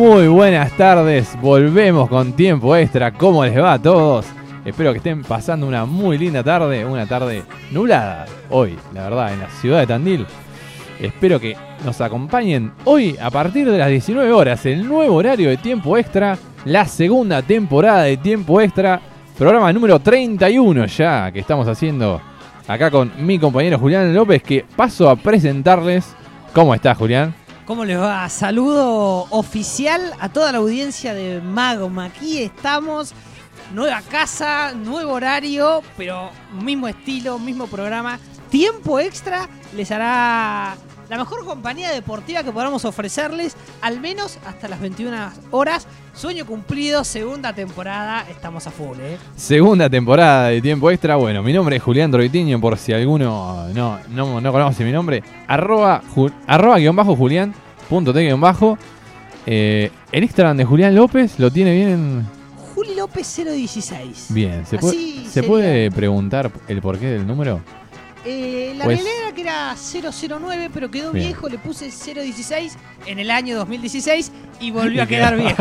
Muy buenas tardes, volvemos con tiempo extra. ¿Cómo les va a todos? Espero que estén pasando una muy linda tarde, una tarde nublada hoy, la verdad, en la ciudad de Tandil. Espero que nos acompañen hoy a partir de las 19 horas, el nuevo horario de tiempo extra, la segunda temporada de tiempo extra, programa número 31 ya que estamos haciendo acá con mi compañero Julián López, que paso a presentarles. ¿Cómo estás, Julián? ¿Cómo les va? Saludo oficial a toda la audiencia de Magma. Aquí estamos, nueva casa, nuevo horario, pero mismo estilo, mismo programa. Tiempo extra les hará la mejor compañía deportiva que podamos ofrecerles, al menos hasta las 21 horas. Sueño cumplido, segunda temporada, estamos a full, ¿eh? Segunda temporada de tiempo extra. Bueno, mi nombre es Julián Troitiño, por si alguno no conoce mi nombre. arroba Julián.t_. El Instagram de Julián López lo tiene bien en... Juli López 016. Bien, ¿se puede preguntar el porqué del número? La realidad era que era 009, pero quedó bien viejo, le puse 016 en el año 2016 y volvió a quedar viejo.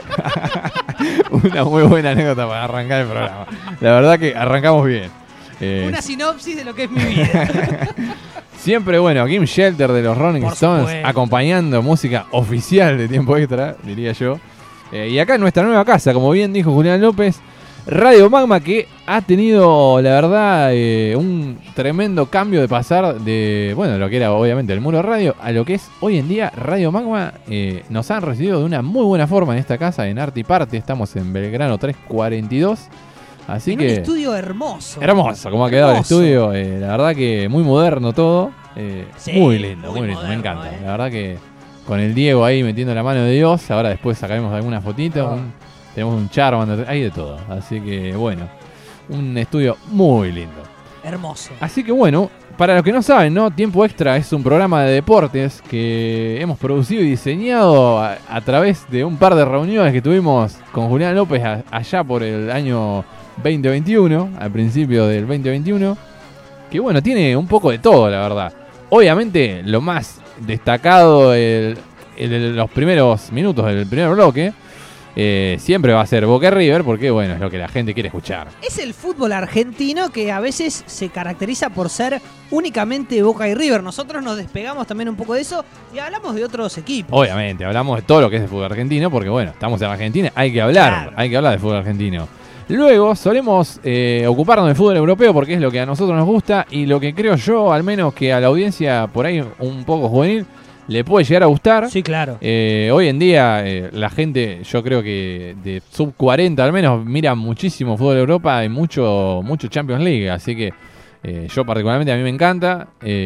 Una muy buena anécdota para arrancar el programa. La verdad que arrancamos bien. Una sinopsis de lo que es mi vida. Siempre bueno, Kim Shelter de los Rolling Stones, acompañando música oficial de tiempo extra, diría yo. Y acá en nuestra nueva casa, como bien dijo Julián López, Radio Magma, que ha tenido, la verdad, un tremendo cambio de pasar de, bueno, lo que era obviamente el muro radio, a lo que es hoy en día Radio Magma. Nos han recibido de una muy buena forma en esta casa, en Arte y Parte. Estamos en Belgrano 342. Así que un estudio hermoso. Hermoso, como ha quedado el estudio. La verdad que muy moderno todo. Sí, muy lindo, muy lindo, moderno, me encanta. La verdad que con el Diego ahí metiendo la mano de Dios. Ahora después sacaremos algunas fotitos. Tenemos un Charmander, hay de todo. Así que bueno, un estudio muy lindo. Hermoso. Así que bueno, para los que no saben, ¿no? Tiempo Extra es un programa de deportes que hemos producido y diseñado a través de un par de reuniones que tuvimos con Julián López allá por el año 2021, al principio del 2021. Que bueno, tiene un poco de todo, la verdad. Obviamente, lo más destacado en los primeros minutos del primer bloque siempre va a ser Boca River, porque bueno, es lo que la gente quiere escuchar. Es el fútbol argentino que a veces se caracteriza por ser únicamente Boca y River. Nosotros nos despegamos también un poco de eso y hablamos de otros equipos. Obviamente, hablamos de todo lo que es el fútbol argentino, porque bueno, estamos en Argentina, hay que hablar de fútbol argentino. Luego solemos ocuparnos del fútbol europeo, porque es lo que a nosotros nos gusta y lo que creo yo, al menos que a la audiencia por ahí un poco juvenil, le puede llegar a gustar. Sí, claro. Hoy en día la gente, yo creo que de sub 40 al menos, mira muchísimo fútbol de Europa y mucho Champions League. Así que yo particularmente a mí me encanta.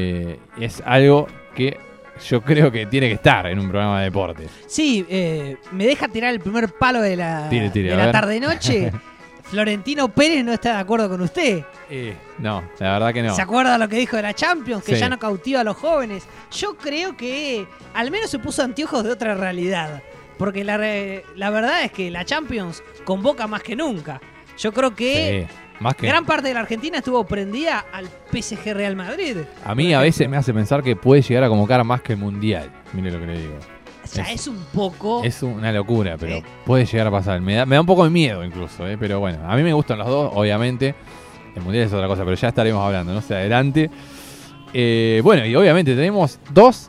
Es algo que yo creo que tiene que estar en un programa de deportes. Sí, me deja tirar el primer palo de la tarde-noche. Florentino Pérez no está de acuerdo con usted. No, la verdad que no. ¿Se acuerda lo que dijo de la Champions? Que sí, ya no cautiva a los jóvenes. Yo creo que al menos se puso anteojos de otra realidad. Porque la verdad es que la Champions convoca más que nunca. Yo creo que, gran parte de la Argentina estuvo prendida al PSG Real Madrid. A mí a veces me hace pensar que puede llegar a convocar más que el Mundial. Mire lo que le digo. Ya es un poco... Es una locura, pero puede llegar a pasar. Me da un poco de miedo incluso, pero bueno, a mí me gustan los dos, obviamente. El Mundial es otra cosa, pero ya estaremos hablando, no sé, adelante. Bueno, y obviamente tenemos dos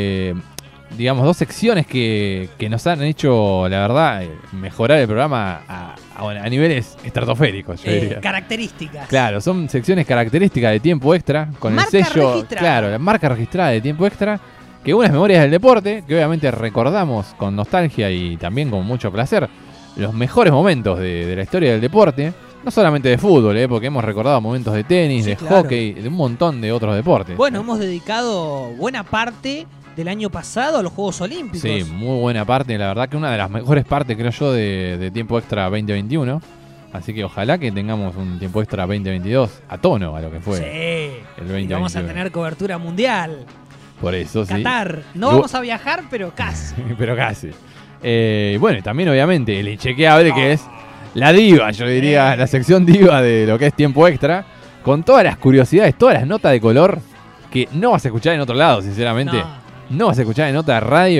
secciones que nos han hecho, la verdad, mejorar el programa a niveles estratosféricos, yo diría. Características. Claro, son secciones características de Tiempo Extra, con marca el sello, registrada. Claro, la marca registrada de Tiempo Extra. Que unas memorias del deporte, que obviamente recordamos con nostalgia y también con mucho placer los mejores momentos de la historia del deporte, no solamente de fútbol, porque hemos recordado momentos de tenis, de hockey, de un montón de otros deportes. Bueno, hemos dedicado buena parte del año pasado a los Juegos Olímpicos. Sí, muy buena parte, la verdad que una de las mejores partes, creo yo, de Tiempo Extra 2021. Así que ojalá que tengamos un Tiempo Extra 2022 a tono a lo que fue el 2021. Y vamos a tener cobertura mundial. Por eso, Qatar. No vamos a viajar, pero casi. Pero casi. Bueno, y también obviamente el inchequeable, que es la diva, yo diría, la sección diva de lo que es Tiempo Extra, con todas las curiosidades, todas las notas de color que no vas a escuchar en otro lado, sinceramente. No vas a escuchar en otra radio.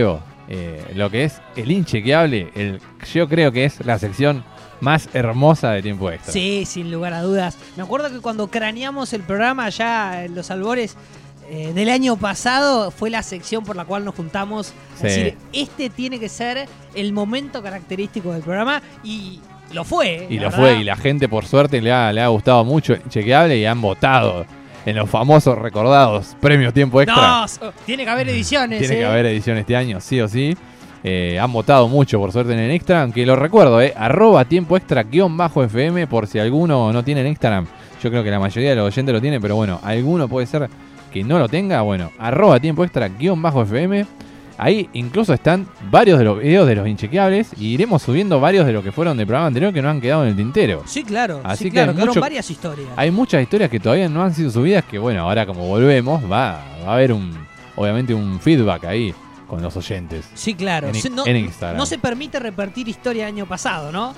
lo que es el inchequeable, yo creo que es la sección más hermosa de Tiempo Extra. Sí, sin lugar a dudas. Me acuerdo que cuando craneamos el programa ya en los albores del año pasado, fue la sección por la cual nos juntamos a decir, este tiene que ser el momento característico del programa, y lo fue. Y lo fue, y la gente por suerte le ha gustado mucho el inchequeable y han votado en los famosos recordados premios Tiempo Extra. No, tiene que haber ediciones. Tiene que haber edición este año, sí o sí. Han votado mucho, por suerte, en el Extra, aunque lo recuerdo, @Tiempo Extra_FM, por si alguno no tiene el Instagram. Yo creo que la mayoría de los oyentes lo tienen, pero bueno, alguno puede ser que no lo tenga. Bueno, @Tiempo Extra_FM. Ahí incluso están varios de los videos de los inchequeables, y iremos subiendo varios de los que fueron del programa anterior que no han quedado en el tintero. Sí, claro. Así sí, que claro, quedaron varias historias. Hay muchas historias que todavía no han sido subidas, que bueno, ahora como volvemos, va a haber obviamente un feedback ahí con los oyentes. Sí, claro. En Instagram. No se permite repetir historia del año pasado, ¿no?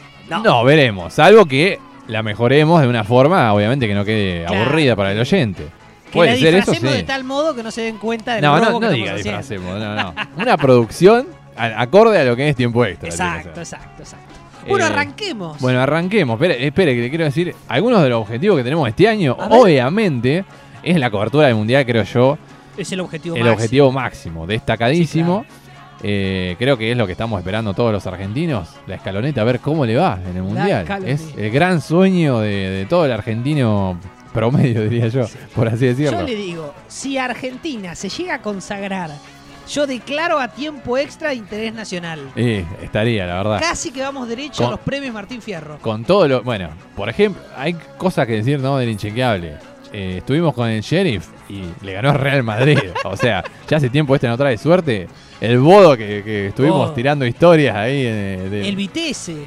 No, veremos. Salvo que la mejoremos de una forma, obviamente, que no quede aburrida para el oyente. Que puede la ser eso, sí. de tal modo que no se den cuenta de No que diga disfracemos, no. Una producción acorde a lo que es Tiempo Extra. Exacto. Bueno, arranquemos. Bueno, arranquemos. Espere, que le quiero decir, algunos de los objetivos que tenemos este año, obviamente, es la cobertura del Mundial, creo yo. Es el objetivo máximo. El objetivo máximo, destacadísimo. Sí, claro. Creo que es lo que estamos esperando todos los argentinos, la escaloneta, a ver cómo le va en el Mundial. Es el gran sueño de todo el argentino promedio, diría yo, por así decirlo. Yo le digo, si Argentina se llega a consagrar, yo declaro a Tiempo Extra de interés nacional. Estaría, la verdad. Casi que vamos derecho a los premios Martín Fierro. Con todo lo... Bueno, por ejemplo, hay cosas que decir, ¿no?, del inchequeable. Estuvimos con el Sheriff y le ganó Real Madrid. O sea, ya hace tiempo no trae suerte. El Bodo que estuvimos tirando historias ahí. El Vitesse.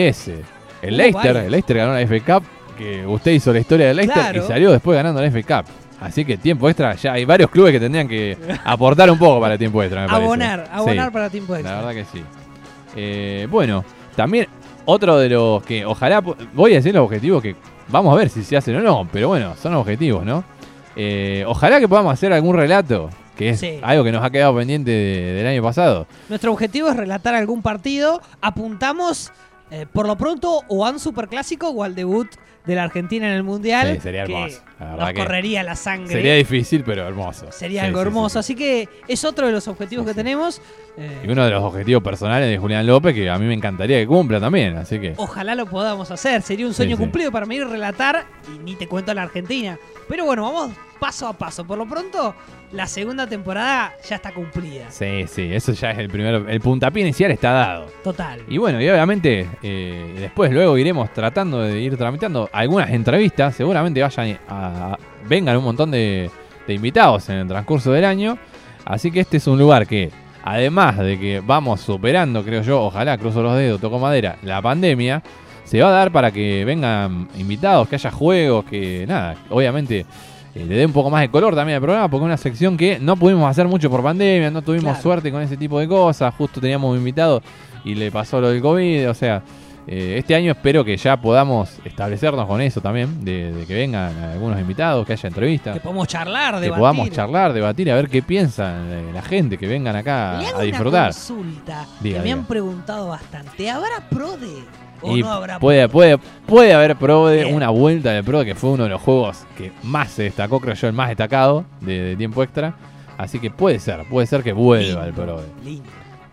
El Leicester ganó la FA Cup, que usted hizo la historia del Leicester, claro, y salió después ganando la FA Cup. Así que Tiempo Extra, ya hay varios clubes que tendrían que aportar un poco para Tiempo Extra, me parece. Abonar para Tiempo Extra. La verdad que sí. Bueno, también otro de los que ojalá, voy a decir los objetivos que vamos a ver si se hacen o no, pero bueno, son objetivos, ¿no? Ojalá que podamos hacer algún relato, que es algo que nos ha quedado pendiente del año pasado. Nuestro objetivo es relatar algún partido. Apuntamos por lo pronto o a un superclásico o al debut de la Argentina en el Mundial. Sí, sería hermoso. Nos correría la sangre. Sería difícil, pero hermoso. Sería algo hermoso. Así que es otro de los objetivos que tenemos. Y uno de los objetivos personales de Julián López, que a mí me encantaría que cumpla también. Así que ojalá lo podamos hacer. Sería un sueño cumplido para mí ir a relatar, y ni te cuento a la Argentina. Pero bueno, vamos paso a paso. Por lo pronto, la segunda temporada ya está cumplida. Sí, eso ya es el puntapié inicial está dado. Total. Y bueno, y obviamente después luego iremos tratando de ir tramitando algunas entrevistas. Seguramente vengan un montón de invitados en el transcurso del año. Así que este es un lugar que, además de que vamos superando, creo yo, ojalá, cruzo los dedos, toco madera, la pandemia, se va a dar para que vengan invitados, que haya juegos, que nada, obviamente le dé un poco más de color también al programa, porque es una sección que no pudimos hacer mucho por pandemia, no tuvimos suerte con ese tipo de cosas, justo teníamos un invitado y le pasó lo del COVID, o sea, este año espero que ya podamos establecernos con eso también, de que vengan algunos invitados, que haya entrevistas. Que podamos charlar, debatir. Que podamos charlar, debatir, a ver qué piensan la gente, que vengan acá a disfrutar. Una consulta que me han preguntado bastante. ¿Habrá PRODE o y no habrá puede haber PRODE, una vuelta de PRODE, que fue uno de los juegos que más se destacó, creo yo, el más destacado de Tiempo Extra. Así que puede ser que vuelva el PRODE. Lindo.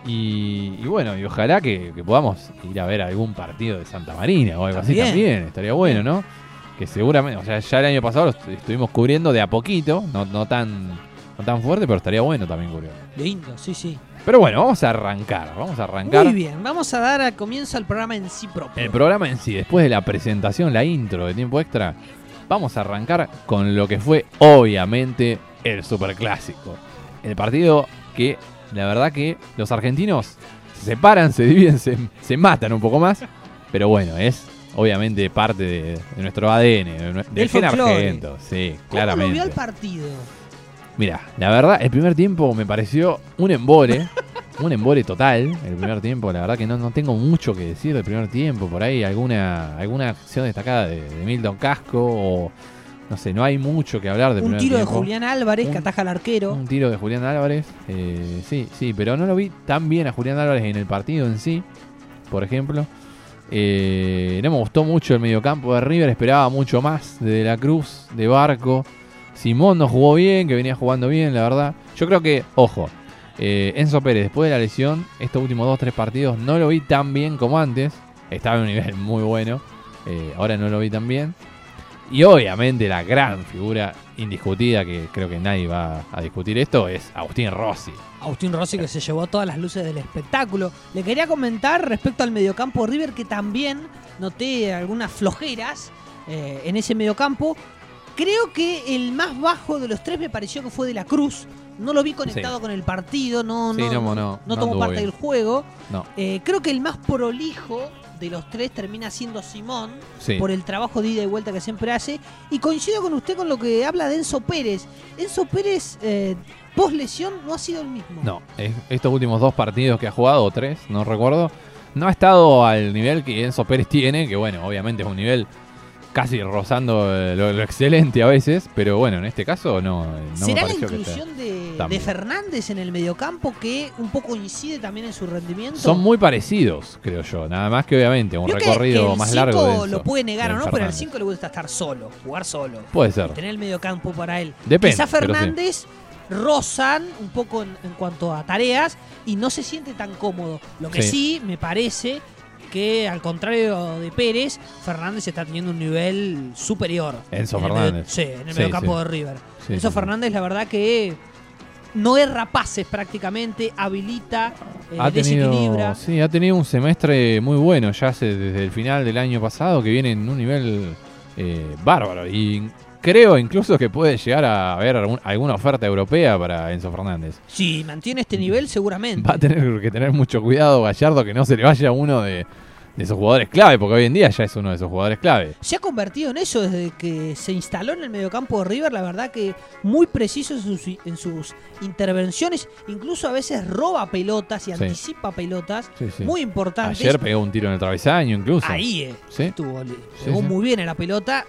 Y bueno, y ojalá que podamos ir a ver algún partido de Santa Marina o algo así también. Estaría bueno, ¿no? Que seguramente, o sea, ya el año pasado lo estuvimos cubriendo de a poquito, no tan fuerte, pero estaría bueno también cubrirlo. Lindo, sí. Pero bueno, vamos a arrancar. Muy bien, vamos a dar al comienzo al programa en sí propio. El programa en sí, después de la presentación, la intro de Tiempo Extra, vamos a arrancar con lo que fue, obviamente, el superclásico. El partido que, la verdad que los argentinos se separan, se dividen, se matan un poco más, pero bueno, es obviamente parte de nuestro ADN, del gen argento. Sí, claramente. ¿Cómo lo vio el partido? Mira, la verdad, el primer tiempo me pareció un embole. Un embole total, el primer tiempo. La verdad que no tengo mucho que decir del primer tiempo. Por ahí alguna acción destacada de Milton Casco no sé, no hay mucho que hablar de Un primer tiro tiempo. de Julián Álvarez que ataja al arquero. Un tiro de Julián Álvarez. Sí, pero no lo vi tan bien a Julián Álvarez en el partido en sí, por ejemplo. No me gustó mucho el mediocampo de River, esperaba mucho más de la Cruz, de Barco. Simón no jugó bien, que venía jugando bien, la verdad. Yo creo que, ojo, Enzo Pérez, después de la lesión, estos últimos 2-3 partidos no lo vi tan bien como antes. Estaba en un nivel muy bueno. Ahora no lo vi tan bien. Y obviamente la gran figura indiscutida, que creo que nadie va a discutir esto, es Agustín Rossi. Agustín Rossi, que se llevó todas las luces del espectáculo. Le quería comentar respecto al mediocampo River, que también noté algunas flojeras en ese mediocampo. Creo que el más bajo de los tres me pareció que fue De la Cruz. No lo vi conectado con el partido, no tomó parte del juego. No. Creo que el más prolijo de los tres termina siendo Simón, Sí. por el trabajo de ida y vuelta que siempre hace. Y coincido con usted con lo que habla de Enzo Pérez. Enzo Pérez, post lesión, no ha sido el mismo. No, estos últimos 2 partidos que ha jugado, o 3, no recuerdo, no ha estado al nivel que Enzo Pérez tiene, que bueno, obviamente es un nivel casi rozando lo excelente a veces, pero bueno, en este caso no me ¿Será la pareció que inclusión de también. Fernández en el mediocampo que un poco incide también en su rendimiento? Son muy parecidos, creo yo, nada más que obviamente un Creo que recorrido el más largo. 5 de Enzo, lo puede negar de o no, pero al Fernández. 5 le gusta estar solo, jugar solo. Puede ser. Tener el mediocampo para él. Depende, Quizá pero sí. Fernández rozan un poco en cuanto a tareas y no se siente tan cómodo. Lo que sí me parece que, al contrario de Pérez, Fernández está teniendo un nivel superior. Enzo Fernández. En el mediocampo de River. Sí, Enzo sí, Fernández, la verdad que no erra pases prácticamente, habilita, desequilibra. Sí, ha tenido un semestre muy bueno ya desde el final del año pasado, que viene en un nivel bárbaro. Y creo incluso que puede llegar a haber alguna oferta europea para Enzo Fernández. Si mantiene este nivel, seguramente. Va a tener que tener mucho cuidado Gallardo, que no se le vaya uno de esos jugadores clave, porque hoy en día ya es uno de esos jugadores clave. Se ha convertido en eso desde que se instaló en el mediocampo de River. La verdad que muy preciso en sus intervenciones. Incluso a veces roba pelotas y anticipa pelotas. Sí. Muy importantes. Ayer pegó un tiro en el travesaño incluso. Ahí ¿Sí? estuvo. Pegó sí. muy bien a la pelota.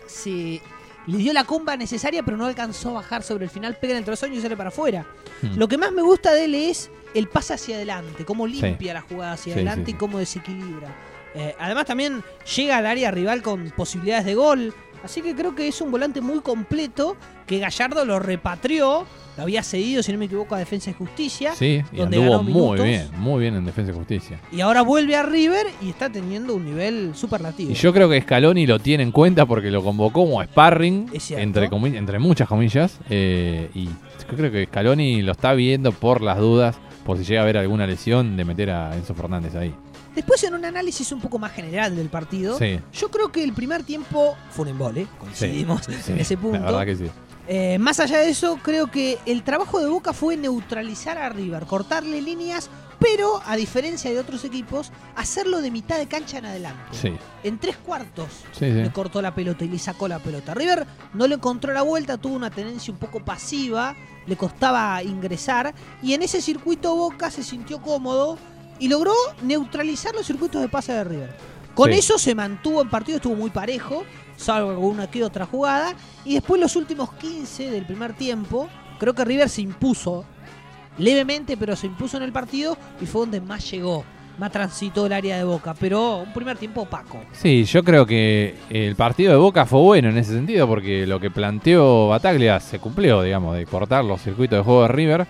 Le dio la comba necesaria, pero no alcanzó a bajar sobre el final. Pega en el travesaño y sale para afuera. Lo que más me gusta de él es el pase hacia adelante. Cómo limpia la jugada hacia adelante y cómo desequilibra. Además también llega al área rival con posibilidades de gol. Así que creo que es un volante muy completo, que Gallardo lo repatrió. Lo había cedido, si no me equivoco, a Defensa y Justicia. Sí, y donde anduvo ganó minutos. muy bien en Defensa y Justicia. Y ahora vuelve a River y está teniendo un nivel superlativo. Y yo creo que Scaloni lo tiene en cuenta porque lo convocó como sparring, entre muchas comillas. Y yo creo que Scaloni lo está viendo por las dudas, por si llega a haber alguna lesión, de meter a Enzo Fernández ahí. Después, en un análisis un poco más general del partido, yo creo que el primer tiempo fue un embole, coincidimos en ese punto. La verdad que sí. Más allá de eso, creo que el trabajo de Boca fue neutralizar a River, cortarle líneas, pero a diferencia de otros equipos, hacerlo de mitad de cancha en adelante. Sí. En 3/4 le cortó la pelota y le sacó la pelota. River no le encontró la vuelta, tuvo una tenencia un poco pasiva, le costaba ingresar, y en ese circuito Boca se sintió cómodo y logró neutralizar los circuitos de pase de River. Con eso se mantuvo en partido, estuvo muy parejo, salvo alguna que otra jugada. Y después, los últimos 15 del primer tiempo, creo que River se impuso levemente, pero se impuso en el partido y fue donde más llegó, más transitó el área de Boca. Pero un primer tiempo opaco. Sí, yo creo que el partido de Boca fue bueno en ese sentido, porque lo que planteó Bataglia se cumplió, digamos, de cortar los circuitos de juego de River.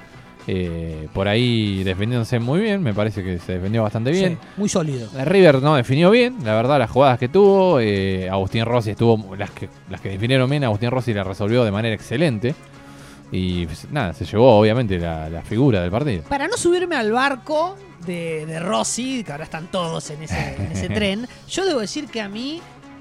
Por ahí defendiéndose muy bien, me parece que se defendió bastante bien. Sí, muy sólido. River no definió bien, la verdad, las jugadas que tuvo. Agustín Rossi estuvo, las que definieron bien, Agustín Rossi la resolvió de manera excelente. Y nada, se llevó obviamente la figura del partido. Para no subirme al barco de Rossi, que ahora están todos en ese tren, yo debo decir que a mí,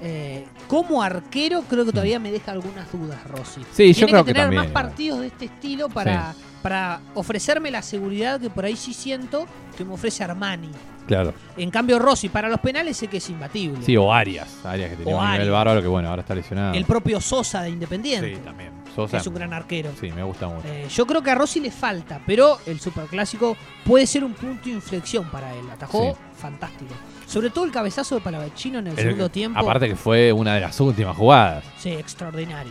como arquero, creo que todavía me deja algunas dudas Rossi. Sí, yo creo que tener también. más partidos de este estilo para ofrecerme la seguridad que por ahí sí siento que me ofrece Armani. Claro. En cambio, Rossi para los penales sé que es imbatible. Sí, o Arias que tenía un nivel bárbaro, que bueno, ahora está lesionado. El propio Sosa de Independiente. Sí, también. Sosa es un gran arquero. Sí, me gusta mucho. Yo creo que a Rossi le falta, pero el Superclásico puede ser un punto de inflexión para él. Atajó fantástico. Sobre todo el cabezazo de Palavecino en el segundo tiempo. Aparte que fue una de las últimas jugadas. Sí, extraordinario.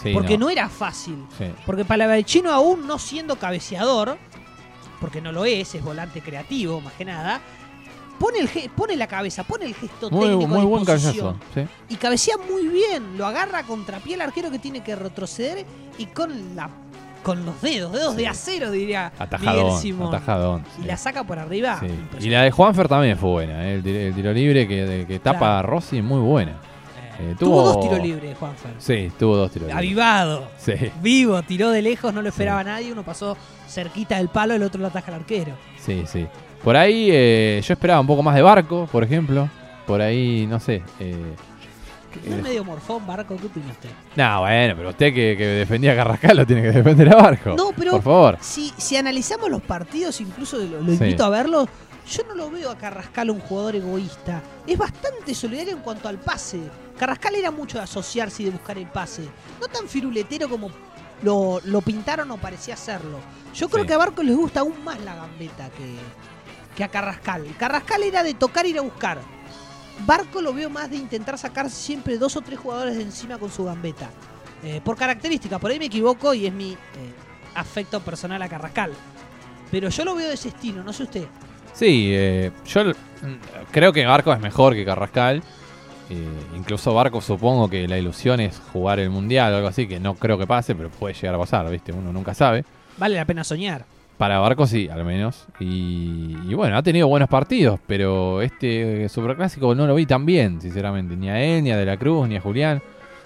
Sí, porque no era fácil. Sí. Porque Palavecino, aún no siendo cabeceador, porque no lo es volante creativo, más que nada, pone la cabeza, pone el gesto técnico Muy de buen disposición. cabezazo. Sí. Y cabecea muy bien, lo agarra a contrapié al arquero que tiene que retroceder y con los dedos de acero, diría Miguel Simón. Atajadón. Y la saca por arriba. Sí. Y la de Juanfer también fue buena, el tiro libre que tapa a Rossi, muy buena. Tuvo 2 tiros libres, Juanfer. Sí, tuvo 2 tiros libres. Avivado. Sí. Vivo, tiró de lejos, no lo esperaba nadie. Uno pasó cerquita del palo, el otro lo ataja al arquero. Sí, sí. Por ahí yo esperaba un poco más de Barco, por ejemplo. Por ahí, no sé. ¿No es medio morfón, Barco? ¿Qué opina usted? No, bueno, pero usted que defendía a Carrascal lo tiene que defender a Barco. No, pero por favor. Si analizamos los partidos, incluso lo invito a verlos, yo no lo veo a Carrascal un jugador egoísta. Es bastante solidario en cuanto al pase. Carrascal era mucho de asociarse y de buscar el pase. No tan firuletero como lo pintaron o parecía hacerlo. Yo creo que a Barco les gusta aún más la gambeta que a Carrascal. Carrascal era de tocar y ir a buscar. Barco lo veo más de intentar sacar siempre 2 o 3 jugadores de encima con su gambeta. Por característica, por ahí me equivoco y es mi afecto personal a Carrascal. Pero yo lo veo de ese estilo, no sé usted. Sí, yo creo que Barco es mejor que Carrascal. Incluso Barco supongo que la ilusión es jugar el Mundial o algo así, que no creo que pase, pero puede llegar a pasar, ¿viste? Uno nunca sabe. Vale la pena soñar. Para Barco sí, al menos. Y bueno, ha tenido buenos partidos, pero este Superclásico no lo vi tan bien, sinceramente. Ni a él, ni a De la Cruz, ni a Julián.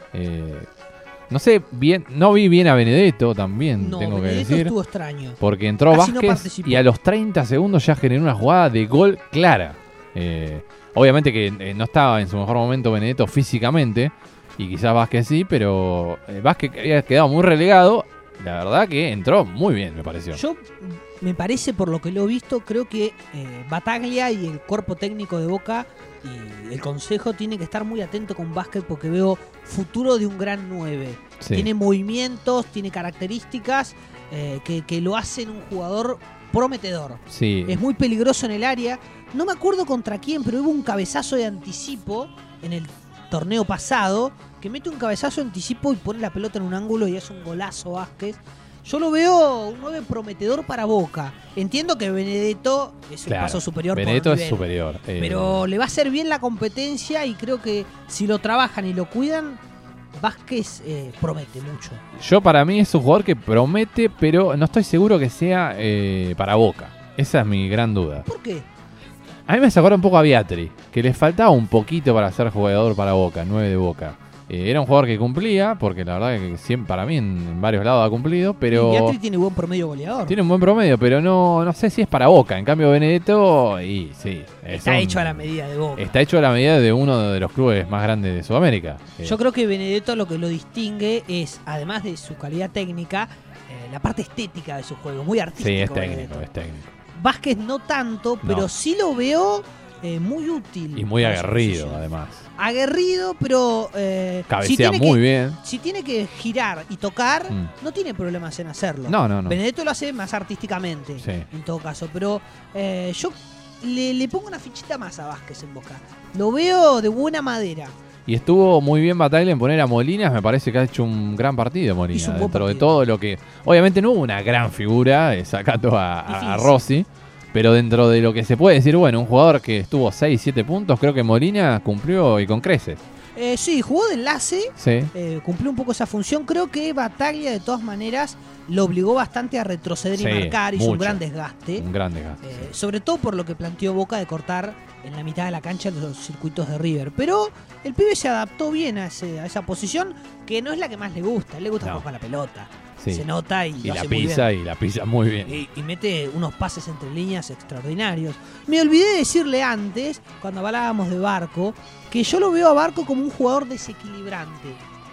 No sé, bien, no vi bien a Benedetto también, no, tengo Benedetto que decir. Estuvo extraño. Porque entró Casi Vázquez y a los 30 segundos ya generó una jugada de gol clara. Obviamente que no estaba en su mejor momento Benedetto físicamente, y quizás Vázquez sí, pero Vázquez había quedado muy relegado. La verdad que entró muy bien, me pareció. Yo, me parece, por lo que lo he visto, creo que Bataglia y el cuerpo técnico de Boca y el consejo tiene que estar muy atento con Vázquez, porque veo futuro de un gran 9. Sí. Tiene movimientos, tiene características que lo hacen un jugador prometedor. Sí. Es muy peligroso en el área. No me acuerdo contra quién, pero hubo un cabezazo de anticipo en el torneo pasado, que mete un cabezazo de anticipo y pone la pelota en un ángulo y es un golazo Vázquez. Yo lo veo un 9 prometedor para Boca. Entiendo que Benedetto es el paso superior. Benedetto por es nivel, superior. pero le va a hacer bien la competencia y creo que si lo trabajan y lo cuidan, Vázquez promete mucho. Yo, para mí, es un jugador que promete, pero no estoy seguro que sea para Boca. Esa es mi gran duda. ¿Por qué? A mí me sacó un poco a Beatriz, que le faltaba un poquito para ser jugador para Boca, 9 de Boca. Era un jugador que cumplía, porque la verdad que siempre, para mí en varios lados ha cumplido, pero... Beatriz tiene buen promedio goleador. Tiene un buen promedio, pero no sé si es para Boca. En cambio, Benedetto, y sí. Está hecho a la medida de Boca. Está hecho a la medida de uno de los clubes más grandes de Sudamérica. Yo creo que Benedetto lo que lo distingue es, además de su calidad técnica, la parte estética de su juego, muy artístico. Sí, es técnico, Benedetto. es técnico. Vázquez no tanto, pero sí lo veo muy útil. Y muy aguerrido, además. Aguerrido, pero... cabecea muy bien. Si tiene que girar y tocar, no tiene problemas en hacerlo. No. Benedetto lo hace más artísticamente, en todo caso. Pero yo le pongo una fichita más a Vázquez en Boca. Lo veo de buena madera. Y estuvo muy bien Bataglia en poner a Molinas. Me parece que ha hecho un gran partido Molinas. Dentro de todo lo que... Obviamente no hubo una gran figura, sacando a Rossi. Pero dentro de lo que se puede decir, bueno, un jugador que estuvo 6-7 puntos, creo que Molina cumplió y con creces. Sí, jugó de enlace, sí. Cumplió un poco esa función. Creo que Bataglia, de todas maneras, lo obligó bastante a retroceder y marcar. Hizo un gran desgaste. Un gran desgaste. Sobre todo por lo que planteó Boca de cortar en la mitad de la cancha los circuitos de River. Pero el pibe se adaptó bien a esa posición, que no es la que más le gusta. Le gusta jugar la pelota. Sí. Se nota y lo la hace pisa muy bien. Y la pisa muy bien. Y mete unos pases entre líneas extraordinarios. Me olvidé de decirle antes, cuando hablábamos de Barco, que yo lo veo a Barco como un jugador desequilibrante.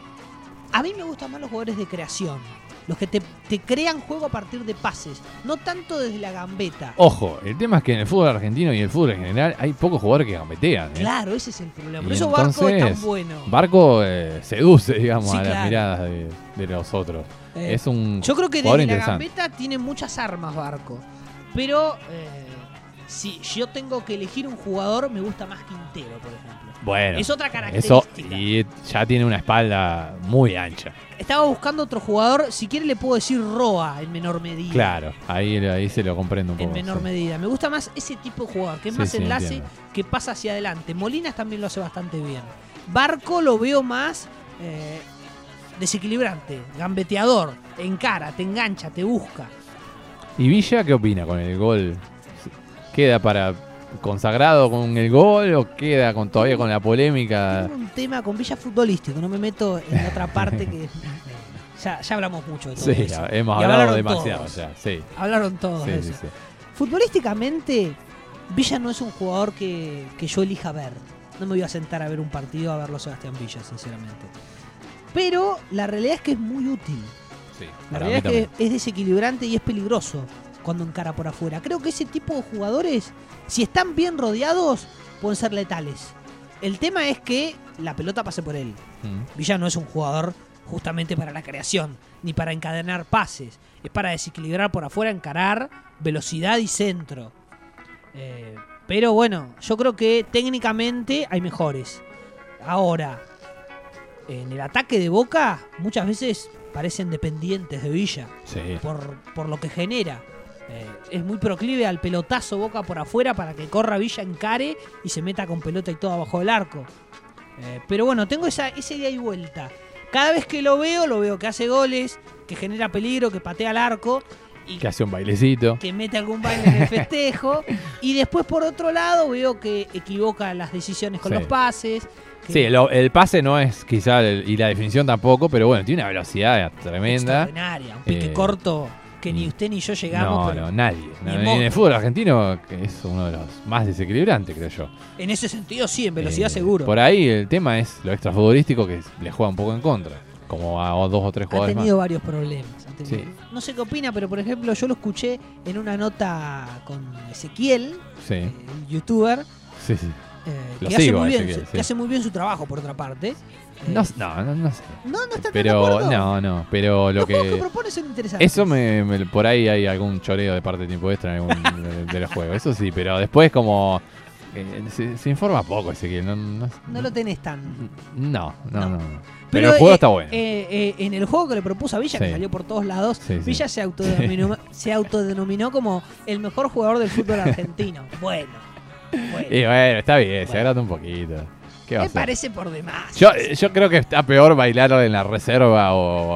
A mí me gustan más los jugadores de creación, los que te crean juego a partir de pases, no tanto desde la gambeta. Ojo, el tema es que en el fútbol argentino y el fútbol en general hay pocos jugadores que gambetean. Claro, ese es el problema. Por y eso entonces, Barco es tan bueno. Barco seduce, digamos, sí, a las miradas de los otros. Es un yo creo que jugador desde la gambeta tiene muchas armas Barco, pero si yo tengo que elegir un jugador, me gusta más Quintero, por ejemplo. Bueno, Es otra característica. y ya tiene una espalda muy ancha. Estaba buscando otro jugador, si quiere le puedo decir Roa en menor medida. Claro, ahí se lo comprendo un poco. En menor sí. medida. Me gusta más ese tipo de jugador, que es Sí, más sí, enlace, entiendo. que pasa hacia adelante. Molinas también lo hace bastante bien. Barco lo veo más desequilibrante, gambeteador, encara, te engancha, te busca. ¿Y Villa qué opina con el gol? ¿Queda para consagrado con el gol o queda todavía con la polémica? Tengo un tema con Villa futbolístico, no me meto en otra parte que ya hablamos mucho de todo Sí, eso. hemos Y hablado hablaron demasiado todos. ya. Sí, Hablaron todos sí, de sí, eso. sí. Futbolísticamente, Villa no es un jugador que yo elija ver. No me voy a sentar a ver un partido a verlo a Sebastián Villa, sinceramente. Pero la realidad es que es muy útil. Sí, La para mí realidad es también. que es desequilibrante y es peligroso cuando encara por afuera. Creo que ese tipo de jugadores, si están bien rodeados, pueden ser letales. El tema es que la pelota pase por él. Villa no es un jugador justamente para la creación, ni para encadenar pases. Es para desequilibrar por afuera, encarar, velocidad y centro. Pero bueno, yo creo que técnicamente hay mejores. Ahora, en el ataque de Boca, muchas veces parecen dependientes de Villa Sí. por lo que genera. Es muy proclive al pelotazo Boca por afuera para que corra Villa, encare y se meta con pelota y todo abajo del arco. Pero bueno, tengo ese ida y vuelta. Cada vez que lo veo que hace goles, que genera peligro, que patea al arco y Que hace un bailecito. que mete algún baile en el festejo. Y después por otro lado veo que equivoca las decisiones con Sí. los pases. que- Sí, el pase no es quizá y la definición tampoco, pero bueno, tiene una velocidad tremenda. extraordinaria, un pique Eh, corto que ni usted ni yo llegamos. No, pero no, nadie. ni No, en en Boca. el fútbol argentino, que es uno de los más desequilibrantes, creo yo. En ese sentido sí, en velocidad Eh, seguro. Por ahí el tema es lo extrafutbolístico que le juega un poco en contra. Como a dos o tres Ha jugadores tenido más. varios problemas. Sí. No sé qué opina, pero por ejemplo yo lo escuché en una nota con Ezequiel, Sí, el youtuber, sí, sí. Lo que, hace sigo muy a bien, Ezequiel, que sí. hace muy bien su trabajo, por otra parte. No sé. no está tan de Pero, acuerdo. no, pero lo Los juegos que que... propone son interesantes. Eso por ahí hay algún choreo de parte de tiempo extra en algún de los juegos, eso sí, pero después como se informa poco Ezequiel, No lo tenés tan... no. No. Pero el juego está bueno. En el juego que le propuso a Villa, que Sí. salió por todos lados, Sí, sí. Villa se autodenominó como el mejor jugador del fútbol argentino. Bueno. Y bueno, está bien, se agranda un poquito. ¿Qué va a Me hacer? parece por demás. Yo creo que está peor bailar en la reserva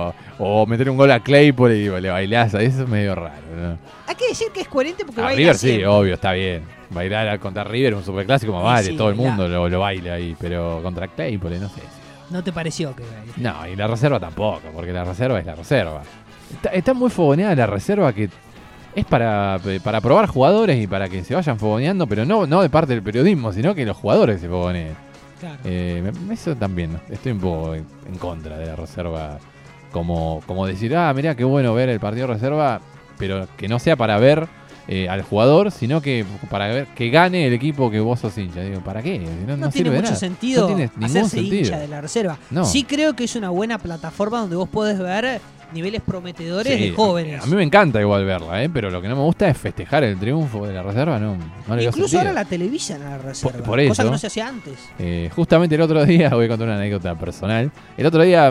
o meter un gol a Claypool y le bailás, ahí eso es medio raro, ¿no? Hay que decir que es coherente porque A baila River sí, siempre. obvio, está bien. Bailar contra River, un superclásico más Sí, vale, sí, todo el bailá. mundo lo baila ahí, pero contra Claypool, no sé. ¿No te pareció que No, y la reserva tampoco, porque la reserva es la reserva. Está muy fogoneada la reserva que es para probar jugadores y para que se vayan fogoneando, pero no de parte del periodismo, sino que los jugadores se fogoneen. Claro. Eso también, ¿no? Estoy un poco en contra de la reserva. Como decir, mirá, qué bueno ver el partido de reserva, pero que no sea para ver al jugador, sino que para ver que gane el equipo que vos sos hincha. Digo, ¿para qué? No No tiene sirve de mucho nada. sentido No tiene ningún hacerse sentido. hincha de la reserva. No. Sí creo que es una buena plataforma donde vos podés ver niveles prometedores Sí, de jóvenes. A mí me encanta igual verla, pero lo que no me gusta es festejar el triunfo de la reserva, no le veo Incluso sentido. ahora la televisan a la reserva. Por eso. Cosa que no se hacía antes. Justamente el otro día, voy a contar una anécdota personal. El otro día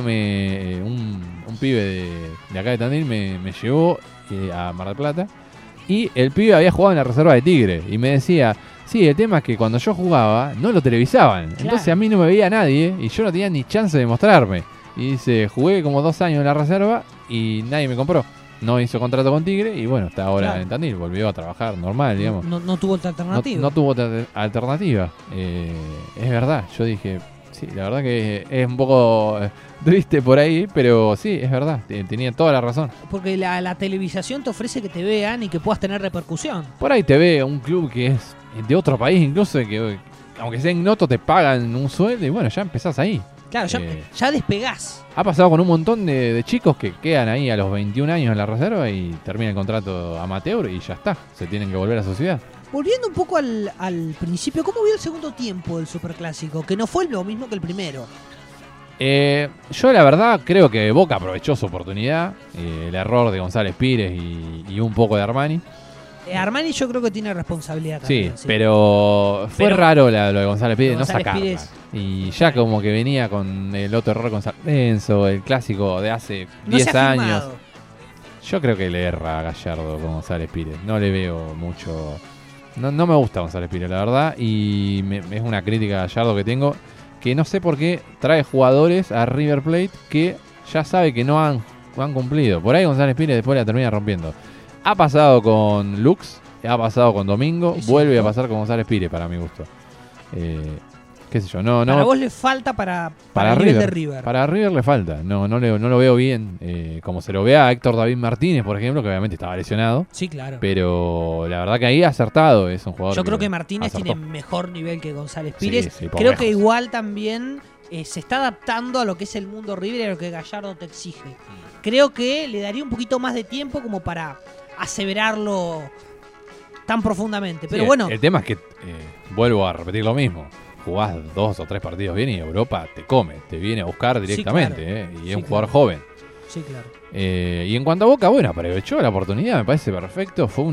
un pibe de acá de Tandil me llevó a Mar del Plata y el pibe había jugado en la reserva de Tigre y me decía, sí, el tema es que cuando yo jugaba no lo televisaban, Claro. entonces a mí no me veía nadie y yo no tenía ni chance de mostrarme. Y dice, jugué como 2 años en la reserva y nadie me compró. No hizo contrato con Tigre y bueno, está ahora Claro. en Tandil, volvió a trabajar normal, digamos. No tuvo otra alternativa. No tuvo otra alternativa. Es verdad, yo dije, sí, la verdad que es un poco triste por ahí, pero sí, es verdad, tenía toda la razón. Porque la televisación te ofrece que te vean y que puedas tener repercusión. Por ahí te ve un club que es de otro país, incluso que aunque sea ignoto te pagan un sueldo y bueno, ya empezás ahí. Claro, ya despegás. Ha pasado con un montón de chicos que quedan ahí a los 21 años en la reserva y termina el contrato amateur y ya está, se tienen que volver a su ciudad. Volviendo un poco al principio, ¿cómo vio el segundo tiempo del Superclásico? Que no fue lo mismo que el primero. Yo la verdad creo que Boca aprovechó su oportunidad, el error de González Pires y un poco de Armani. Armani yo creo que tiene responsabilidad también. Sí, pero fue raro lo de González Pires, no González sacarla. Pires. Y ya como que venía con el otro error con San Lorenzo, el clásico de hace No 10 se ha años. firmado. Yo creo que le erra a Gallardo con González Pires. No le veo mucho. No me gusta González Pires, la verdad. Y es una crítica a Gallardo que tengo. Que no sé por qué trae jugadores a River Plate que ya sabe que no han cumplido. Por ahí González Pires después la termina rompiendo. Ha pasado con Lux, ha pasado con Domingo, Es vuelve cierto. a pasar con González Pires para mi gusto. Qué sé yo, no. Para vos le falta para el nivel River, de River. Para River le falta, no lo veo bien. Como se lo ve a Héctor David Martínez, por ejemplo, que obviamente estaba lesionado. Sí, claro. Pero la verdad que ahí ha acertado, es un jugador. Yo creo que Martínez acertó. tiene mejor nivel que González Sí, Pires. sí, por Creo lejos. que igual también se está adaptando a lo que es el mundo River y a lo que Gallardo te exige. Creo que le daría un poquito más de tiempo como para aseverarlo tan profundamente. Pero Sí, bueno, el tema es que, vuelvo a repetir lo mismo. Jugás 2 o 3 partidos bien y Europa te come, te viene a buscar directamente. claro. Y es Sí, un jugador claro. joven. sí, claro. Y en cuanto a Boca, bueno, aprovechó la oportunidad, me parece perfecto. Fue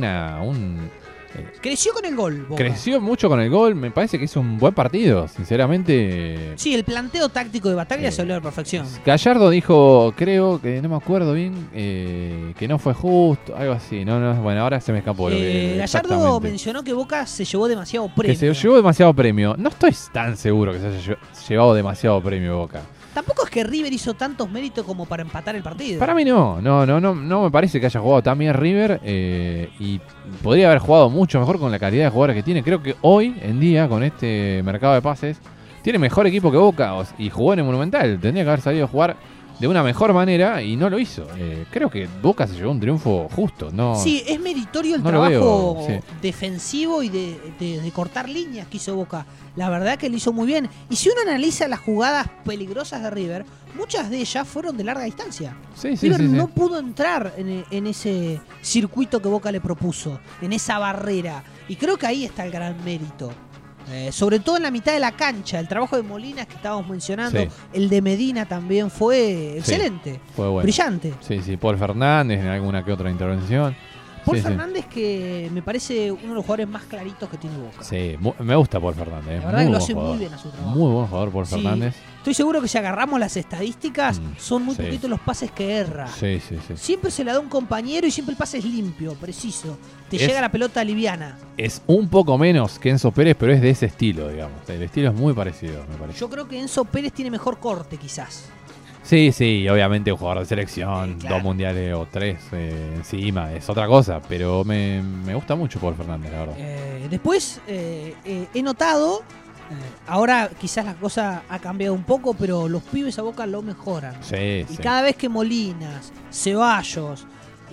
Creció con el gol, Boca. creció mucho con el gol, me parece que hizo un buen partido, sinceramente. Sí, el planteo táctico de Bataglia se habló de perfección. Gallardo dijo, creo que no me acuerdo bien, que no fue justo, algo así. Bueno, ahora se me escapó. Gallardo exactamente. mencionó que Boca se llevó demasiado premio. Que se llevó demasiado premio. No estoy tan seguro que se haya llevado demasiado premio Boca. Tampoco es que River hizo tantos méritos como para empatar el partido. Para mí no me parece que haya jugado tan bien River y podría haber jugado mucho mejor con la calidad de jugadores que tiene. Creo que hoy en día, con este mercado de pases, tiene mejor equipo que Boca y jugó en el Monumental. Tendría que haber salido a jugar de una mejor manera y no lo hizo. Creo que Boca se llevó un triunfo justo. No, Sí, es meritorio el no lo trabajo veo, sí. defensivo y de cortar líneas que hizo Boca. La verdad que lo hizo muy bien. Y si uno analiza las jugadas peligrosas de River, muchas de ellas fueron de larga distancia. Sí, sí, River sí, sí. no pudo entrar en ese circuito que Boca le propuso, en esa barrera. Y creo que ahí está el gran mérito. Sobre todo en la mitad de la cancha, el trabajo de Molinas que estábamos mencionando, Sí. el de Medina también fue excelente, Fue bueno. brillante. Sí, Paul Fernández en alguna que otra intervención. Paul Sí, sí. Fernández que me parece uno de los jugadores más claritos que tiene Boca. Sí, me gusta Paul Fernández. La verdad que lo buen hace muy jugador. bien a su trabajo. Muy buen jugador Paul Sí. Fernández. Estoy seguro que si agarramos las estadísticas, son muy sí. poquitos los pases que erra. Sí. Siempre se la da un compañero y siempre el pase es limpio, preciso. Te Es- llega la pelota liviana. Es un poco menos que Enzo Pérez, pero es de ese estilo, digamos. El estilo es muy parecido, me parece. Yo creo que Enzo Pérez tiene mejor corte, quizás. Sí, obviamente un jugador de selección, Claro. 2 mundiales o 3 encima, es otra cosa, pero me gusta mucho Paul Fernández, la verdad. Después he notado, ahora quizás la cosa ha cambiado un poco, pero los pibes a Boca lo mejoran. Sí, Y cada vez que Molinas, Ceballos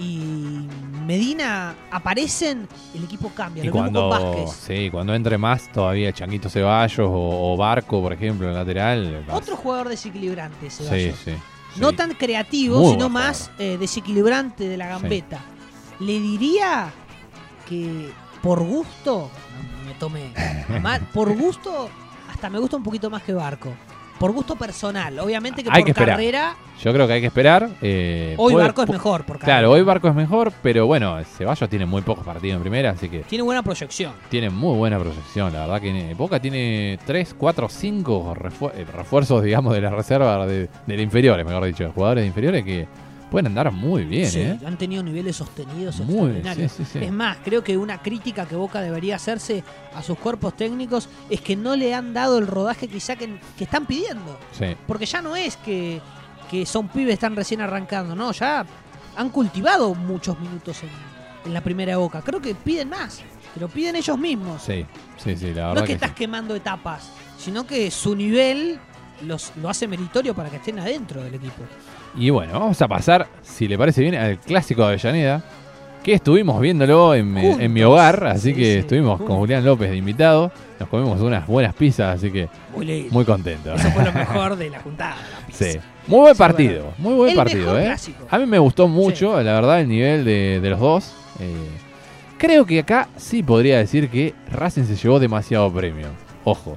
y Medina aparecen, el equipo cambia. Y Lo mismo con Vázquez. cuando entre más todavía Changuito Ceballos o Barco, por ejemplo, en lateral. Otro jugador desequilibrante, Ceballos. Sí. No sí. tan creativo, Muy sino buen más desequilibrante de la gambeta. Le diría que por gusto, no me tome a mal, por gusto, hasta me gusta un poquito más que Barco. Por gusto personal. Obviamente que Hay por que esperar. carrera, Yo creo que hay que esperar. hoy Barco es mejor por carrera. Claro, hoy Barco es mejor, pero bueno, Ceballos tiene muy pocos partidos en primera, así que Tiene buena proyección. tiene muy buena proyección. La verdad que Boca tiene 3, 4, 5 refuerzos, digamos, de la reserva de inferiores, mejor dicho. Jugadores de inferiores que pueden andar muy bien, Sí, ¿eh? han tenido niveles sostenidos Muy, extraordinarios. sí. Es más, creo que una crítica que Boca debería hacerse a sus cuerpos técnicos es que no le han dado el rodaje quizá que están pidiendo. Sí. Porque ya no es que son pibes que están recién arrancando, no, ya han cultivado muchos minutos en la primera Boca. Creo que piden más, pero piden ellos mismos. Sí, la verdad No es que que estás sí. quemando etapas, sino que su nivel lo hace meritorio para que estén adentro del equipo. Y bueno, vamos a pasar, si le parece bien, al clásico de Avellaneda, que estuvimos viéndolo en mi Juntos. hogar, así Sí, que sí, estuvimos juntos. con Julián López de invitado, nos comimos unas buenas pizzas, así que Muy lindo. muy contentos. Eso fue lo mejor de la juntada. La pizza. Sí. Muy buen Sí, partido, bueno. muy buen El partido, mejor ¿eh? clásico. A mí me gustó mucho, la verdad, el nivel de los dos. Creo que acá sí podría decir que Racing se llevó demasiado premio. Ojo.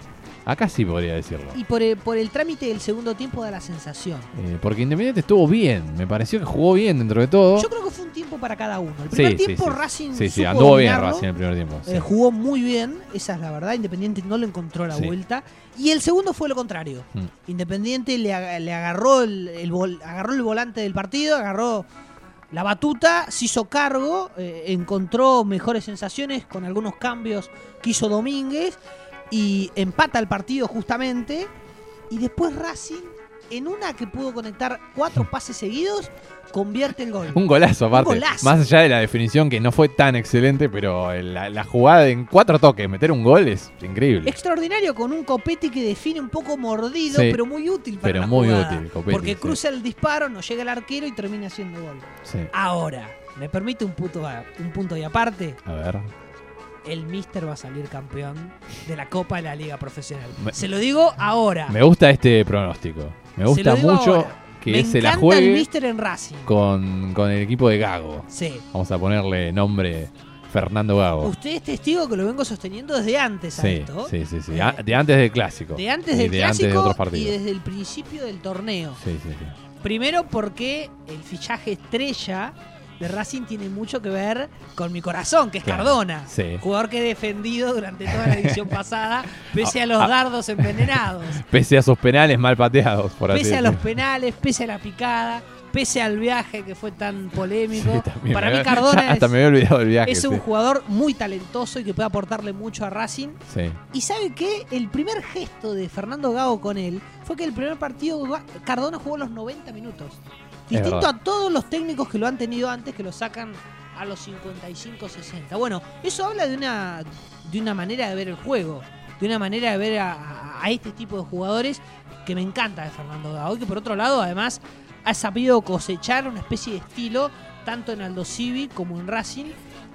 Acá sí podría decirlo. Y por el trámite del segundo tiempo da la sensación. Porque Independiente estuvo bien. Me pareció que jugó bien dentro de todo. Yo creo que fue un tiempo para cada uno. El primer tiempo Racing supo anduvo bien dominarlo. Racing en el primer tiempo. Sí. Jugó muy bien, esa es la verdad. Independiente no le encontró la vuelta. Y el segundo fue lo contrario. Independiente le agarró agarró el volante del partido, agarró la batuta, se hizo cargo, encontró mejores sensaciones con algunos cambios que hizo Domínguez y empata el partido justamente. Y después Racing, en una que pudo conectar 4 pases seguidos, convierte el gol. Un golazo aparte. Un golazo. Más allá de la definición que no fue tan excelente, pero la jugada en 4 toques, meter un gol es increíble. Extraordinario, con un Copetti que define un poco mordido, Sí, pero muy útil para pero la muy jugada. útil, Copetti, porque sí. cruza el disparo, no llega el arquero y termina haciendo gol. Sí. Ahora, ¿me permite un punto y aparte? A ver. El Mister va a salir campeón de la Copa de la Liga Profesional. Se lo digo ahora. Me gusta este pronóstico. Me Se lo gusta digo mucho ahora. que Me se la encanta juegue el Mister en Racing. con el equipo de Gago. Sí. Vamos a ponerle nombre Fernando Gago. Usted es testigo que lo vengo sosteniendo desde antes a Sí, esto. sí. De antes del clásico. De antes Y del de antes de clásico otros partidos. y desde el principio del torneo. Sí. Primero porque el fichaje estrella de Racing tiene mucho que ver con mi corazón, que es Claro, Cardona. sí. Jugador que he defendido durante toda la edición pasada, pese a los dardos envenenados. Pese a sus penales mal pateados, por así Pese a los decirlo. penales, pese a la picada, pese al viaje que fue tan polémico. Sí, también Para me mí había- Cardona hasta me había olvidado el viaje. es un jugador muy talentoso y que puede aportarle mucho a Racing. Sí. Y ¿sabe qué? El primer gesto de Fernando Gago con él fue que el primer partido Cardona jugó los 90 minutos. Distinto verdad. a todos los técnicos que lo han tenido antes, que lo sacan a los 55-60. Bueno, eso habla de una manera de ver el juego, de una manera de ver a este tipo de jugadores que me encanta de Fernando Gago, y que por otro lado además ha sabido cosechar una especie de estilo tanto en Aldo Civi como en Racing,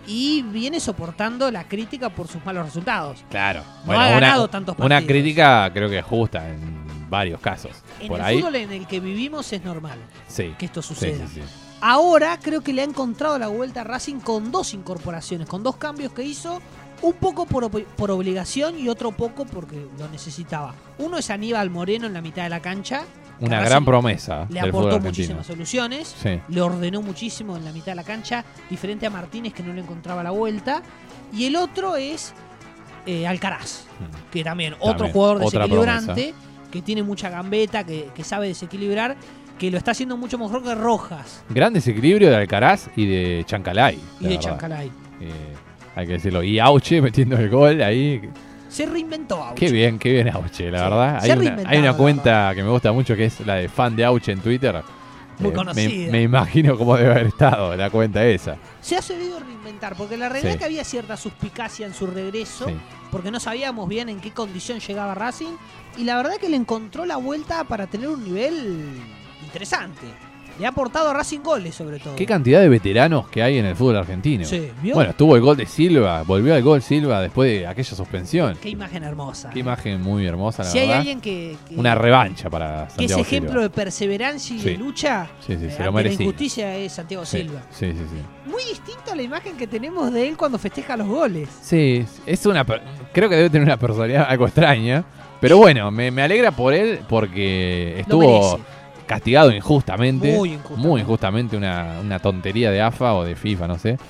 y viene soportando la crítica por sus malos resultados. Claro. No ha ganado tantos una partidos. crítica creo que justa en varios casos. En Por el ahí. fútbol en el que vivimos es normal Sí. que esto Sí, suceda. sí. Ahora creo que le ha encontrado la vuelta a Racing con 2 incorporaciones, con 2 cambios que hizo, un poco por obligación y otro poco porque lo necesitaba. Uno es Aníbal Moreno en la mitad de la cancha. que Una a gran Racing promesa le del fútbol aportó argentino. muchísimas soluciones, Sí. le ordenó muchísimo en la mitad de la cancha, diferente a Martínez que no le encontraba la vuelta. Y el otro es Alcaraz, que también otro jugador otra desequilibrante, que tiene mucha gambeta, que sabe desequilibrar, que lo está haciendo mucho mejor que Rojas Gran desequilibrio de Alcaraz y de Chancalay. y la de verdad. Chancalay. Hay que decirlo. Y Auche metiendo el gol ahí. Se reinventó Auche. Qué bien Auche, la Sí, verdad. se ha Hay reinventado, una la cuenta que me gusta mucho que es la de fan de Auche en Twitter. Muy conocida. Me imagino cómo debe haber estado la cuenta esa. Se ha sabido reinventar, porque la realidad Sí. es que había cierta suspicacia en su regreso, Sí. porque no sabíamos bien en qué condición llegaba Racing, y la verdad que le encontró la vuelta para tener un nivel interesante. Le ha aportado a Racing goles, sobre todo. Qué cantidad de veteranos que hay en el fútbol argentino. Sí, ¿vio? Bueno, estuvo el gol de Silva, volvió al gol Silva después de aquella suspensión. Qué imagen hermosa. Qué imagen muy hermosa, la Si hay verdad. alguien que Una revancha para que es Santiago ejemplo Silva. de perseverancia y Sí. de lucha, Sí, se ante lo la merecía. injusticia es Santiago Sí, Silva. sí, sí, sí. Muy distinto a la imagen que tenemos de él cuando festeja los goles. Sí, es creo que debe tener una personalidad algo extraña. Pero bueno, me alegra por él porque Lo estuvo merece. castigado injustamente. Muy injustamente. Muy injustamente, una tontería de AFA o de FIFA, no sé.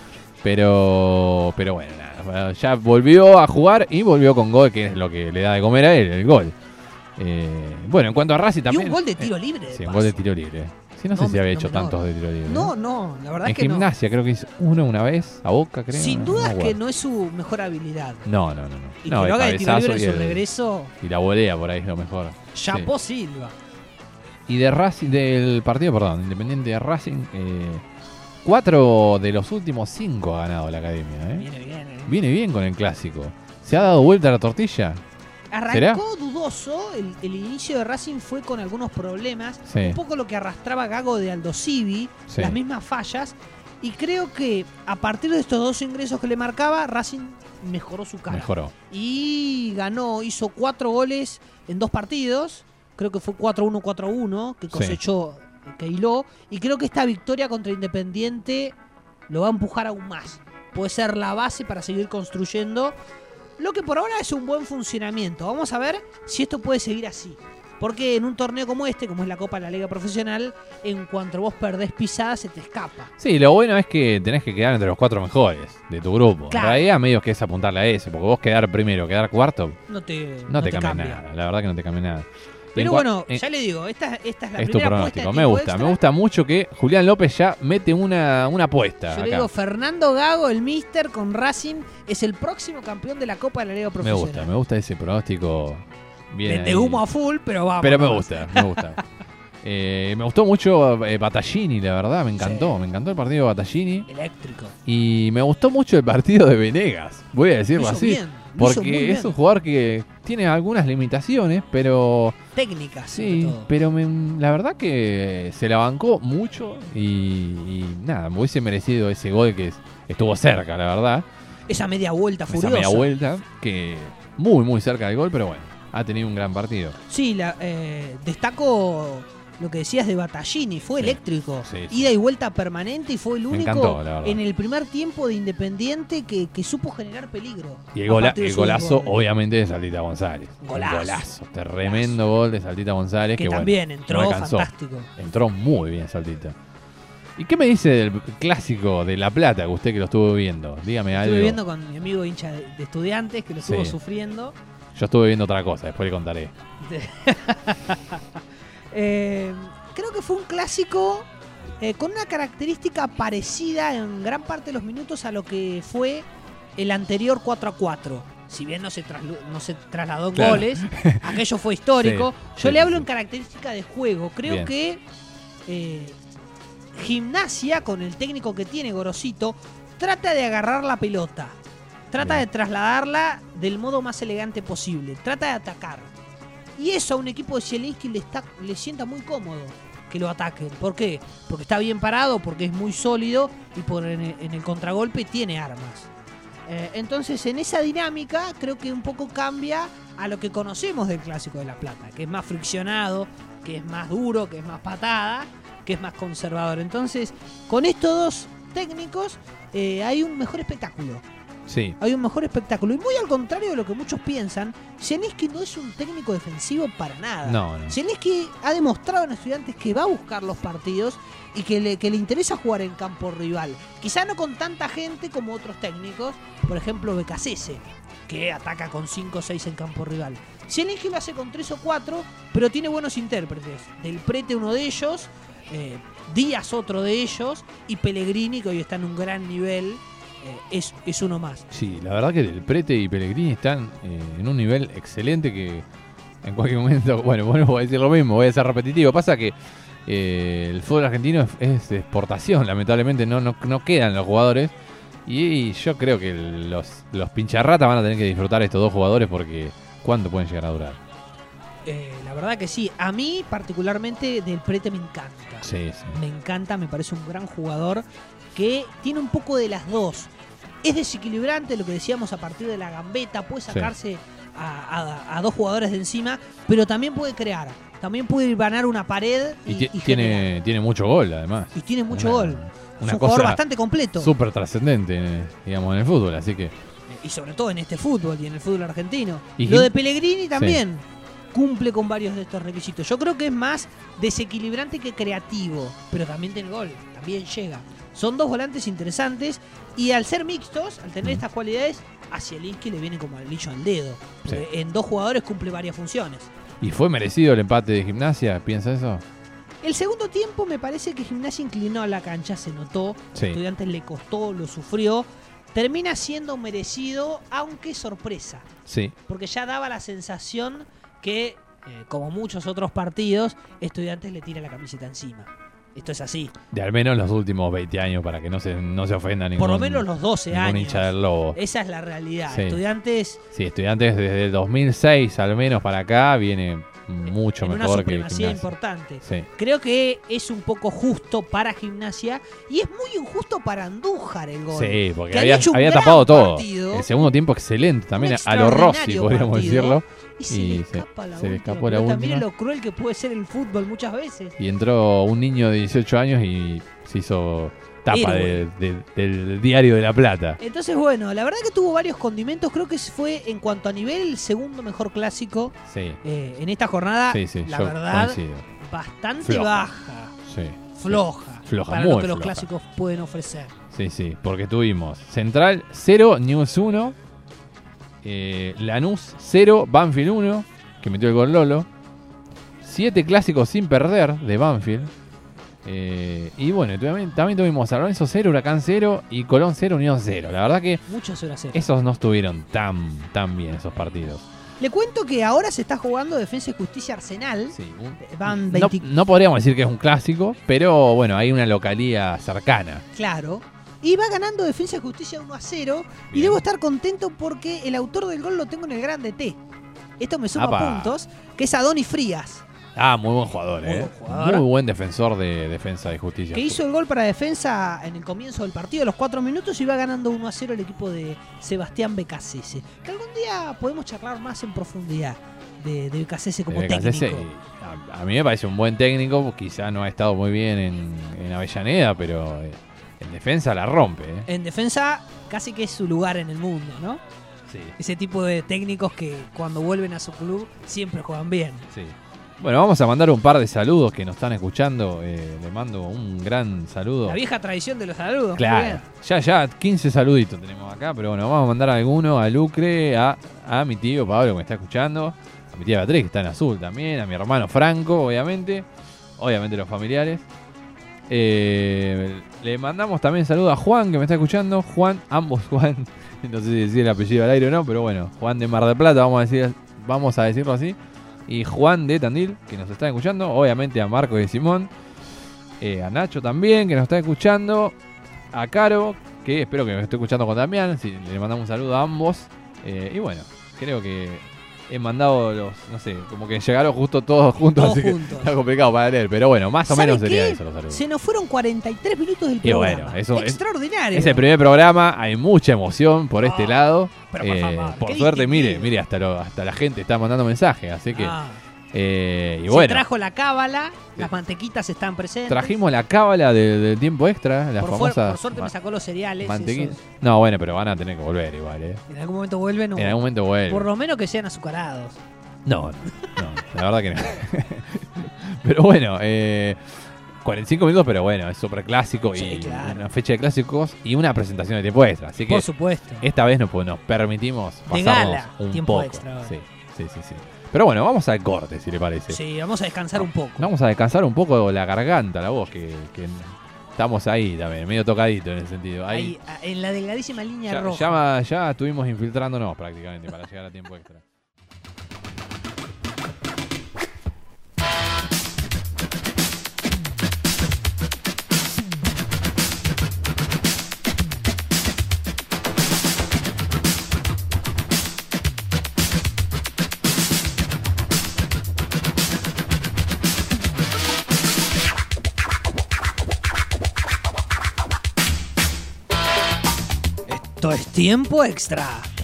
Pero bueno, nada, ya volvió a jugar y volvió con gol, que es lo que le da de comer a él, el gol. Bueno, en cuanto a Racing Y también. un gol de tiro libre. de Sí, un paso. gol de tiro libre. Sí, no sé No, si había no hecho menor. tantos de tiro libre. No, no, la verdad En es que Gimnasia creo que hizo uno una vez, a Boca creo. Sin no duda me es que acuerdo. no es su mejor habilidad. No. Y No, que el lo haga de tiro cabezazo libre en y su regreso, y la volea por ahí es lo mejor. chapó Silva. Y de Racing, del partido, perdón, Independiente de Racing, 4 de los últimos 5 ha ganado la academia. Viene bien. Viene bien con el clásico. ¿Se ha dado vuelta la tortilla? Arrancó ¿Será? dudoso, el inicio de Racing fue con algunos problemas, Sí. un poco lo que arrastraba Gago de Aldo Civi, Sí. las mismas fallas, y creo que a partir de estos 2 ingresos que le marcaba, Racing mejoró su cara. Mejoró. Y ganó, hizo 4 goles en 2 partidos, creo que fue 4-1, 4-1, que cosechó, que hiló, y creo que esta victoria contra Independiente lo va a empujar aún más. Puede ser la base para seguir construyendo lo que por ahora es un buen funcionamiento. Vamos a ver si esto puede seguir así. Porque en un torneo como este, como es la Copa de la Liga Profesional, en cuanto vos perdés pisada, se te escapa. Sí, lo bueno es que tenés que quedar entre los 4 mejores de tu grupo. Claro. En realidad, medio que es apuntarle a ese, porque vos quedar primero, quedar cuarto, No te cambia nada. La verdad que no te cambia nada. Pero bueno, ya le digo, esta es la es tu primera apuesta. pronóstico. De Me gusta, extra. me gusta mucho que Julián López ya mete una apuesta. Yo acá. le digo, Fernando Gago, el Mister con Racing, es el próximo campeón de la Copa de la Liga Profesional. Me gusta ese pronóstico. Bien De ahí. humo a full, pero vamos. Pero me vamos. gusta, me gusta. Me gustó mucho Battaglini, la verdad, me encantó. Sí. Me encantó el partido de Battaglini. Eléctrico. Y me gustó mucho el partido de Venegas, voy a decirlo Lo hizo así. bien, lo hizo muy Porque bien. es un jugador que tiene algunas limitaciones, pero Técnicas, sobre sí, todo. pero la verdad que se la bancó mucho y nada, me hubiese merecido ese gol que estuvo cerca, la verdad. Esa media vuelta Esa furiosa. media vuelta, que muy cerca del gol, pero bueno, ha tenido un gran partido. Sí, destaco lo que decías de Battaglini, fue Sí, eléctrico. sí, sí. Ida y vuelta permanente y fue el Me único encantó, la verdad. en el primer tiempo de Independiente que supo generar peligro. Y a partir de el sus golazo, goles. obviamente, de Saltita González. Golazo. Tremendo gol de Saltita González. Que bueno, también no entró alcanzó. fantástico. Entró muy bien Saltita. ¿Y qué me dice del clásico de La Plata, que usted que lo estuvo viendo? Dígame algo. Estuve viendo con mi amigo hincha de Estudiantes que lo estuvo Sí. sufriendo. Yo estuve viendo otra cosa, después le contaré. Creo que fue un clásico con una característica parecida en gran parte de los minutos a lo que fue el anterior 4-4. Si bien no se trasladó en Claro. goles, aquello fue histórico. Sí, Yo sí, le hablo sí. en característica de juego. Creo Bien. que Gimnasia, con el técnico que tiene Gorosito, trata de agarrar la pelota. Trata Bien. de trasladarla del modo más elegante posible. Trata de atacar. Y eso a un equipo de Zielinski le sienta muy cómodo que lo ataquen. ¿Por qué? Porque está bien parado, porque es muy sólido y en el contragolpe tiene armas. Entonces, en esa dinámica, creo que un poco cambia a lo que conocemos del Clásico de La Plata, que es más friccionado, que es más duro, que es más patada, que es más conservador. Entonces, con estos dos técnicos hay un mejor espectáculo. Sí. Hay un mejor espectáculo. Y muy al contrario de lo que muchos piensan, Zielinski no es un técnico defensivo para nada. No. Zielinski ha demostrado en Estudiantes que va a buscar los partidos y que le interesa jugar en campo rival. Quizá no con tanta gente como otros técnicos, por ejemplo Becasese, que ataca con 5 o 6 en campo rival. Zielinski lo hace con 3 o 4, pero tiene buenos intérpretes. Del Prete uno de ellos, Díaz otro de ellos, y Pellegrini, que hoy está en un gran nivel, es uno más. Sí, la verdad que Del Prete y Pellegrini están en un nivel excelente que en cualquier momento, bueno, voy a decir lo mismo, voy a ser repetitivo. Pasa que el fútbol argentino es de exportación, lamentablemente no quedan los jugadores. Y yo creo que los pincharratas van a tener que disfrutar estos dos jugadores porque ¿cuánto pueden llegar a durar? La verdad que sí. A mí particularmente Del Prete me encanta. Sí. Me encanta, me parece un gran jugador que tiene un poco de las dos. Es desequilibrante, lo que decíamos a partir de la gambeta, puede sacarse a dos jugadores de encima, pero también puede crear. También puede ganar una pared y generar. Tiene mucho gol además. Y tiene mucho gol. Es Una un jugador cosa bastante completo. súper trascendente, digamos, en el fútbol, así que... Y sobre todo en este fútbol y en el fútbol argentino. Y Lo de Pellegrini también cumple con varios de estos requisitos. Yo creo que es más desequilibrante que creativo, pero también tiene gol, también llega. Son dos volantes interesantes y al ser mixtos, al tener estas cualidades, a Zielinski le viene como al anillo al dedo. Porque en dos jugadores cumple varias funciones. ¿Y fue merecido el empate de Gimnasia? ¿Piensa eso? El segundo tiempo me parece que Gimnasia inclinó a la cancha, se notó. Sí. Estudiantes le costó, lo sufrió. Termina siendo merecido, aunque sorpresa. Sí. Porque ya daba la sensación que, como muchos otros partidos, Estudiantes le tira la camiseta encima. Esto es así. De al menos los últimos 20 años para que no se ofenda ningún... Por lo menos los 12 ningún años. hincha del Lobo. Esa es la realidad. Sí. Estudiantes Sí, Estudiantes desde el 2006 al menos para acá viene mucho en una mejor que supremacía Gimnasia. importante. Sí. Creo que es un poco justo para Gimnasia y es muy injusto para Andújar el gol. Sí, porque que había hecho un había gran tapado todo. partido, El segundo tiempo excelente también, un a lo Rossi, extraordinario podríamos partido, decirlo. Y se Y le se escapa la le última. escapó la Pero también última. es lo cruel que puede ser el fútbol muchas veces. Y entró un niño de 18 años y se hizo tapa héroe. del Diario de la Plata. Entonces, bueno, la verdad que tuvo varios condimentos. Creo que fue, en cuanto a nivel, el segundo mejor clásico Sí, en esta jornada. sí, La yo verdad, coincido. bastante Floja. baja. Sí. Floja. Floja, para muy lo que los floja. clásicos pueden ofrecer. Sí, porque tuvimos Central 0, News 1, Lanús 0, Banfield 1, que metió el gol Lolo, 7 clásicos sin perder de Banfield, y bueno, también tuvimos San Lorenzo 0, Huracán 0 y Colón 0, Unión 0. La verdad que Muchos 0-0. esos no estuvieron tan bien esos partidos. Le cuento que ahora se está jugando Defensa y Justicia Arsenal. Sí, Van no, 20. no podríamos decir que es un clásico, pero bueno, hay una localía cercana. Claro. Y va ganando Defensa y Justicia 1-0. Y Bien. debo estar contento porque el autor del gol lo tengo en el grande T. Esto me suma Apa. puntos, que es Adonis Frías, Ah, muy buen jugador, Muy buen jugador. Muy buen defensor de Defensa y Justicia. que hizo el gol para Defensa en el comienzo del partido, a los 4 minutos, y va ganando 1-0 el equipo de Sebastián Becasese. Que algún día podemos charlar más en profundidad de Becasese como Becasese, técnico. a mí me parece un buen técnico, quizá no ha estado muy bien en Avellaneda, pero en defensa la rompe. En defensa, casi que es su lugar en el mundo, ¿no? Sí, Ese tipo de técnicos que cuando vuelven a su club siempre juegan bien. sí. Bueno, vamos a mandar un par de saludos que nos están escuchando. Le mando un gran saludo. La vieja tradición de los saludos. muy Claro, bien. ya 15 saluditos tenemos acá, pero bueno, vamos a mandar alguno a Lucre, a mi tío Pablo que me está escuchando, a mi tía Beatriz que está en Azul también, a mi hermano Franco, obviamente los familiares. Le mandamos también saludos a Juan que me está escuchando, ambos Juan, no sé si decir el apellido al aire o no, pero bueno, Juan de Mar del Plata, vamos a decirlo así, y Juan de Tandil que nos está escuchando, obviamente a Marco y Simón. A Nacho también, que nos está escuchando. A Caro, que espero que me esté escuchando con Damián. Sí, le mandamos un saludo a ambos. Y bueno, creo que he mandado no sé, como que llegaron justo todos juntos. Todos así que juntos. está complicado para leer. Pero bueno, más o ¿Sabe menos sería qué? eso los saludos. Se nos fueron 43 minutos del Y programa. bueno, eso es- extraordinario. Es el primer programa, hay mucha emoción por este lado. pero por favor, por qué suerte, distinguido. mire, hasta la gente está mandando mensajes. Así que, Ah, y se bueno. trajo la cábala, las mantequitas están presentes. Trajimos la cábala del tiempo extra, las por, famosas por suerte me sacó los cereales. mantequitas. esos. No, bueno, pero van a tener que volver igual, En algún momento vuelven o En algún momento vuelven. por lo menos que sean azucarados. No, la verdad que no. Pero bueno, 45 minutos, pero bueno, es súper clásico y Sí, claro. una fecha de clásicos y una presentación de tiempo extra. Así que Por supuesto. esta vez nos permitimos De pasarnos gala, un tiempo poco. extra. Sí. Pero bueno, vamos al corte, si le parece. Sí, vamos a descansar un poco. Vamos a descansar un poco la garganta, la voz, que estamos ahí también, medio tocadito en ese sentido. Ahí, en la delgadísima línea roja. Ya estuvimos infiltrándonos prácticamente para llegar a tiempo extra. Esto es tiempo extra.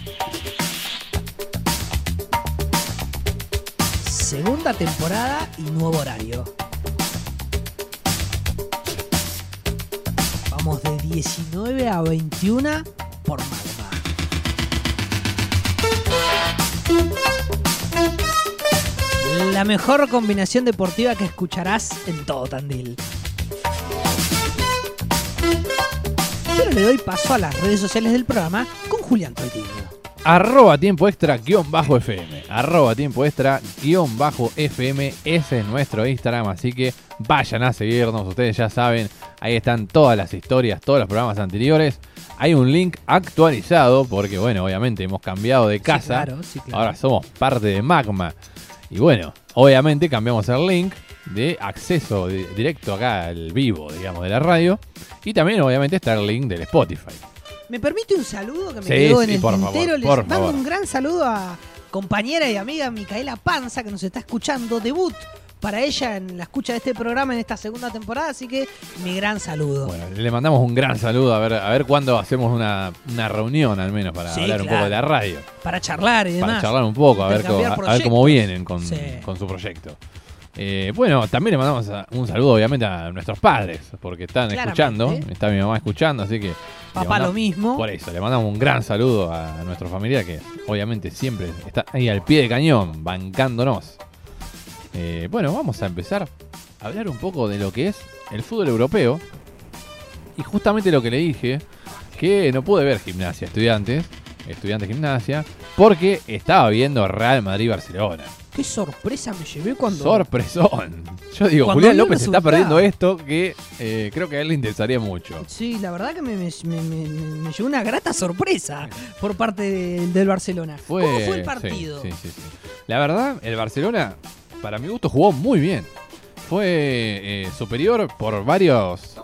Segunda temporada y nuevo horario. Vamos de 19 a 21 por Magma. La mejor combinación deportiva que escucharás en todo Tandil. Pero le doy paso a las redes sociales del programa con Julián Troitiño. @tiempo extra _FM. @tiempo extra _FM. Ese es nuestro Instagram, así que vayan a seguirnos. Ustedes ya saben, ahí están todas las historias, todos los programas anteriores. Hay un link actualizado porque, bueno, obviamente hemos cambiado de casa. Sí, claro. Ahora somos parte de Magma. Y bueno, obviamente cambiamos el link de acceso directo acá al vivo, digamos, de la radio. Y también, obviamente, está el link del Spotify. ¿Me permite un saludo que me Sí, quedó en sí, el por tintero? favor, Les por mando favor. un gran saludo a compañera y amiga Micaela Panza, que nos está escuchando. Debut para ella en la escucha de este programa en esta segunda temporada, así que mi gran saludo. Bueno, le mandamos un gran saludo. A ver cuándo hacemos una reunión, al menos, para Sí, hablar un claro. poco de la radio. Para charlar y demás. Para charlar un poco, a ver Intercambiar cómo vienen Sí. con su proyecto. Bueno, también le mandamos un saludo obviamente a nuestros padres, porque están escuchando, está mi mamá escuchando, así que... Papá lo mismo. Por eso, le mandamos un gran saludo a nuestra familia que obviamente siempre está ahí al pie de cañón, bancándonos. Bueno, vamos a empezar a hablar un poco de lo que es el fútbol europeo. Y justamente lo que le dije, que no pude ver Gimnasia Estudiantes Gimnasia, porque estaba viendo Real Madrid-Barcelona. Qué sorpresa me llevé cuando... Sorpresón. Yo digo, cuando Julián López está perdiendo esto que creo que a él le interesaría mucho. Sí, la verdad que me llevó una grata sorpresa por parte del Barcelona. ¿Cómo fue el partido? Sí. La verdad, el Barcelona, para mi gusto, jugó muy bien. Fue superior por varios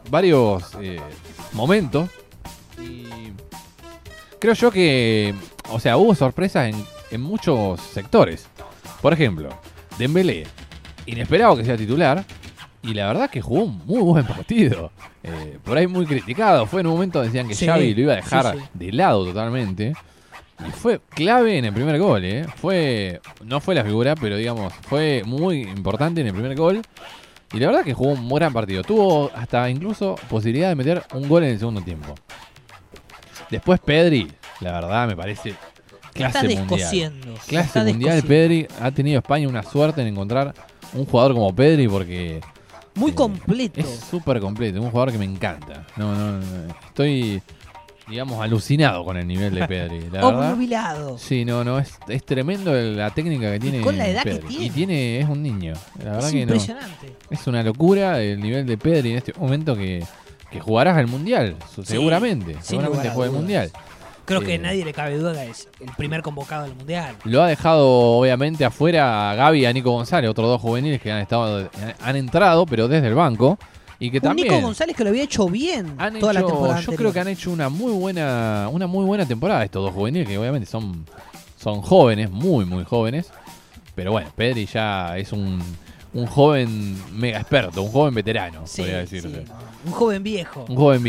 momentos. Y creo yo que, o sea, hubo sorpresas en muchos sectores. Por ejemplo, Dembélé, inesperado que sea titular, y la verdad que jugó un muy buen partido. Por ahí muy criticado, fue en un momento decían que Xavi lo iba a dejar de lado totalmente. Y fue clave en el primer gol, no fue la figura, pero digamos, fue muy importante en el primer gol. Y la verdad que jugó un gran partido. Tuvo hasta incluso posibilidad de meter un gol en el segundo tiempo. Después Pedri, la verdad me parece... Clase mundial. Clase mundial, Pedri. Ha tenido España una suerte en encontrar un jugador como Pedri porque... Muy completo. Es súper completo, es un jugador que me encanta. No, estoy, digamos, alucinado con el nivel de Pedri. La verdad. Obnubilado. Sí, es tremendo la técnica que tiene. Y con la edad Pedri. que tiene. Es un niño. La verdad es que impresionante. Es una locura el nivel de Pedri en este momento que jugarás al Mundial. Seguramente juega el Mundial. Creo que nadie le cabe duda que es el primer convocado del Mundial. Lo ha dejado obviamente afuera a Gavi y a Nico González, otros dos juveniles que han entrado, pero desde el banco. Y que también Nico González que lo había hecho bien toda la temporada anterior. Creo que han hecho una muy buena temporada estos dos juveniles, que obviamente son jóvenes, muy jóvenes. Pero bueno, Pedri ya es un joven mega experto, un joven veterano, podría decirse. Sí. Un joven viejo.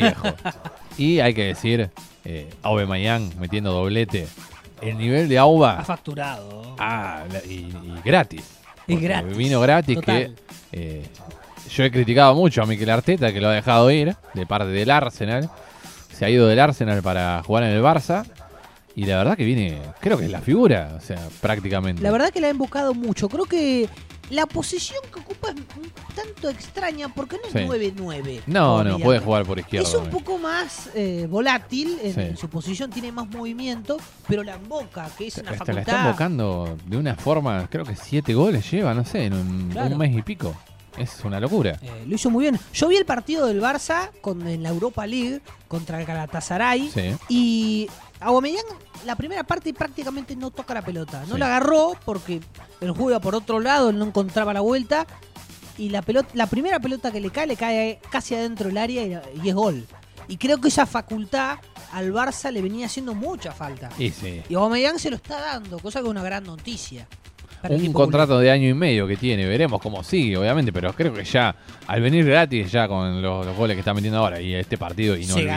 Y hay que decir, Aubameyang metiendo doblete. El nivel de Auba ha facturado. Y gratis. Vino gratis. Total. Que yo he criticado mucho a Mikel Arteta, que lo ha dejado ir de parte del Arsenal. Se ha ido del Arsenal para jugar en el Barça. Y la verdad que viene, creo que es la figura, o sea, prácticamente. La verdad que la han buscado mucho. Creo que la posición que ocupa es un tanto extraña porque no es 9-9. No, puede jugar por izquierda. Es un poco más volátil en su posición, tiene más movimiento, pero la emboca, que es una facultad. La está embocando de una forma, creo que 7 goles lleva, no sé, en un mes y pico. Es una locura. Lo hizo muy bien. Yo vi el partido del Barça en la Europa League contra el Galatasaray y Aubameyang la primera parte prácticamente no toca la pelota. No la agarró porque el juego iba por otro lado, él no encontraba la vuelta y la primera pelota que le cae casi adentro del área y es gol. Y creo que esa facultad al Barça le venía haciendo mucha falta. Y Aubameyang se lo está dando, cosa que es una gran noticia. Un contrato de año y medio que tiene, veremos cómo sigue, obviamente, pero creo que ya, al venir gratis, ya con los goles que está metiendo ahora y este partido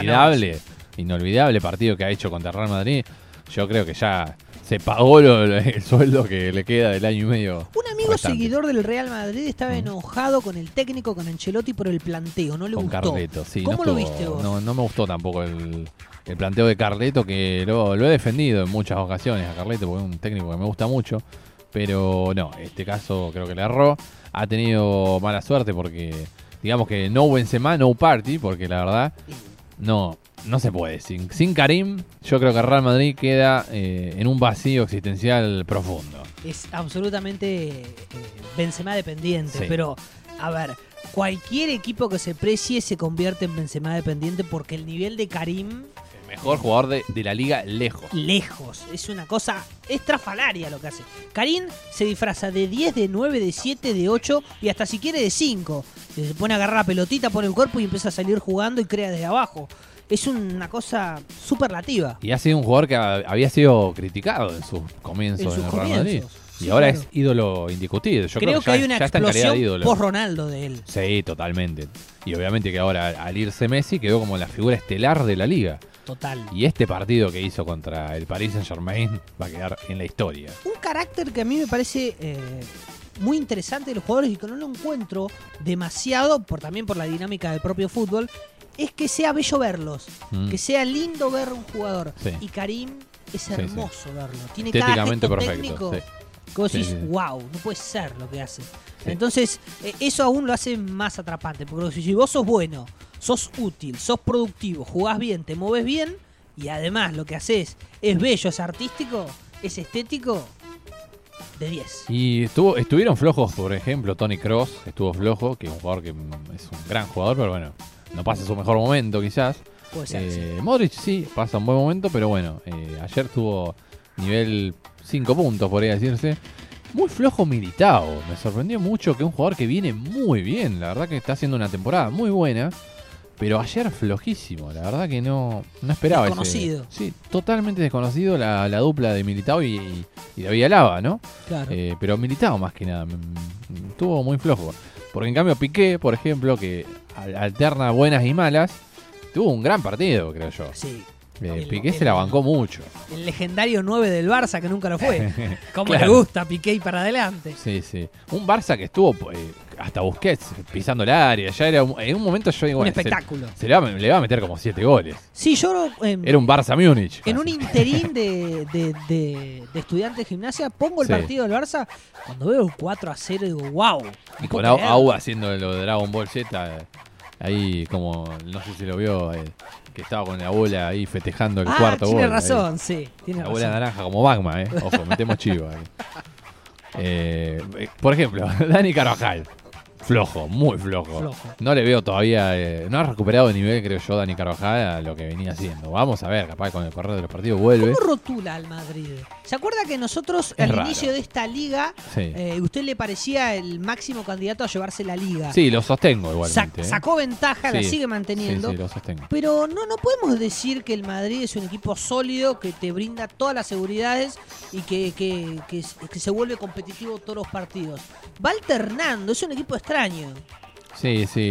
inolvidable partido que ha hecho contra Real Madrid, yo creo que ya se pagó el sueldo que le queda del año y medio. Un amigo seguidor del Real Madrid estaba enojado con el técnico, con Ancelotti, por el planteo, no le gustó. Con Carleto, sí. ¿Cómo lo viste vos? No me gustó tampoco el planteo de Carleto, que lo he defendido en muchas ocasiones a Carleto, porque es un técnico que me gusta mucho. Pero no, este caso creo que le erró. Ha tenido mala suerte porque, digamos que no Benzema, no party, porque la verdad no se puede. Sin Karim, yo creo que Real Madrid queda en un vacío existencial profundo. Es absolutamente Benzema dependiente, pero a ver, cualquier equipo que se precie se convierte en Benzema dependiente porque el nivel de Karim... Mejor jugador de la liga lejos. Es una cosa estrafalaria lo que hace. Karim se disfraza de 10, de 9, de 7, de 8 y hasta si quiere de 5. Se pone a agarrar la pelotita, pone el cuerpo y empieza a salir jugando y crea desde abajo. Es una cosa superlativa. Y ha sido un jugador que había sido criticado en sus comienzos en el Real Madrid. Y ahora es ídolo indiscutible. Yo creo que hay una explosión post-Ronaldo de él. Sí, totalmente. Y obviamente que ahora al irse Messi quedó como la figura estelar de la liga. Total. Y este partido que hizo contra el Paris Saint-Germain va a quedar en la historia. Un carácter que a mí me parece muy interesante de los jugadores y que no lo encuentro demasiado, también por la dinámica del propio fútbol, es que sea bello verlos, que sea lindo ver un jugador. Sí. Y Karim es hermoso verlo. Tiene estéticamente cada gesto perfecto. técnico que vos decís, wow, no puede ser lo que hace. Entonces, eso aún lo hace más atrapante, porque si vos sos bueno, sos útil, sos productivo, jugás bien, te moves bien, y además lo que haces es bello, es artístico, es estético, de 10. Y estuvieron flojos, por ejemplo, Toni Kroos estuvo flojo, que es un jugador que es un gran jugador, pero bueno, no pasa su mejor momento quizás. Puede ser, sí. Modric sí, pasa un buen momento, pero bueno, ayer tuvo nivel 5 puntos, podría decirse. Muy flojo Militao, me sorprendió mucho que un jugador que viene muy bien, la verdad que está haciendo una temporada muy buena, pero ayer flojísimo, la verdad que no esperaba. Desconocido. Sí, totalmente desconocido la dupla de Militao y David Alaba, ¿no? Claro. Pero Militao más que nada, estuvo muy flojo. Porque en cambio Piqué, por ejemplo, que alterna buenas y malas, tuvo un gran partido, creo yo. Sí. Piqué se la bancó mucho. El legendario 9 del Barça, que nunca lo fue. Como Claro. le gusta a Piqué y para adelante. Sí, sí. Un Barça que estuvo hasta Busquets pisando el área. Ya era en un momento yo digo, Un bueno, espectáculo. le va a meter como 7 goles. Sí, yo Era un Barça Múnich. en un casi. interín de estudiantes de gimnasia pongo el Sí. partido del Barça. Cuando veo el 4-0 digo, wow. Y con Au haciendo lo de Dragon Ball Z. Ahí como, no sé si lo vio, que estaba con la bola ahí festejando el cuarto gol. Tiene ahí. razón, sí. Tiene La bola razón. naranja como Magma, Ojo, metemos chivo ahí. Por ejemplo, Dani Carvajal. Flojo, muy flojo. Flojo. No le veo todavía, no ha recuperado el nivel, creo yo, Dani Carvajal a lo que venía haciendo. Vamos a ver, capaz con el correr de los partidos vuelve. ¿Cómo rotula al Madrid? ¿Se acuerda que nosotros Es al raro. inicio de esta liga, Sí. usted le parecía el máximo candidato a llevarse la liga? Sí, lo sostengo igualmente. Sacó ventaja, la Sí. sigue manteniendo. Sí, lo sostengo. Pero no podemos decir que el Madrid es un equipo sólido, que te brinda todas las seguridades y que se vuelve competitivo todos los partidos. Va alternando, es un equipo extraño. Sí, sí,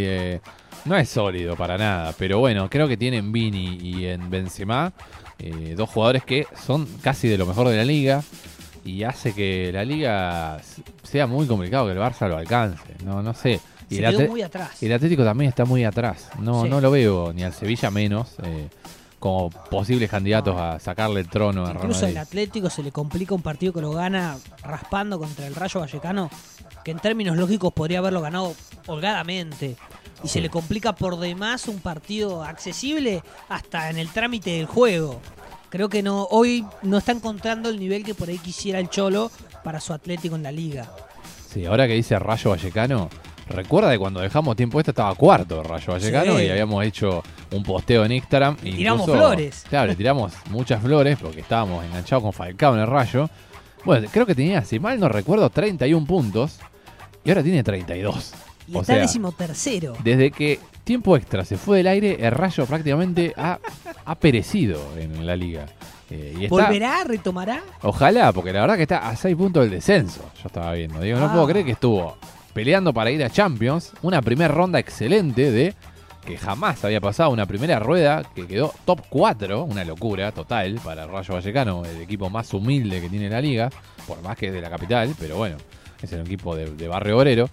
no es sólido para nada, pero bueno, creo que tienen Vini y en Benzema dos jugadores que son casi de lo mejor de la liga y hace que la liga sea muy complicado que el Barça lo alcance, no sé. Y Se quedó muy atrás. el Atlético también está muy atrás, Sí. no lo veo ni al Sevilla menos como posibles candidatos a sacarle el trono a Real Incluso Madrid. el Atlético se le complica un partido que lo gana raspando contra el Rayo Vallecano, que en términos lógicos podría haberlo ganado holgadamente. Y se le complica por demás un partido accesible hasta en el trámite del juego. Creo que hoy no está encontrando el nivel que por ahí quisiera el Cholo para su Atlético en la liga. Sí, ahora que dice Rayo Vallecano, recuerda que cuando dejamos tiempo estaba cuarto Rayo Vallecano Sí. y habíamos hecho un posteo en Instagram. Y tiramos incluso, flores. Claro, le tiramos muchas flores porque estábamos enganchados con Falcao en el Rayo. Bueno, creo que tenía, si mal no recuerdo, 31 puntos y ahora tiene 32. Y O está sea, 13º. desde que tiempo extra se fue del aire, el Rayo prácticamente ha perecido en la liga. Y está, ¿Volverá? ¿Retomará? ojalá, porque la verdad que está a 6 puntos del descenso. Yo estaba viendo. Digo, no puedo creer que estuvo peleando para ir a Champions. Una primera ronda excelente de que jamás había pasado. Una primera rueda que quedó top 4. Una locura total para el Rayo Vallecano, el equipo más humilde que tiene la liga. Por más que es de la capital, pero bueno, es el equipo de Barrio Obrero.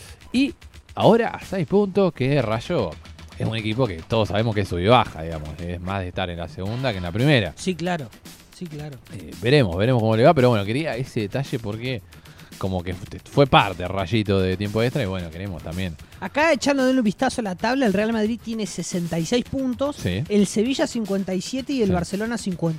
Y ahora a 6 puntos que Rayo es un equipo que todos sabemos que es sub y baja, digamos. Es más de estar en la segunda que en la primera. Sí, claro. Sí, claro. Veremos cómo le va, pero bueno, quería ese detalle porque como que fue parte Rayito de tiempo extra y bueno, queremos también. Acá echando un vistazo a la tabla, el Real Madrid tiene 66 puntos, Sí. el Sevilla 57 y el Sí. Barcelona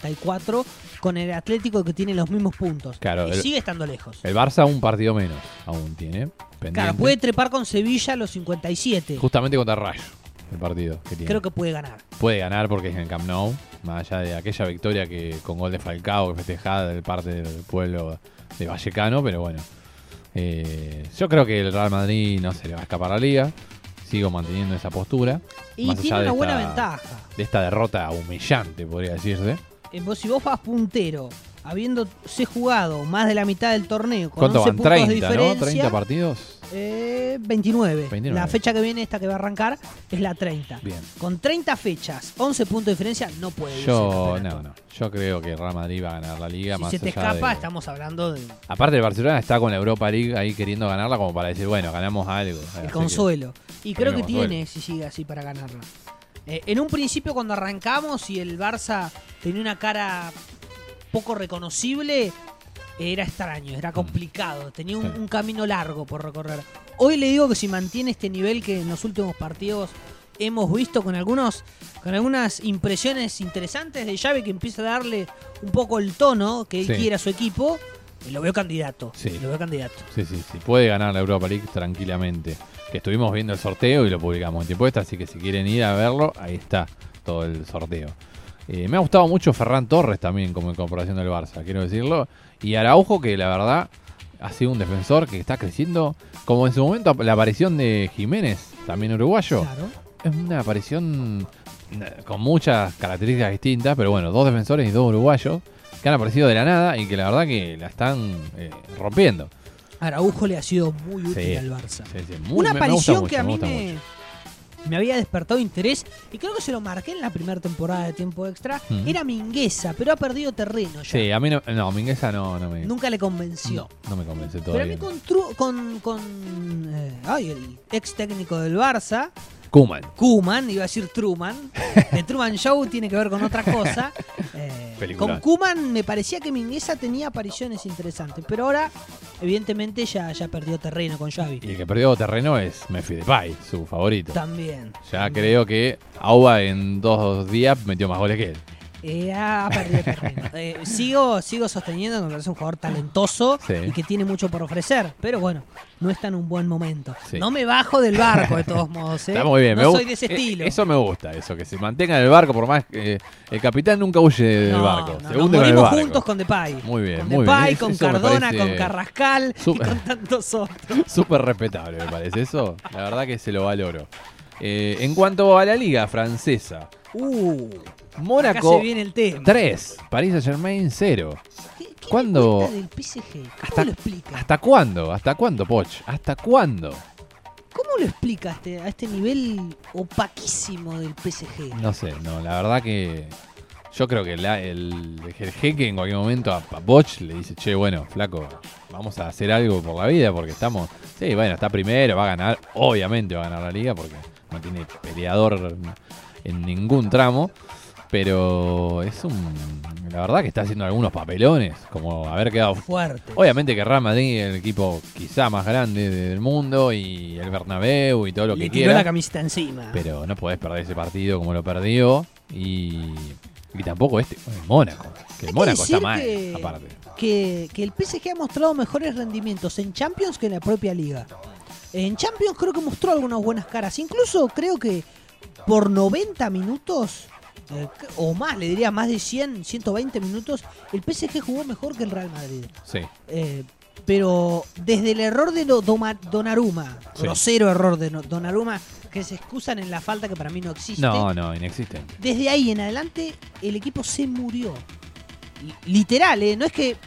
54, con el Atlético que tiene los mismos puntos. Claro, Y el- sigue estando lejos. El Barça un partido menos aún tiene pendiente. Claro, puede trepar con Sevilla a los 57. Justamente contra Rayo el partido que tiene. Creo que puede ganar. Puede ganar porque es en Camp Nou, más allá de aquella victoria que con gol de Falcao que festejada de parte del pueblo de Vallecano, pero bueno. Yo creo que el Real Madrid no se le va a escapar a la liga. Sigo manteniendo esa postura. Y Más allá tiene de una buena esta- ventaja. De esta derrota humillante, podría decirse. Si vos vas puntero, habiéndose jugado más de la mitad del torneo, con ¿Cuánto 11 van? puntos de 30, ¿no? diferencia, 30 partidos. 29. La fecha que viene, esta que va a arrancar, es la 30. Bien. Con 30 fechas, 11 puntos de diferencia, no puede ir. No. Yo creo que Real Madrid va a ganar la Liga. Si más se te allá escapa, de... estamos hablando de... Aparte, el Barcelona está con la Europa League ahí queriendo ganarla como para decir, bueno, ganamos algo. El consuelo. Y creo que consuelo. tiene, si sigue así, para ganarla. En un principio, cuando arrancamos y el Barça tenía una cara poco reconocible, era extraño, era complicado. Tenía un camino largo por recorrer. Hoy le digo que si mantiene este nivel que en los últimos partidos hemos visto con algunas impresiones interesantes de Xavi, que empieza a darle un poco el tono que él quiere a su equipo, lo veo candidato. Sí. Lo veo candidato. Sí. Puede ganar la Europa League tranquilamente. Que estuvimos viendo el sorteo y lo publicamos en tiempo extra, así que si quieren ir a verlo, ahí está todo el sorteo. Me ha gustado mucho Ferran Torres también como incorporación del Barça, quiero decirlo. Y Araujo, que la verdad ha sido un defensor que está creciendo. Como en su momento la aparición de Jiménez, también uruguayo. Claro. Es una aparición con muchas características distintas, pero bueno, 2 defensores y 2 uruguayos que han aparecido de la nada y que la verdad que la están rompiendo. Araujo le ha sido muy útil al Barça. Una me aparición gusta que a mí mucho. me había despertado interés, y creo que se lo marqué en la primera temporada de Tiempo Extra, era Mingueza, pero ha perdido terreno ya. Sí, a mí no, Mingueza no me... Nunca le convenció. No me convence Pero a todavía. mí el ex técnico del Barça, Koeman, iba a decir Truman. The Truman Show tiene que ver con otra cosa. Con Koeman me parecía que Mingueza tenía apariciones interesantes, pero ahora evidentemente ya perdió terreno con Xavi. Y el que perdió terreno es Memphis Depay, su favorito. También. Creo que Auba en 2 días metió más goles que él. Ha perdido terreno. Sigo sosteniendo que me parece un jugador talentoso y que tiene mucho por ofrecer, pero bueno, no está en un buen momento. No me bajo del barco de todos modos. Está muy bien. No soy de ese estilo. Eso me gusta, eso, que se mantenga en el barco, por más que el capitán nunca huye del barco. Nos morimos juntos con Depay. Muy bien, con muy Depay, bien. con Eso Cardona, con Carrascal y con tantos otros. Súper respetable, me parece. Eso, la verdad que se lo valoro. En cuanto a la liga francesa, Mónaco acá se viene el tema. 3, Paris Saint-Germain 0. ¿Qué ¿Cuándo? del PSG? ¿Cómo lo explica? ¿Hasta cuándo? ¿Hasta cuándo, Poch? ¿Hasta cuándo? ¿Cómo lo explica a este nivel opaquísimo del PSG? No sé, la verdad que yo creo que el jeque en cualquier momento a Poch le dice, che, bueno, flaco, vamos a hacer algo por la vida porque estamos... Sí, bueno, está primero, va a ganar, obviamente va a ganar la liga porque no tiene peleador en ningún tramo. Pero la verdad que está haciendo algunos papelones, como haber quedado fuerte. Obviamente que Real Madrid es el equipo quizá más grande del mundo y el Bernabéu y todo lo que quiera. Le tiró la camiseta encima. Pero no podés perder ese partido como lo perdió y tampoco el Mónaco. Que el Mónaco está mal, aparte. Que el PSG ha mostrado mejores rendimientos en Champions que en la propia Liga. En Champions creo que mostró algunas buenas caras. Incluso creo que por 90 minutos... o más, le diría más de 120 minutos, el PSG jugó mejor que el Real Madrid. Sí. Pero desde el error de Donnarumma, grosero error de Donnarumma, que se excusan en la falta que para mí no existe. No, inexistente. Desde ahí en adelante el equipo se murió. Literal, no es que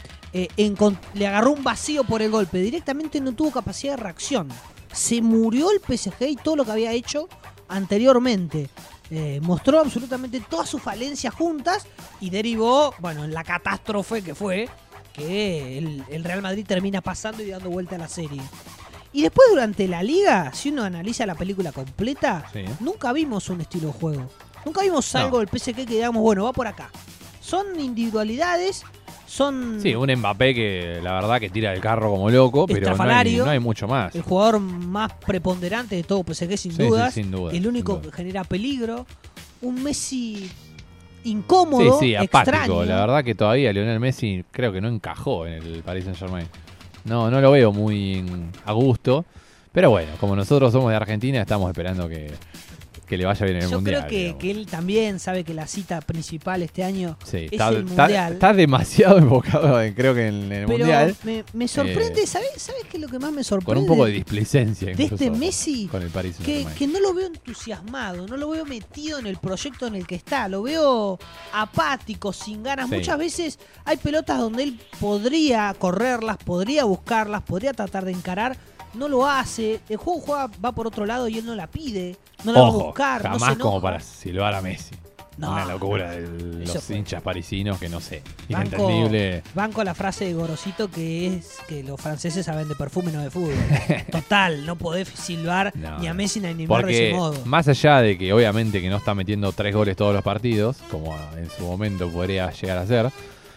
le agarró un vacío por el golpe, directamente no tuvo capacidad de reacción. Se murió el PSG y todo lo que había hecho anteriormente. Mostró absolutamente todas sus falencias juntas y derivó, en la catástrofe que fue que el Real Madrid termina pasando y dando vuelta a la serie. Y después durante la liga, si uno analiza la película completa, nunca vimos un estilo de juego. Nunca vimos algo del PSG que digamos, va por acá. Son individualidades, son... Sí, un Mbappé que la verdad que tira el carro como loco, pero no hay mucho más. El jugador más preponderante de todo PSG sin dudas. Sin duda. El único que genera peligro. Un Messi incómodo, apático. extraño. La verdad que todavía Lionel Messi creo que no encajó en el Paris Saint-Germain. No lo veo muy a gusto. Pero bueno, como nosotros somos de Argentina, estamos esperando que le vaya bien en el Mundial. Yo creo que él también sabe que la cita principal este año es el Mundial. Está demasiado enfocado, creo que en el Mundial. Me sorprende, ¿sabes qué es lo que más me sorprende? Con un poco de displicencia de este Messi, con el Paris Saint-Germain. Que no lo veo entusiasmado, no lo veo metido en el proyecto en el que está, lo veo apático, sin ganas. Muchas veces hay pelotas donde él podría correrlas, podría buscarlas, podría tratar de encarar, no lo hace. El juego va por otro lado y él no la pide, no la va a Ojo, buscar, no jamás se enoja. como para silbar a Messi. No, Una locura de eso los fue. hinchas parisinos que no sé. Banco, Inentendible. banco la frase de Gorosito que es que los franceses saben de perfume, no de fútbol. Total, no podés silbar No, ni a Messi ni a Neymar de porque ese modo. más allá de que obviamente que no está metiendo 3 goles todos los partidos, como en su momento podría llegar a ser,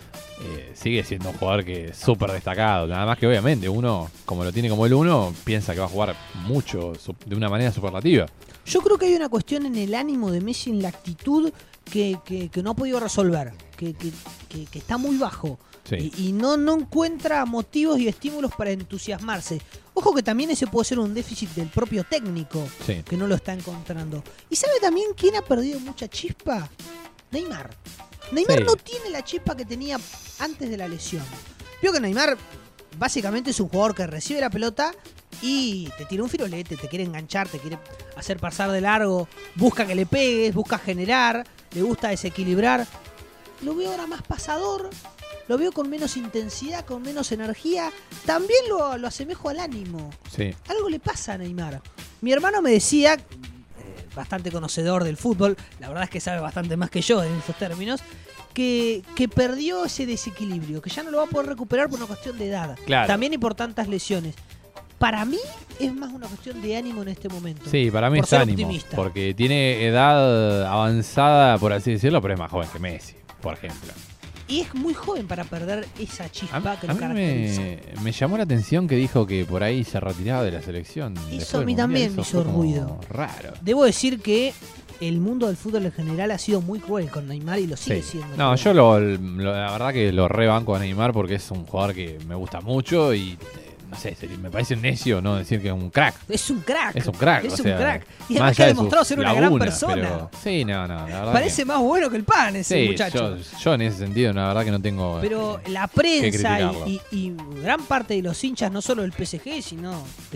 sigue siendo un jugador que es súper destacado. Nada más que obviamente uno, como lo tiene como el uno, piensa que va a jugar mucho, de una manera superlativa. Yo creo que hay una cuestión en el ánimo de Messi, en la actitud que no ha podido resolver, que está muy bajo. Sí. Y no encuentra motivos y estímulos para entusiasmarse. Ojo que también ese puede ser un déficit del propio técnico, Sí. que no lo está encontrando. ¿Y sabe también quién ha perdido mucha chispa? Neymar. Neymar Sí. no tiene la chispa que tenía antes de la lesión. Veo que Neymar básicamente es un jugador que recibe la pelota y te tira un firolete, te quiere enganchar, te quiere hacer pasar de largo, busca que le pegues, busca generar, le gusta desequilibrar. Lo veo ahora más pasador, lo veo con menos intensidad, con menos energía. También lo asemejo al ánimo. Sí. Algo le pasa a Neymar. Mi hermano me decía, bastante conocedor del fútbol, la verdad es que sabe bastante más que yo en esos términos, que perdió ese desequilibrio, que ya no lo va a poder recuperar por una cuestión de edad. Claro. También y por tantas lesiones. Para mí es más una cuestión de ánimo en este momento. Sí, para mí Por es ser ánimo. optimista. Porque tiene edad avanzada, por así decirlo, pero es más joven que Messi, por ejemplo. Y es muy joven para perder esa chispa que A lo mí caracteriza. me llamó la atención que dijo que por ahí se retiraba de la selección. después a del mí Mundial. también Eso me fue hizo como ruido. Raro. Debo decir que el mundo del fútbol en general ha sido muy cruel con Neymar y lo sigue Sí. siendo. No, cruel. yo la verdad que lo rebanco a Neymar porque es un jugador que me gusta mucho y no sé, me parece un necio no decir que es un crack. Es un crack. Es un crack. Es o un sea, crack. Y más además que ha allá de sus demostrado ser una gran lagunas, persona. pero- sí, no, la verdad. Parece que- más bueno que el pan ese sí, muchacho. yo en ese sentido, la verdad que no tengo. Pero la que prensa criticarlo. y gran parte de los hinchas, no solo del PSG, sino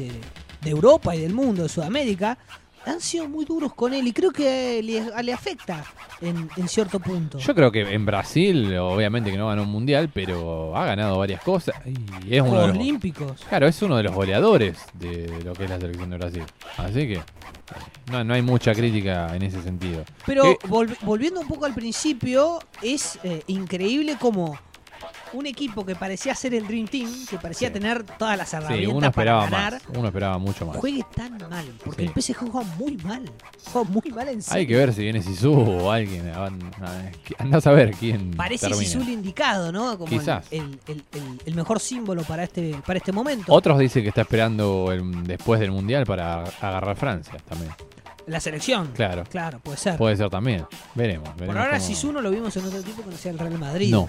de Europa y del mundo, de Sudamérica, han sido muy duros con él y creo que le afecta en cierto punto. Yo creo que en Brasil, obviamente que no ganó un mundial, pero ha ganado varias cosas y es uno de Juegos los, Olímpicos. claro, es uno de los goleadores de lo que es la selección de Brasil. Así que no hay mucha crítica en ese sentido. Pero ¿Qué? volviendo un poco al principio, es increíble como un equipo que parecía ser el Dream Team, que parecía Sí. tener todas las Sí, uno herramientas para esperaba ganar, más, uno esperaba mucho más. juegue tan mal. Porque Sí. el PSG juega muy mal. Juega muy mal en serio. Hay que ver si viene Sisu o alguien. Andás a ver quién Parece termina. Zizou el indicado, ¿no? Como Quizás. el mejor símbolo para este momento. Otros dicen que está esperando después del mundial para agarrar Francia también. La selección. Claro. Claro, puede ser. Puede ser también. Veremos. Por ahora cómo- Zizou no lo vimos en otro equipo que no sea el Real Madrid. No.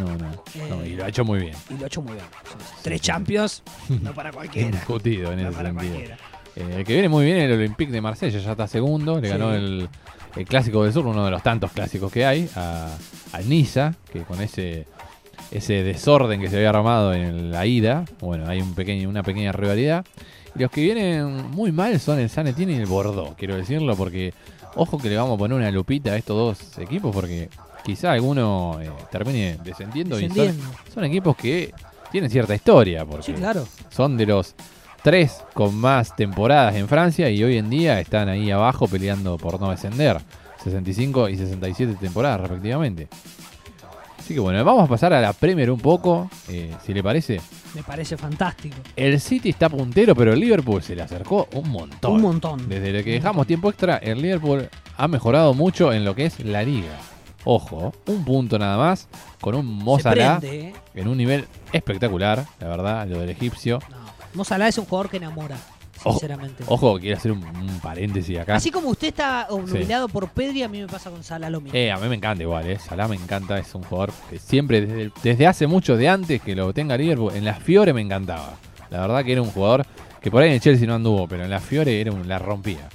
Y lo ha hecho muy bien. Y lo ha hecho muy bien. Tres Champions, no para cualquiera. Indiscutido en No ese para sentido. cualquiera. El que viene muy bien es el Olympique de Marsella, ya está segundo, le Sí. ganó el Clásico del Sur, uno de los tantos clásicos que hay, al Niza, que con ese desorden que se había armado en la ida, bueno, hay una pequeña rivalidad. Y los que vienen muy mal son el San Etienne y el Bordeaux, quiero decirlo, porque ojo que le vamos a poner una lupita a estos dos equipos, porque quizá alguno termine descendiendo. Y son equipos que tienen cierta historia, porque Sí, claro. son de los 3 con más temporadas en Francia y hoy en día están ahí abajo peleando por no descender. 65 y 67 temporadas respectivamente. Así que bueno, vamos a pasar a la Premier un poco, si le parece. Me parece fantástico. El City está puntero, pero el Liverpool se le acercó un montón. Un montón. Desde que dejamos tiempo extra, el Liverpool ha mejorado mucho en lo que es la liga. Ojo, un punto nada más, con un Mo Se Salah prende, ¿eh? en un nivel espectacular, la verdad, lo del egipcio. No. Mo Salah es un jugador que enamora, sinceramente. Ojo, quiero hacer un paréntesis acá. Así como usted está obnubilado por Pedri, a mí me pasa con Salah lo mismo. A mí me encanta igual, Salah me encanta, es un jugador que siempre, desde hace mucho, de antes que lo tenga Liverpool, en la Fiore me encantaba. La verdad que era un jugador que por ahí en el Chelsea no anduvo, pero en la Fiore la rompía.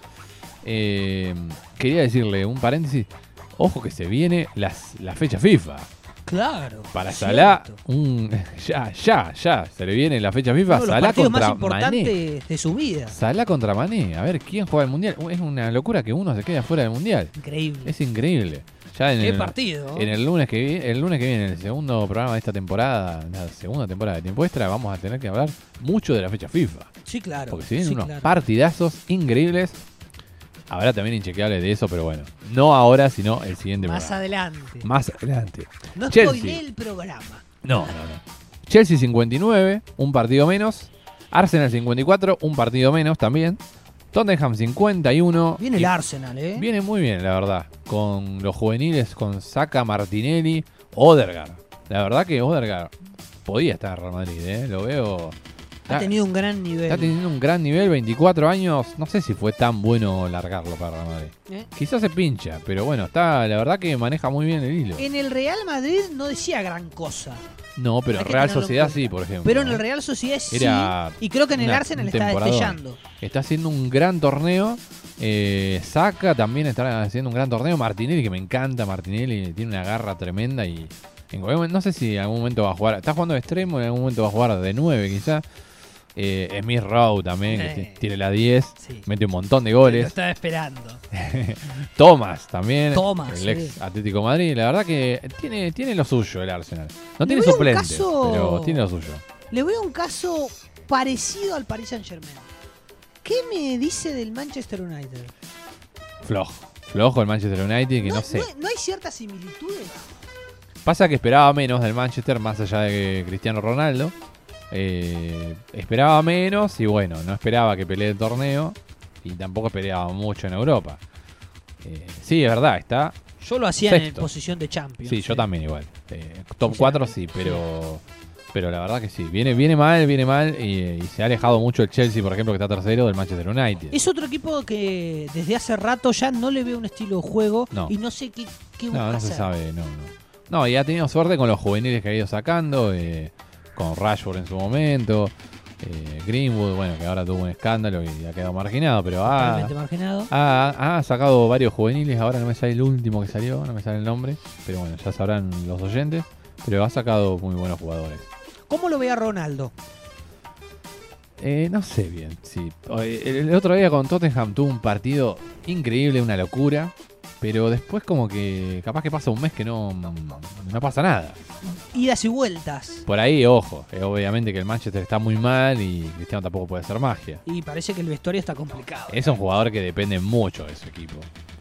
Quería decirle un paréntesis, ojo que se viene la fecha FIFA. Claro. Para cierto. Salah, ya, se le viene la fecha FIFA, Uno de los Salah partidos más contra Mané. importantes de su vida. Salah contra Mané, a ver quién juega el Mundial. Es una locura que uno se quede fuera del Mundial. Increíble. Es increíble. Ya Qué partido. En el lunes que viene, en el segundo programa de esta temporada, la segunda temporada de Tiempo Extra, vamos a tener que hablar mucho de la fecha FIFA. Sí, claro. Porque si vienen unos partidazos increíbles. Habrá también inchequeables de eso, pero bueno. No ahora, sino el siguiente Más programa. adelante. Más adelante. No Chelsea. spoilé el programa. No. Chelsea 59, un partido menos. Arsenal 54, un partido menos también. Tottenham 51. Viene el Arsenal, ¿eh? Viene muy bien, la verdad. Con los juveniles, con Saka, Martinelli, Odegaard. La verdad que Odegaard podía estar en Real Madrid, ¿eh? Lo veo. Ha tenido un gran nivel. Está teniendo un gran nivel, 24 años. No sé si fue tan bueno largarlo para Real Madrid. Quizás se pincha, pero bueno, la verdad que maneja muy bien el hilo. En el Real Madrid no decía gran cosa. No, pero en Real Sociedad sí, por ejemplo. Pero en el Real Sociedad sí. Y creo que en el Arsenal está destellando. Está haciendo un gran torneo. Saka también está haciendo un gran torneo. Martinelli, que me encanta. Martinelli tiene una garra tremenda y no sé si en algún momento va a jugar. Está jugando de extremo, en algún momento va a jugar de 9 quizás. Smith Rowe también, que tiene la 10, mete un montón de goles. Lo estaba esperando. Thomas también, el ex Atlético de Madrid. La verdad que tiene lo suyo el Arsenal. No tiene suplentes, pero tiene lo suyo. Le veo un caso parecido al Paris Saint-Germain. ¿Qué me dice del Manchester United? Flojo el Manchester United, que no sé. ¿No hay ciertas similitudes? Pasa que esperaba menos del Manchester, más allá de Cristiano Ronaldo. Esperaba menos y bueno, no esperaba que pelee el torneo y tampoco esperaba mucho en Europa. Sí, es verdad, está. Yo lo hacía sexto. en posición de Champions. Sí, yo también igual. Top 4 sí, pero la verdad que sí. Viene mal y se ha alejado mucho el Chelsea, por ejemplo, que está tercero, del Manchester United. Es otro equipo que desde hace rato ya no le veo un estilo de juego y no sé qué busca no hacer. se sabe, no, y ha tenido suerte con los juveniles que ha ido sacando. Con Rashford en su momento, Greenwood, bueno, que ahora tuvo un escándalo y ha quedado marginado, pero ha sacado varios juveniles. Ahora no me sale el último que salió, no me sale el nombre, pero bueno, ya sabrán los oyentes, pero ha sacado muy buenos jugadores. ¿Cómo lo ve a Ronaldo? No sé bien, sí. El otro día con Tottenham tuvo un partido increíble, una locura. Pero después como que capaz que pasa un mes que no pasa nada. Idas y vueltas. Por ahí, ojo. Obviamente que el Manchester está muy mal y Cristiano tampoco puede hacer magia. Y parece que el vestuario está complicado. Es un jugador que depende mucho de su equipo.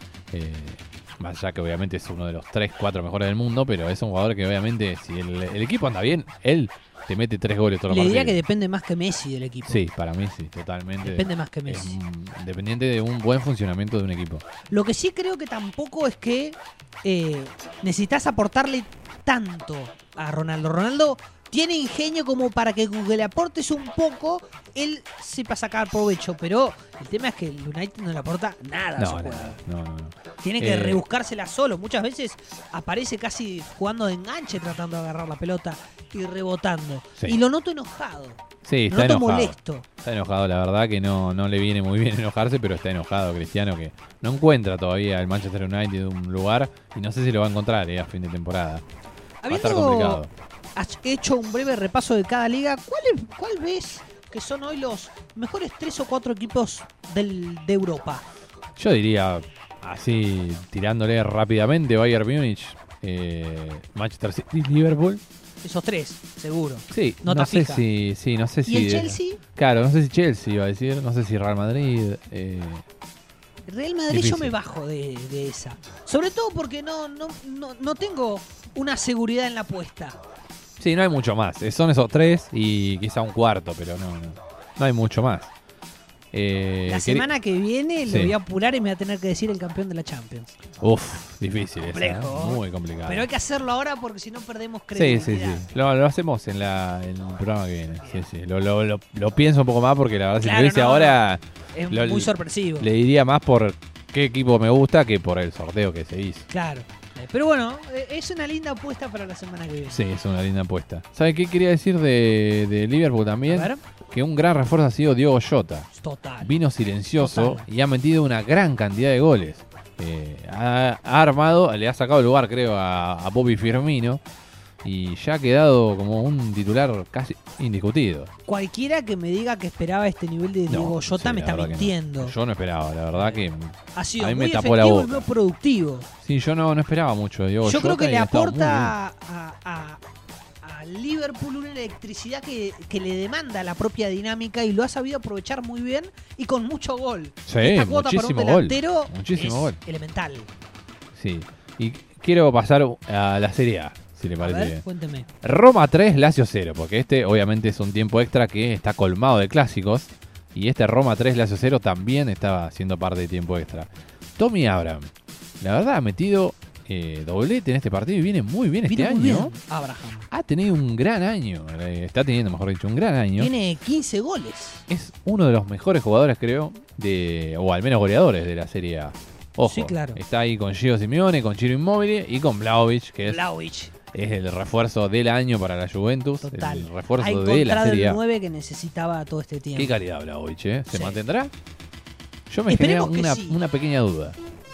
Más allá que obviamente es uno de los 3, 4 mejores del mundo, pero es un jugador que obviamente si el equipo anda bien, él te mete 3 goles todos los partidos. Le diría que depende más que Messi del equipo. Sí, para mí sí, totalmente. Depende más que Messi. Dependiente de un buen funcionamiento de un equipo. Lo que sí creo que tampoco es que necesitas aportarle tanto a Ronaldo. Ronaldo tiene ingenio como para que le aportes un poco, él sepa sacar provecho, pero el tema es que el United no le aporta nada a su juego. No. Tiene que rebuscársela solo. Muchas veces aparece casi jugando de enganche tratando de agarrar la pelota y rebotando. Sí. Y lo noto enojado. Sí, está lo noto enojado. molesto. Está enojado, la verdad que no le viene muy bien enojarse, pero está enojado Cristiano, que no encuentra todavía el Manchester United un lugar y no sé si lo va a encontrar a fin de temporada. Va a estar complicado. Has hecho un breve repaso de cada liga. ¿Cuál ves que son hoy los mejores 3 o 4 equipos de Europa? Yo diría, así tirándole rápidamente, Bayern Múnich, Manchester City, Liverpool. Esos 3, seguro. Sí, no sé si... ¿Y el Chelsea? Claro, no sé si Chelsea iba a decir, no sé si Real Madrid... Real Madrid difícil. Yo me bajo de esa. Sobre todo porque no tengo una seguridad en la apuesta. Sí, no hay mucho más. Son esos 3 y quizá un cuarto, pero no hay mucho más. La semana que viene lo voy a apurar y me voy a tener que decir el campeón de la Champions. Uf, difícil. Complejo. Muy complicado. Pero hay que hacerlo ahora porque si no perdemos credibilidad. Sí. Lo hacemos en el programa que viene. Sí. Lo pienso un poco más porque la verdad si lo dice ahora... Es muy sorpresivo. Le diría más por qué equipo me gusta que por el sorteo que se hizo. Claro. Pero bueno, es una linda apuesta para la semana que viene. Sí, es una linda apuesta. ¿Sabe qué quería decir de Liverpool también? A ver. Que un gran refuerzo ha sido Diogo Jota. Total. Vino silencioso y ha metido una gran cantidad de goles. Ha armado, le ha sacado el lugar creo a Bobby Firmino. y ya ha quedado como un titular casi indiscutido. Cualquiera que me diga que esperaba este nivel de Diego Jota me está mintiendo. No. Yo no esperaba, la verdad que ha sido a mí muy me tapó la boca. Y muy productivo. Sí, yo no esperaba mucho de Diego Jota. Yo creo que le aporta a Liverpool una electricidad que le demanda la propia dinámica y lo ha sabido aprovechar muy bien y con mucho gol. Sí, esta cuota muchísimo para un delantero muchísimo es gol. Elemental. Sí, y quiero pasar a la Serie A, si le parece bien. Cuénteme. Roma 3, Lazio 0, porque este obviamente es un tiempo extra que está colmado de clásicos y este Roma 3, Lazio 0 también estaba siendo parte de tiempo extra. Tommy Abraham, la verdad ha metido doblete en este partido y viene muy bien este año. Bien, Abraham. Ha tenido un gran año, está teniendo, mejor dicho, un gran año. Tiene 15 goles. Es uno de los mejores jugadores, creo, o al menos goleadores de la Serie A. Ojo, sí, claro. Está ahí con Gio Simeone, con Ciro Immobile y con Vlahovic, que es el refuerzo del año para la Juventus. Total. El refuerzo de la Serie A. El 9 que necesitaba todo este tiempo. Qué calidad Vlahovic, ¿eh? ¿Se mantendrá? Yo me Esperemos genera sí. una pequeña duda.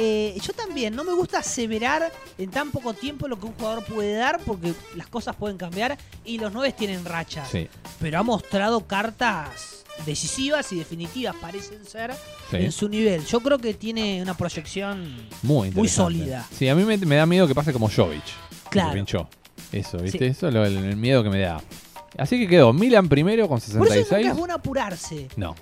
Yo también, no me gusta aseverar en tan poco tiempo lo que un jugador puede dar porque las cosas pueden cambiar y los 9 tienen rachas. Sí. Pero ha mostrado cartas decisivas y definitivas, parecen ser, Sí. en su nivel. Yo creo que tiene una proyección muy sólida. Sí, a mí me da miedo que pase como Jovic. Claro. Que pinchó. Eso, ¿viste? Sí. Eso es el miedo que me da. Así que quedó Milan primero con 66. Por eso nunca es bueno apurarse. No,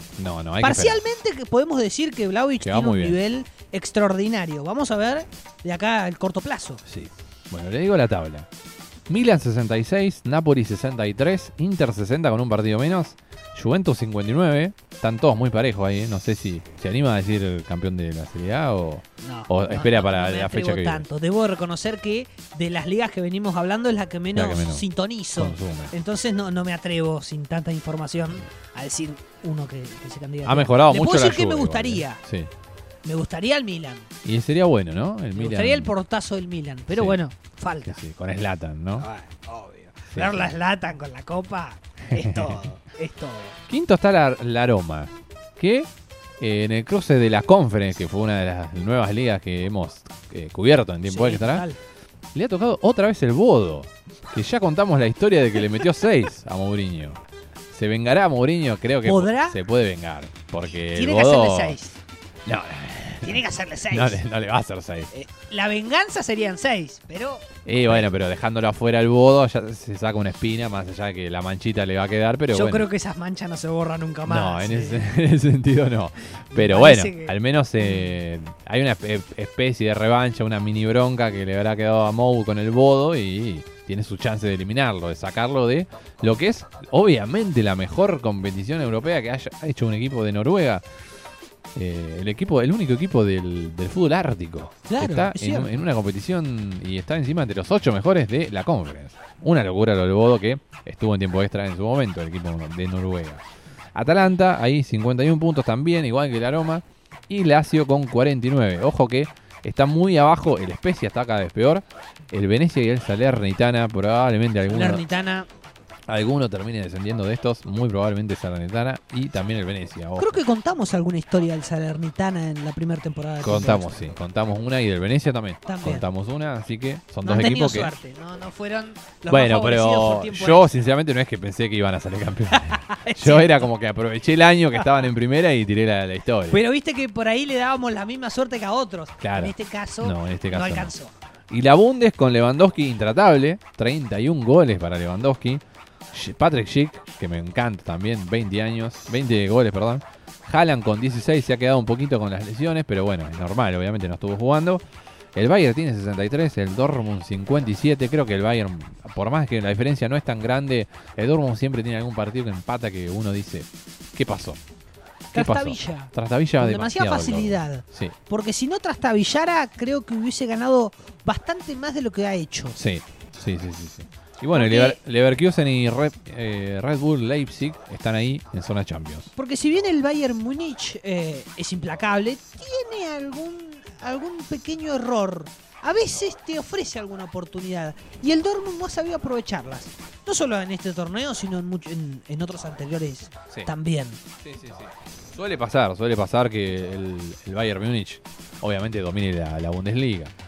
hay Parcialmente que podemos decir que Vlahovic tiene un bien. nivel extraordinario. Vamos a ver de acá al corto plazo. Sí. Bueno, le digo la tabla. Milan 66, Napoli 63, Inter 60 con un partido menos, Juventus 59. Están todos muy parejos ahí. No sé si se anima a decir el campeón de la Serie A o espera para la fecha que tanto. Debo reconocer que de las ligas que venimos hablando es la que menos sintonizo. Consume. Entonces no me atrevo sin tanta información a decir uno que se candidata. Ha mejorado Le mucho puedo la decir que Juve, me gustaría. Sí. Me gustaría el Milan. Y sería bueno, ¿no? El Me Milan. gustaría el portazo del Milan. Pero Sí. bueno, falta. Sí, con Zlatan, ¿no? Obvio. Sí, Ver sí. la Zlatan con la copa es todo. Es todo. Quinto está la Roma, que en el cruce de la Conference, que fue una de las nuevas ligas que hemos cubierto en tiempo extra, total. le ha tocado otra vez el Bodo, que ya contamos la historia de que le metió 6 a Mourinho. ¿Se vengará Mourinho? Creo que ¿Podrá? se puede vengar, porque Tiene el que Bodo... hacerle 6. No, Tiene que hacerle 6. no le va a hacer 6. La venganza serían 6, pero... Y bueno, pero dejándolo afuera el Bodo ya se saca una espina, más allá de que la manchita le va a quedar, pero Yo bueno. creo que esas manchas no se borran nunca más. No, en ese sentido no. Pero bueno, al menos hay una especie de revancha, una mini bronca que le habrá quedado a Mou con el Bodo y tiene su chance de eliminarlo, de sacarlo de lo que es obviamente la mejor competición europea que ha hecho un equipo de Noruega. El único equipo del fútbol ártico. Claro, está en una competición y está encima de los 8 mejores de la Conference. Una locura lo del Bodo, que estuvo en tiempo extra en su momento, el equipo de Noruega. Atalanta, ahí 51 puntos también, igual que la Roma. Y Lazio con 49. Ojo que está muy abajo, el Spezia está cada vez peor. El Venecia y el Salernitana, probablemente alguno termine descendiendo de estos, muy probablemente Salernitana y también el Venecia. Ojo. Creo que contamos alguna historia del Salernitana en la primera temporada. Contamos una y del Venecia también. Contamos una, así que son dos equipos que... suerte, no fueron los bueno, más favorecidos pero por tiempo yo sinceramente no es que pensé que iban a salir campeones. Yo era como que aproveché el año que estaban en primera y tiré la historia. Pero viste que por ahí le dábamos la misma suerte que a otros. Claro. En este caso no alcanzó. Y la Bundes con Lewandowski intratable, 31 goles para Lewandowski. Patrick Schick, que me encanta también, 20 goles, perdón. Haaland con 16, se ha quedado un poquito con las lesiones, pero bueno, es normal, obviamente no estuvo jugando. El Bayern tiene 63, el Dortmund 57. Creo que el Bayern, por más que la diferencia no es tan grande, el Dortmund siempre tiene algún partido que empata que uno dice, ¿qué pasó? Trastabilla con demasiada facilidad. Sí. Porque si no trastabillara, creo que hubiese ganado bastante más de lo que ha hecho. Sí. Y bueno, Leverkusen y Red Bull Leipzig están ahí en zona Champions. Porque si bien el Bayern Múnich es implacable, tiene algún pequeño error. A veces te ofrece alguna oportunidad y el Dortmund no ha sabido aprovecharlas. No solo en este torneo, sino en otros anteriores también. Sí. Suele pasar que el Bayern Múnich obviamente domine la Bundesliga.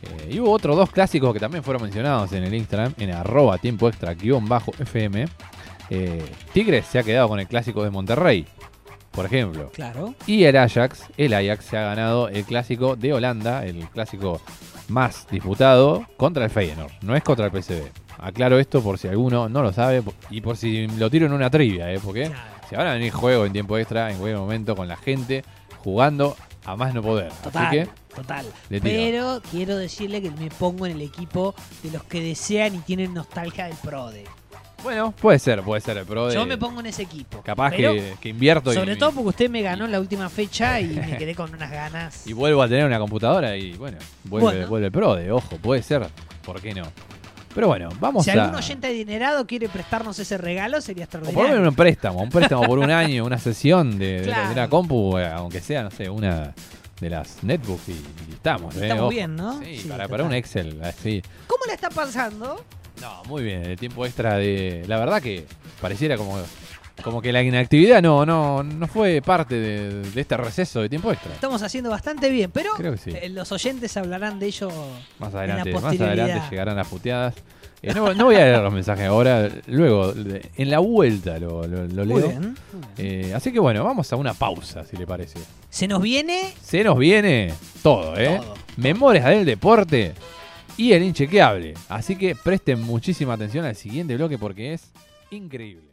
Y hubo otros 2 clásicos que también fueron mencionados en el Instagram, en @tiempoextra_fm. Tigres se ha quedado con el clásico de Monterrey, por ejemplo. Claro. Y el Ajax se ha ganado el clásico de Holanda, el clásico más disputado contra el Feyenoord, no es contra el PSV. Aclaro esto por si alguno no lo sabe y por si lo tiro en una trivia, porque se van a venir juegos en tiempo extra, en buen momento, con la gente jugando a más no poder. Total, Así que, total. le tiro. Pero quiero decirle que me pongo en el equipo de los que desean y tienen nostalgia del PRODE. Bueno, puede ser el pro de... Yo me pongo en ese equipo. Capaz pero, que invierto sobre todo porque usted me ganó en la última fecha y me quedé con unas ganas. y vuelvo a tener una computadora y bueno, vuelve el pro de, ojo, puede ser, ¿por qué no? Pero bueno, vamos si a... algún oyente adinerado quiere prestarnos ese regalo, sería O por lo extraordinario. menos un préstamo por un año, una sesión de una compu, aunque sea, no sé, una de las netbooks y estamos. Estamos ojo. bien, ¿no? Sí, para un Excel, así. ¿Cómo la está pasando? No, muy bien, el tiempo extra de... La verdad que pareciera como que la inactividad no fue parte de este receso de tiempo extra. Estamos haciendo bastante bien, pero Creo que sí. Los oyentes hablarán de ello Más en adelante, la más adelante posterioridad. llegarán las puteadas. No voy a leer los mensajes ahora, luego en la vuelta lo Muy leo. bien. Así que bueno, vamos a una pausa, si le parece. Se nos viene Se nos viene todo, Todo. Memorias del deporte y el inchequeable. Así que presten muchísima atención al siguiente bloque porque es increíble.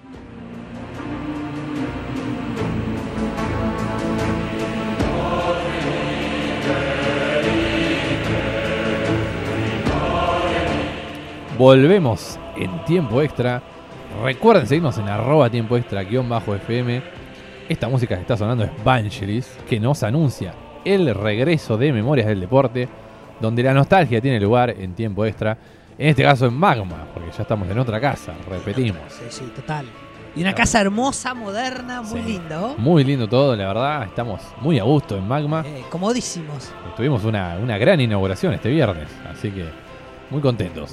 Volvemos en tiempo extra. Recuerden seguirnos en @tiempo extra_fm. Esta música que está sonando es Vangelis, que nos anuncia el regreso de Memorias del Deporte, donde la nostalgia tiene lugar en tiempo extra. En este caso en Magma, porque ya estamos en otra casa, repetimos. Sí, total. Y una casa hermosa, moderna, muy Sí. linda, ¿oh? Muy lindo todo, la verdad. Estamos muy a gusto en Magma. Comodísimos. Tuvimos una gran inauguración este viernes, así que muy contentos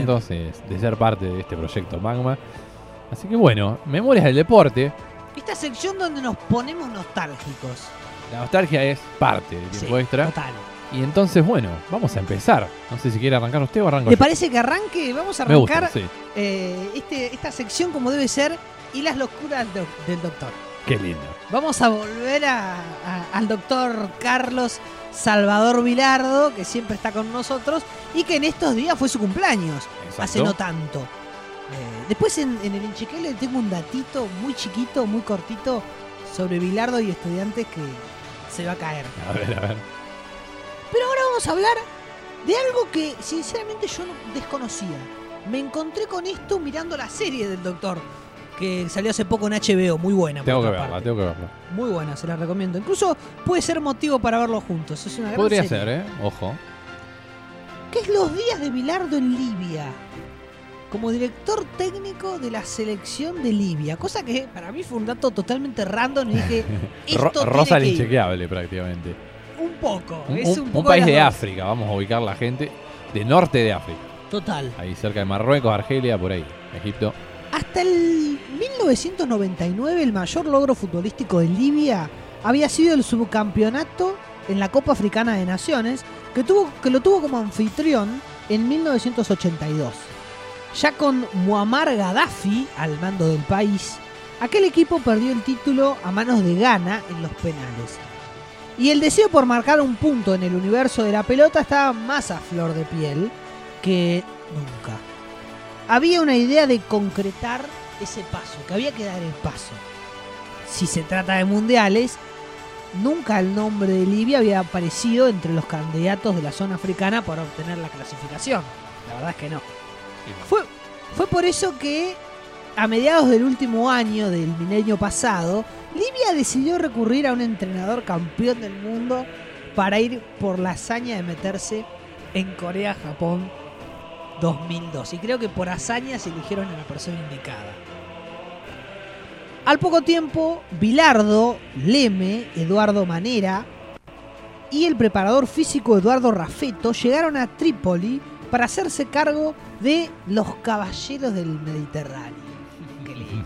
de ser parte de este proyecto Magma. Así que bueno, Memorias del Deporte. Esta sección donde nos ponemos nostálgicos. La nostalgia es parte del tiempo extra. Total. Y entonces, bueno, vamos a empezar. No sé si quiere arrancar usted o arranco ¿Le yo. parece que arranque? Vamos a Me gusta, arrancar sí. esta sección como debe ser y las locuras del doctor. Qué lindo. Vamos a volver al doctor Carlos Salvador Vilardo, que siempre está con nosotros y que en estos días fue su cumpleaños, Exacto. hace no tanto. Después en el Inchequeable tengo un datito muy chiquito, muy cortito sobre Vilardo y estudiantes que se va a caer. A ver. Pero ahora vamos a hablar de algo que sinceramente yo no desconocía. Me encontré con esto mirando la serie del doctor, que salió hace poco en HBO, muy buena. por Tengo que otra verla, parte. tengo que verla. Muy buena, se la recomiendo. Incluso puede ser motivo para verlo juntos. Es una gran Podría serie. ser, Ojo. ¿Qué es Los días de Bilardo en Libia? Como director técnico de la selección de Libia. Cosa que para mí fue un dato totalmente random y dije, esto Rosa al tiene que ir. inchequeable prácticamente. Un poco. Un, es un- un un poco país de las dos. África, vamos a ubicar la gente. De norte de África. Total. Ahí cerca de Marruecos, Argelia, por ahí. Egipto. Hasta el 1999 el mayor logro futbolístico de Libia había sido el subcampeonato en la Copa Africana de Naciones, que lo tuvo como anfitrión en 1982. Ya con Muammar Gaddafi al mando del país, aquel equipo perdió el título a manos de Ghana en los penales. Y el deseo por marcar un punto en el universo de la pelota estaba más a flor de piel que nunca. Había una idea de concretar ese paso, que había que dar el paso. Si se trata de mundiales, nunca el nombre de Libia había aparecido entre los candidatos de la zona africana para obtener la clasificación. La verdad es que no. Fue por eso que a mediados del último año del milenio pasado, Libia decidió recurrir a un entrenador campeón del mundo para ir por la hazaña de meterse en Corea-Japón 2002. Y creo que por hazaña se eligieron a la persona indicada. Al poco tiempo, Bilardo, Leme, Eduardo Manera y el preparador físico Eduardo Raffetto llegaron a Trípoli para hacerse cargo de los caballeros del Mediterráneo. Qué lindo.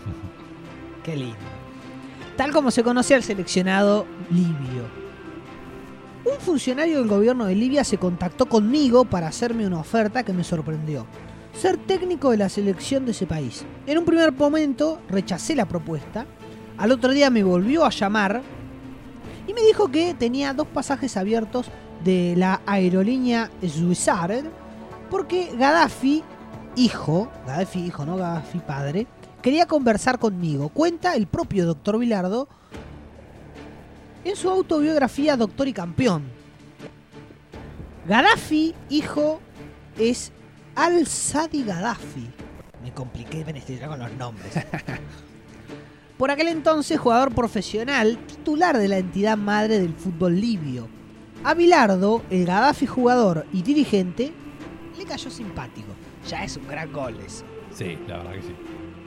Qué lindo. Tal como se conocía al seleccionado libio. Un funcionario del gobierno de Libia se contactó conmigo para hacerme una oferta que me sorprendió: ser técnico de la selección de ese país. En un primer momento rechacé la propuesta. Al otro día me volvió a llamar y me dijo que tenía 2 pasajes abiertos de la aerolínea Swissair porque Gaddafi hijo, no Gaddafi padre, quería conversar conmigo. Cuenta el propio doctor Bilardo en su autobiografía Doctor y Campeón. Gaddafi hijo es Al-Sadi Gaddafi. Me compliqué con los nombres. Por aquel entonces jugador profesional, titular de la entidad madre del fútbol libio. A Bilardo, el Gaddafi jugador y dirigente, le cayó simpático. Ya es un gran gol eso. Sí, la verdad que sí.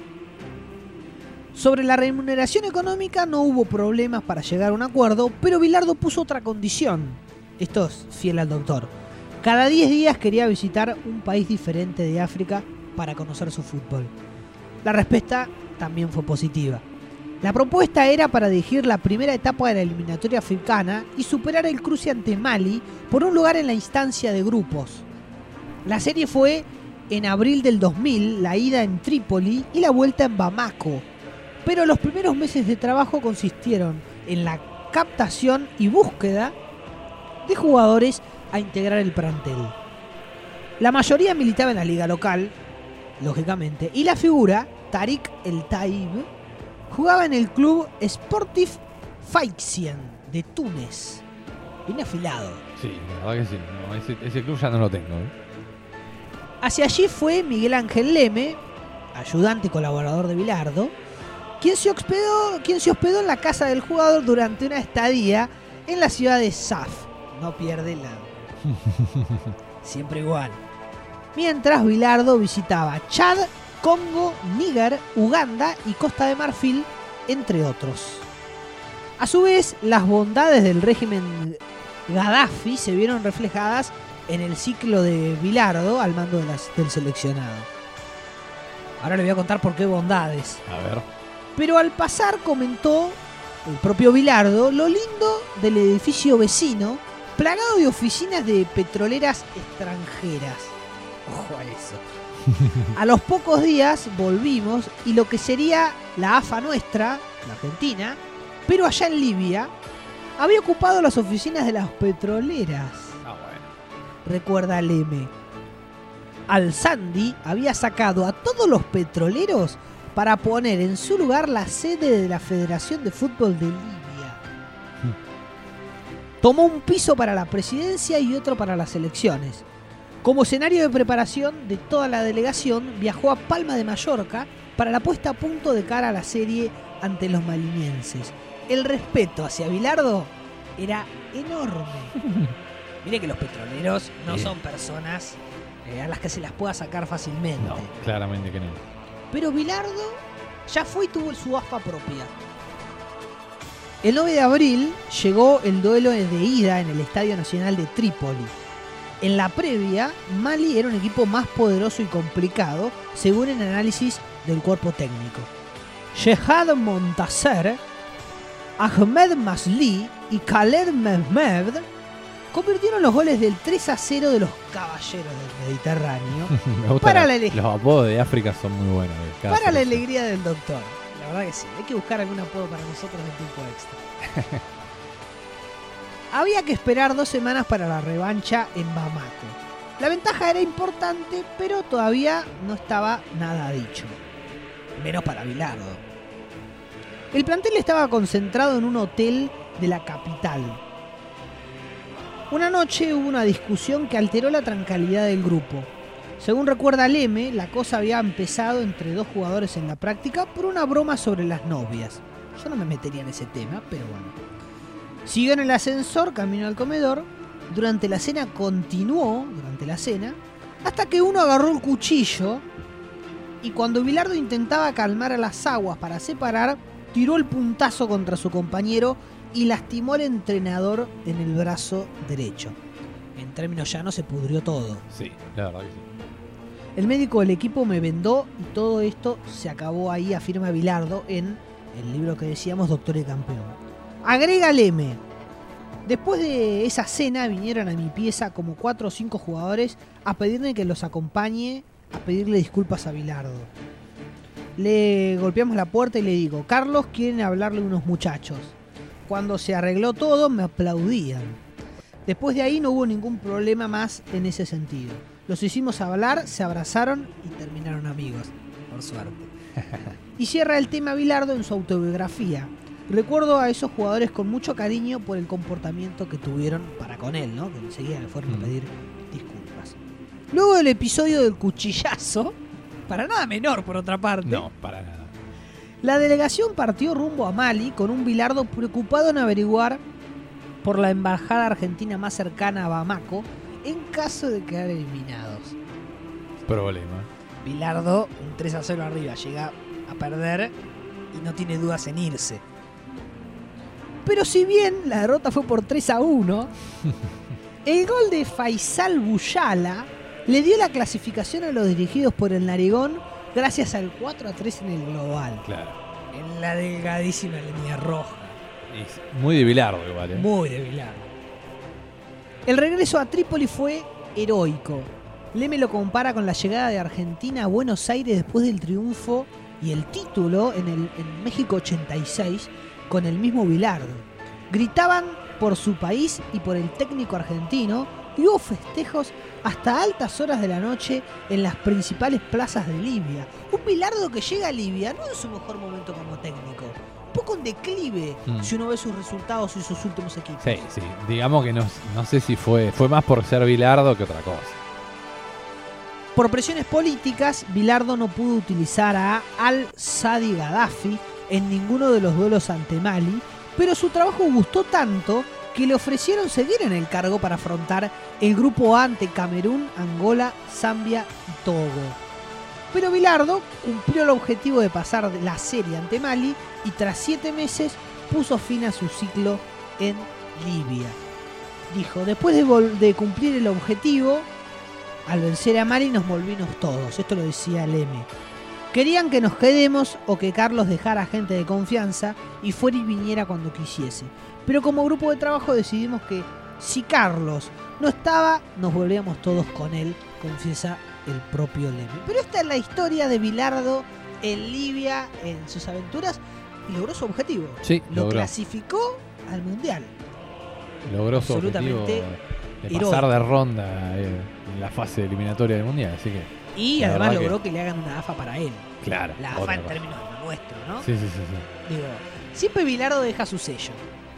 Sobre la remuneración económica no hubo problemas para llegar a un acuerdo, pero Bilardo puso otra condición. Esto es fiel al doctor. Cada 10 días quería visitar un país diferente de África para conocer su fútbol. La respuesta también fue positiva. La propuesta era para dirigir la primera etapa de la eliminatoria africana y superar el cruce ante Mali por un lugar en la instancia de grupos. La serie fue en abril del 2000, la ida en Trípoli y la vuelta en Bamako. Pero los primeros meses de trabajo consistieron en la captación y búsqueda de jugadores a integrar el plantel. La mayoría militaba en la liga local, lógicamente, y la figura, Tariq El Taib, jugaba en el club Sportif Faixian de Túnez. Bien afilado. Sí, la verdad que sí. No, ese club ya no lo tengo. Hacia allí fue Miguel Ángel Leme, ayudante y colaborador de Bilardo, quien se hospedó en la casa del jugador durante una estadía en la ciudad de Saf. No pierde la... Siempre igual. Mientras Bilardo visitaba Chad, Congo, Níger, Uganda y Costa de Marfil, entre otros. A su vez, las bondades del régimen Gaddafi se vieron reflejadas en el ciclo de Bilardo al mando del seleccionado. Ahora le voy a contar por qué bondades. A ver. Pero al pasar comentó el propio Bilardo lo lindo del edificio vecino, plagado de oficinas de petroleras extranjeras. Ojo a eso. A los pocos días volvimos y lo que sería la AFA nuestra, la Argentina, pero allá en Libia, había ocupado las oficinas de las petroleras. Ah, bueno. Recuerda Leme. Al-Sandi había sacado a todos los petroleros para poner en su lugar la sede de la Federación de Fútbol de Libia. Tomó un piso para la presidencia y otro para las elecciones. Como escenario de preparación de toda la delegación, viajó a Palma de Mallorca para la puesta a punto de cara a la serie ante los malinienses. El respeto hacia Bilardo era enorme. Mire que los petroleros no son personas a las que se las pueda sacar fácilmente. No, claramente que no. Pero Bilardo ya fue y tuvo su AFA propia. El 9 de abril llegó el duelo de ida en el Estadio Nacional de Trípoli. En la previa, Mali era un equipo más poderoso y complicado, según el análisis del cuerpo técnico. Shehad Montasser, Ahmed Masli y Khaled Mehmed convirtieron los goles del 3-0 de los caballeros del Mediterráneo. Me gusta para los apodos de África son muy buenos. Para la alegría del doctor. La verdad que sí, hay que buscar algún apodo para nosotros en tiempo extra. Había que esperar 2 semanas para la revancha en Bamako. La ventaja era importante, pero todavía no estaba nada dicho. Menos para Bilardo. El plantel estaba concentrado en un hotel de la capital. Una noche hubo una discusión que alteró la tranquilidad del grupo. Según recuerda Leme, la cosa había empezado entre 2 jugadores en la práctica por una broma sobre las novias. Yo no me metería en ese tema, pero bueno. Siguió en el ascensor, camino al comedor. Durante la cena continuó, hasta que uno agarró el cuchillo y cuando Bilardo intentaba calmar a las aguas para separar, tiró el puntazo contra su compañero y lastimó al entrenador en el brazo derecho. En términos llanos, se pudrió todo. Sí, la verdad que sí. El médico del equipo me vendó y todo esto se acabó ahí, afirma Bilardo en el libro que decíamos, Doctor y Campeón. Agrega Leme: Después de esa cena vinieron a mi pieza como 4 o 5 jugadores a pedirme que los acompañe a pedirle disculpas a Bilardo. Le golpeamos la puerta y le digo, Carlos, quieren hablarle unos muchachos. Cuando se arregló todo me aplaudían. Después de ahí no hubo ningún problema más en ese sentido. Los hicimos hablar, se abrazaron y terminaron amigos, por suerte. Y cierra el tema Bilardo en su autobiografía. Recuerdo a esos jugadores con mucho cariño por el comportamiento que tuvieron para con él, ¿no? Que enseguida le fueron a pedir disculpas. Luego del episodio del cuchillazo, para nada menor por otra parte. No, para nada. La delegación partió rumbo a Mali con un Bilardo preocupado en averiguar por la embajada argentina más cercana a Bamako en caso de quedar eliminados. Problema. Bilardo, un 3-0 arriba, llega a perder y no tiene dudas en irse. Pero si bien la derrota fue por 3-1, el gol de Faisal Buyala le dio la clasificación a los dirigidos por el Narigón gracias al 4-3 en el global. Claro. En la delgadísima línea roja. Es muy de Bilardo igual, ¿eh? Muy de Bilardo. El regreso a Trípoli fue heroico. Leme lo compara con la llegada de Argentina a Buenos Aires después del triunfo y el título en México 86 con el mismo Bilardo. Gritaban por su país y por el técnico argentino y hubo festejos hasta altas horas de la noche en las principales plazas de Libia. Un Bilardo que llega a Libia no en su mejor momento como técnico. Un poco en declive si uno ve sus resultados y sus últimos equipos. Sí, sí. Digamos que no sé si fue más por ser Bilardo que otra cosa. Por presiones políticas, Bilardo no pudo utilizar a al-Sadi Gaddafi en ninguno de los duelos ante Mali, pero su trabajo gustó tanto que le ofrecieron seguir en el cargo para afrontar el grupo A ante Camerún, Angola, Zambia y Togo. Pero Bilardo cumplió el objetivo de pasar la serie ante Mali y tras 7 meses puso fin a su ciclo en Libia. Dijo, después de cumplir el objetivo, al vencer a Mali nos volvimos todos. Esto lo decía Leme. Querían que nos quedemos o que Carlos dejara gente de confianza y fuera y viniera cuando quisiese. Pero como grupo de trabajo decidimos que si Carlos no estaba, nos volvíamos todos con él, confiesa el propio Leme. Pero esta es la historia de Bilardo en Libia, en sus aventuras, y logró su objetivo. Sí, lo logró. clasificó al Mundial. Logró su objetivo de pasar de ronda en la fase eliminatoria del Mundial, así que... Y además logró que le hagan una AFA para él. Claro. La AFA en términos de lo nuestro, ¿no? Sí. Digo, siempre Bilardo deja su sello.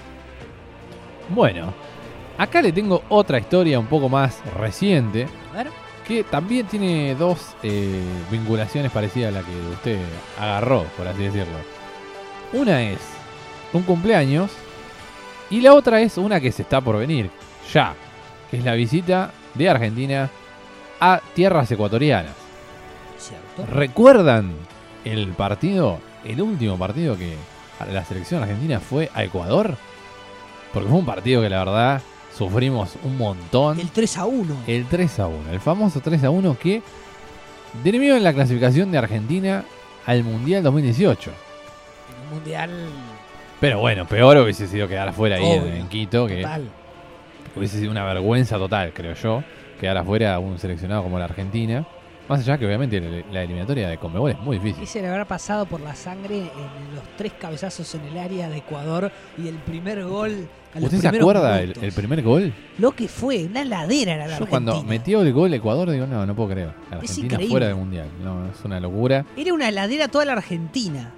Bueno, acá le tengo otra historia un poco más reciente, A ver. que también tiene dos vinculaciones parecidas a la que usted agarró, por así decirlo. Una es un cumpleaños y la otra es una que se está por venir, ya, que es la visita de Argentina a tierras ecuatorianas. Cierto. ¿Recuerdan el último partido que la selección argentina fue a Ecuador? Porque fue un partido que la verdad sufrimos un montón. El 3-1. El 3-1, el famoso 3-1 que derivó en la clasificación de Argentina al Mundial 2018. En un Mundial... Pero bueno, peor hubiese sido quedar afuera ahí Obvio. en Quito, que Total. hubiese sido una vergüenza total, creo yo, quedar afuera un seleccionado como la Argentina. Más allá que obviamente la eliminatoria de Conmebol es muy difícil. Ese le habrá pasado por la sangre en los 3 cabezazos en el área de Ecuador y el primer gol. ¿Usted se acuerda el primer gol? Lo que fue, una ladera era la Yo Argentina. cuando metió el gol Ecuador digo, no puedo creer. La Es Argentina increíble. fuera del Mundial. No, es una locura. Era una ladera toda la Argentina.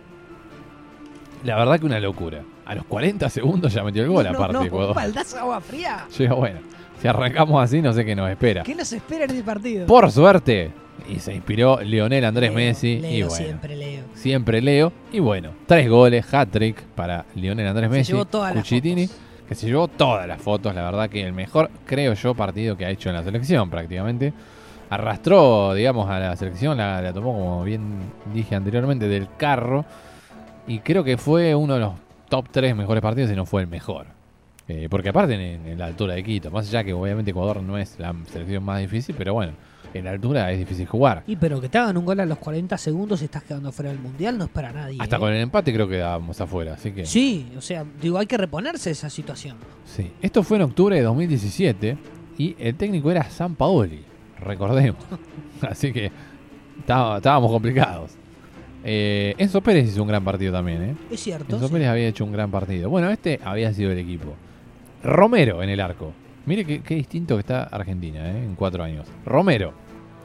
La verdad que una locura. A los 40 segundos ya metió el gol aparte de Ecuador. Un baldazo de agua fría. Yo digo, bueno, si arrancamos así no sé qué nos espera. ¿Qué nos espera en este partido? Por suerte, y se inspiró Lionel Andrés Messi. Leo, Y bueno, siempre Leo. Leo. Y bueno, 3 goles, hat-trick para Lionel Andrés Messi. llevó todas las Cuchitini, fotos. que se llevó todas las fotos. La verdad que el mejor, creo yo, partido que ha hecho en la selección prácticamente. Arrastró, digamos, a la selección, la tomó, como bien dije anteriormente, del carro. Y creo que fue uno de los top 3 mejores partidos, si no fue el mejor. Porque aparte en la altura de Quito, más allá que obviamente Ecuador no es la selección más difícil, pero bueno, en la altura es difícil jugar. Y pero que te hagan un gol a los 40 segundos y estás quedando fuera del Mundial no es para nadie. Hasta ¿eh? con el empate creo que quedábamos afuera, así que... Sí, o sea, digo, hay que reponerse de esa situación. Sí. Esto fue en octubre de 2017 y el técnico era Sampaoli, recordemos. Así que estábamos complicados. Enzo Pérez hizo un gran partido también, ¿eh? Es cierto. Enzo Sí. Pérez había hecho un gran partido. Bueno, este había sido el equipo. Romero en el arco. Mire qué distinto que está Argentina, en 4 años. Romero,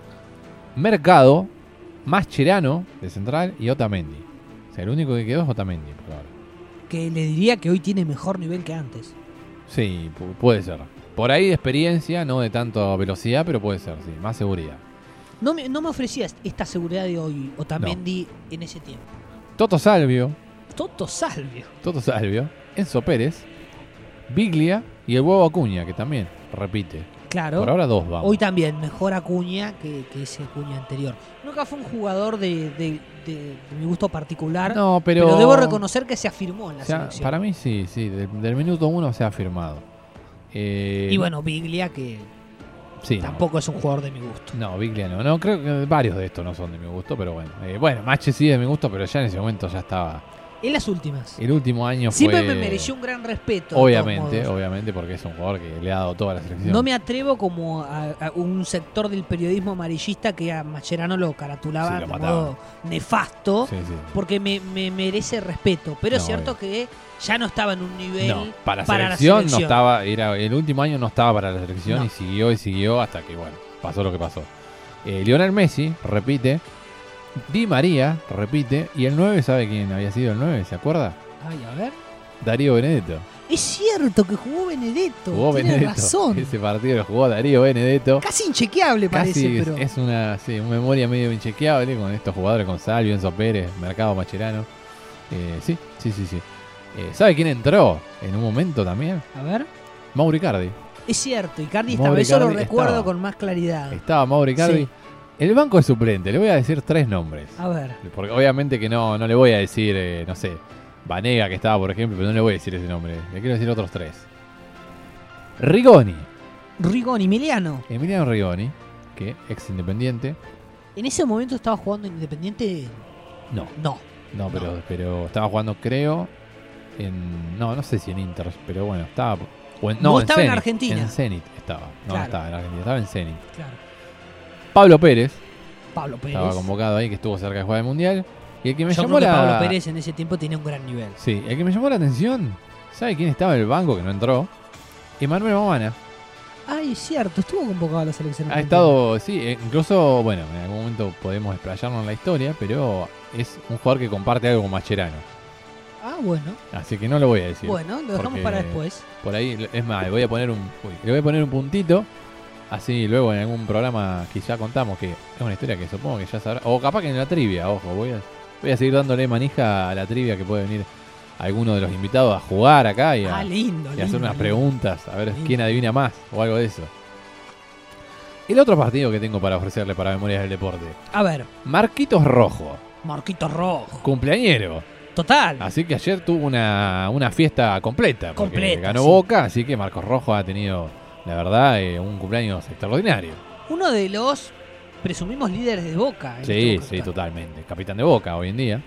Mercado, Mascherano de central y Otamendi. O sea, el único que quedó es Otamendi por ahora. Que le diría que hoy tiene mejor nivel que antes. Sí, puede ser. Por ahí de experiencia, no de tanta velocidad, pero puede ser, sí. Más seguridad. No me ofrecía esta seguridad de hoy Otamendi en ese tiempo. Toto Salvio, Toto Salvio. Enzo Pérez, Biglia y el Huevo Acuña, que también repite. Claro. Por ahora 2 vamos. Hoy también mejor Acuña que ese Acuña anterior. Nunca fue un jugador de mi gusto particular. No, pero debo reconocer que se afirmó en la selección. Para mí sí. Del minuto 1 se ha firmado. Y bueno, Biglia, que sí, tampoco es un jugador de mi gusto. No, Biglia no. No, creo que varios de estos no son de mi gusto, pero bueno. Bueno, Mache sí es de mi gusto, pero ya en ese momento ya estaba. En las últimas. El último año Siempre fue... me mereció un gran respeto. Obviamente, porque es un jugador que le ha dado toda la selección. No me atrevo como a un sector del periodismo amarillista que a Mascherano lo caratulaba de modo nefasto, porque me merece respeto. Pero es cierto que ya no estaba en un nivel para la selección. No estaba, el último año no estaba para la selección y siguió hasta que, bueno, pasó lo que pasó. Lionel Messi repite. Di María repite. Y el 9, ¿sabe quién había sido el 9? ¿Se acuerda? Ay, a ver. Darío Benedetto. Es cierto que jugó Benedetto. Tiene razón. Ese partido lo jugó Darío Benedetto. Casi inchequeable parece, pero... Es una memoria medio inchequeable con estos jugadores, con Salvio, Enzo Pérez, Mercado, Mascherano. Sí. ¿Sabe quién entró en un momento también? A ver. Mauro Icardi. Es cierto, Icardi estaba. Eso lo recuerdo con más claridad. Estaba Mauro Icardi. Sí. El banco de suplente, le voy a decir 3 nombres. A ver. Porque obviamente que no le voy a decir, no sé, Vanega que estaba, por ejemplo, pero no le voy a decir ese nombre. Le quiero decir otros 3. Rigoni, Emiliano Rigoni, que ex Independiente. ¿En ese momento estaba jugando en Independiente? No, pero estaba jugando, creo, no sé si en Inter, pero bueno, estaba... estaba en Argentina. En Zenit estaba. No estaba en Argentina, estaba en Zenit. Claro. Pablo Pérez. Estaba convocado ahí, que estuvo cerca de jugar el Mundial. Y el que me Yo llamó creo que Pablo Pérez en ese tiempo tenía un gran nivel. Sí, el que me llamó la atención, ¿sabe quién estaba en el banco que no entró? Emanuel Mamana. Ay, es cierto, estuvo convocado a la selección. Ha estado, sí, incluso, bueno, en algún momento podemos explayarnos en la historia, pero es un jugador que comparte algo con Mascherano. Ah, bueno. Así que no lo voy a decir. Bueno, lo dejamos para después. Por ahí, es más, le voy a poner un puntito. Así luego en algún programa que ya contamos, que es una historia que supongo que ya sabrá. O capaz que en la trivia, ojo, voy a seguir dándole manija a la trivia, que puede venir alguno de los invitados a jugar acá y a hacer unas preguntas, a ver quién adivina más o algo de eso. El otro partido que tengo para ofrecerle para Memorias del Deporte. A ver. Marquitos Rojo. Cumpleañero. Total. Así que ayer tuvo una fiesta completa. Porque ganó Boca, así que Marcos Rojo ha tenido, la verdad, un cumpleaños extraordinario. Uno de los, presumimos, líderes de Boca. Sí, totalmente. Capitán de Boca hoy en día.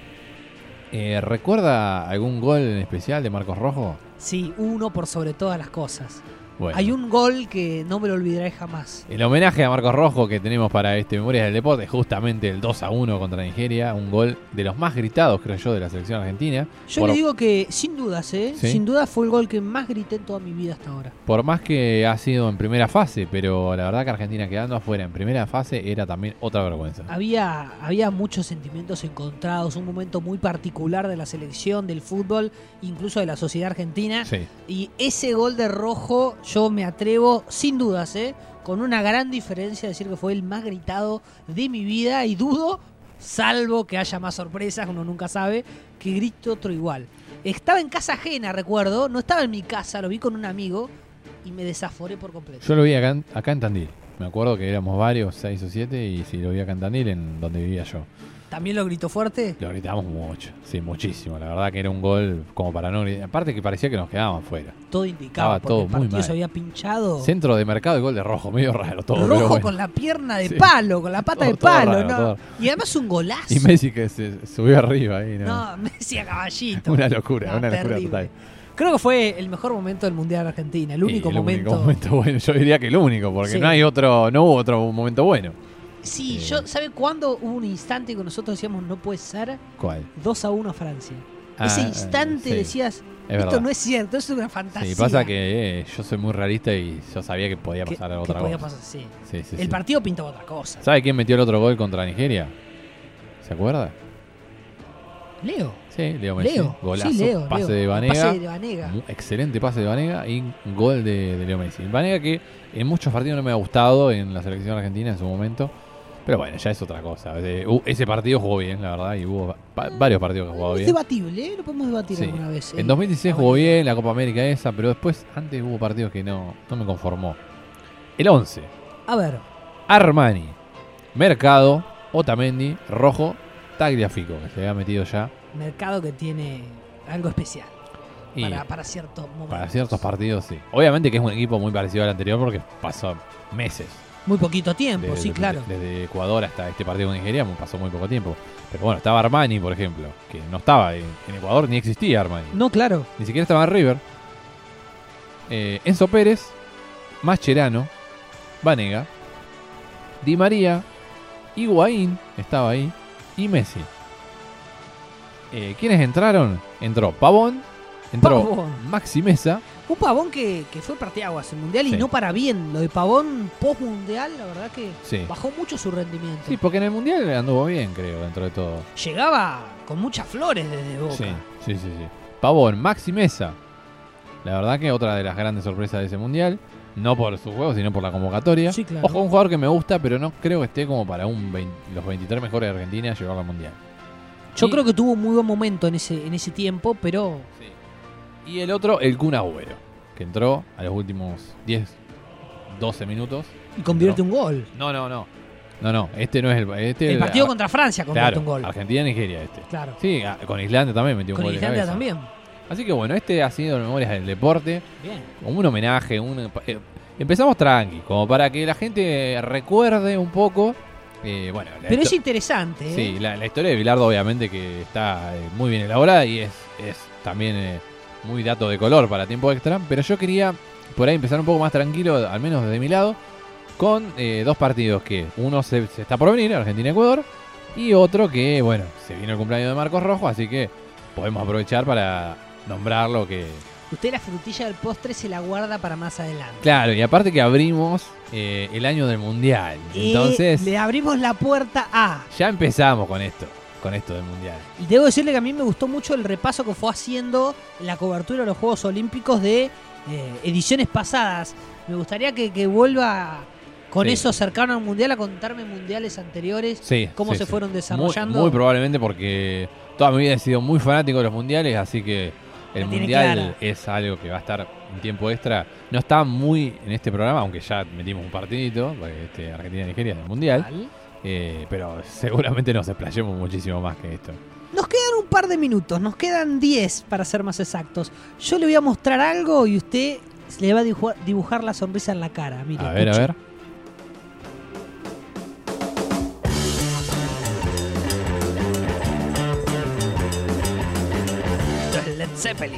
¿Recuerda algún gol en especial de Marcos Rojo? Sí, uno por sobre todas las cosas. Bueno. Hay un gol que no me lo olvidaré jamás. El homenaje a Marcos Rojo que tenemos para Memorias del Deporte es justamente el 2-1 contra Nigeria. Un gol de los más gritados, creo yo, de la selección argentina. Yo le digo que, sin dudas, ¿sí? Sin duda fue el gol que más grité en toda mi vida hasta ahora. Por más que ha sido en primera fase, pero la verdad que Argentina quedando afuera en primera fase era también otra vergüenza. Había muchos sentimientos encontrados, un momento muy particular de la selección, del fútbol, incluso de la sociedad argentina. Sí. Y ese gol de Rojo, yo me atrevo, sin dudas, con una gran diferencia, a decir que fue el más gritado de mi vida, y dudo, salvo que haya más sorpresas, uno nunca sabe, que grite otro igual. Estaba en casa ajena, recuerdo, no estaba en mi casa, lo vi con un amigo y me desaforé por completo. Yo lo vi acá en Tandil. Me acuerdo que éramos varios, 6 o 7, y sí, lo vi acá en Tandil, en donde vivía yo. ¿También lo gritó fuerte? Lo gritamos mucho, sí, muchísimo. La verdad que era un gol como para no gritar. Aparte que parecía que nos quedábamos fuera. Todo indicaba, Estaba porque todo el muy partido mal. se había pinchado. Centro de mercado y gol de Rojo, medio raro todo. Rojo pero bueno. con la pierna de Sí. palo, con la pata Todo- de todo palo, raro, ¿no? todo. Y además un golazo. Y Messi que se subió arriba ahí, ¿no? No, Messi a caballito. Una locura, No, una locura terrible. total. Creo que fue el mejor momento del Mundial de Argentina, el único Y el momento. único momento bueno, yo diría que el único, porque Sí. no hubo otro momento bueno. Sí, yo, ¿sabe cuándo hubo un instante que nosotros decíamos no puede ser? ¿Cuál? 2-1 Francia. Ah, Ese instante sí, decías, es esto verdad. no es cierto, esto es una fantasía. Sí, pasa que yo soy muy realista y yo sabía que podía Que- pasar que otra podía cosa. pasar, sí. Sí, sí, El sí. partido pintaba otra cosa. ¿Sabe quién metió el otro gol contra Nigeria? ¿Se acuerda? Leo. Sí, Leo Messi. Leo. Golazo, Sí, Leo. pase Leo. de El Vanega. Pase de Vanega. Excelente pase de Vanega y gol de Leo Messi. Vanega que en muchos partidos no me ha gustado en la selección argentina en su momento. Pero bueno, ya es otra cosa. Ese partido jugó bien, la verdad, y hubo varios partidos que jugó Es bien. debatible, ¿eh? Lo podemos debatir Sí. alguna vez. En 2016 jugó bien la Copa América esa, pero después antes hubo partidos que no me conformó. El 11. A ver, Armani, Mercado, Otamendi, Rojo, Tagliafico, que se había metido ya. mercado que tiene algo especial Y para ciertos momentos. para ciertos partidos, sí. Obviamente que es un equipo muy parecido al anterior porque pasó meses. Muy poquito tiempo, Desde- sí, claro. Desde Ecuador hasta este partido con Nigeria pasó muy poco tiempo. Pero bueno, estaba Armani, por ejemplo, que no estaba en Ecuador, ni existía Armani. No, claro. Ni siquiera estaba en River. Enzo Pérez, Mascherano, Vanega, Di María, Higuaín estaba ahí y Messi. ¿Quiénes entraron? Entró Pavón, entró Pavón. Maxi Mesa. Un Pavón que fue parteaguas en Mundial Sí. y no para bien. Lo de Pavón post-Mundial, la verdad que Sí. bajó mucho su rendimiento. Sí, porque en el Mundial anduvo bien, creo, dentro de todo. Llegaba con muchas flores desde Boca. Sí, sí, sí, sí. Pavón, Maxi Mesa. La verdad que otra de las grandes sorpresas de ese Mundial. No por su juego, sino por la convocatoria. Sí, claro. Ojo, un jugador que me gusta, pero no creo que esté como para los 23 mejores de Argentina llevarlo al Mundial. Yo Y- creo que tuvo un muy buen momento en ese tiempo, pero Y el otro, el Kun Agüero, que entró a los últimos 10, 12 minutos. y convierte Entró. un gol. No, este no es el... El partido contra Francia convierte claro, un gol. Argentina-Nigeria este. Claro. Sí, con Islandia también metió un Con gol de Islandia cabeza. también. Así que bueno, este ha sido Memorias del Deporte. Bien. Como un homenaje, empezamos tranqui, como para que la gente recuerde un poco. Bueno, Pero es interesante, ¿eh? sí, la historia de Bilardo obviamente que está muy bien elaborada y es también muy dato de color para tiempo extra. Pero yo quería por ahí empezar un poco más tranquilo, al menos desde mi lado, con dos partidos que uno se está por venir, Argentina-Ecuador, y otro que, bueno, se viene el cumpleaños de Marcos Rojo, así que podemos aprovechar para nombrarlo que... Usted la frutilla del postre se la guarda para más adelante. Claro, y aparte que abrimos el año del Mundial. Entonces, le abrimos la puerta a... ya empezamos con esto del Mundial. Y debo decirle que a mí me gustó mucho el repaso que fue haciendo la cobertura de los Juegos Olímpicos de ediciones pasadas. Me gustaría que vuelva con Sí. eso cercano al Mundial a contarme mundiales anteriores, Sí, cómo sí, se sí. fueron desarrollando. Muy probablemente porque toda mi vida he sido muy fanático de los mundiales, así que el La tiene mundial clara. es algo que va a estar en tiempo extra. No está muy en este programa, aunque ya metimos un partidito, porque Argentina-Nigeria del mundial, Tal. pero seguramente nos explayemos muchísimo más que esto. Nos quedan un par de minutos, nos quedan 10 para ser más exactos. Yo le voy a mostrar algo y usted le va a dibujar la sonrisa en la cara. Mire, A ver, escuche. a ver. Esto es Led Zeppelin.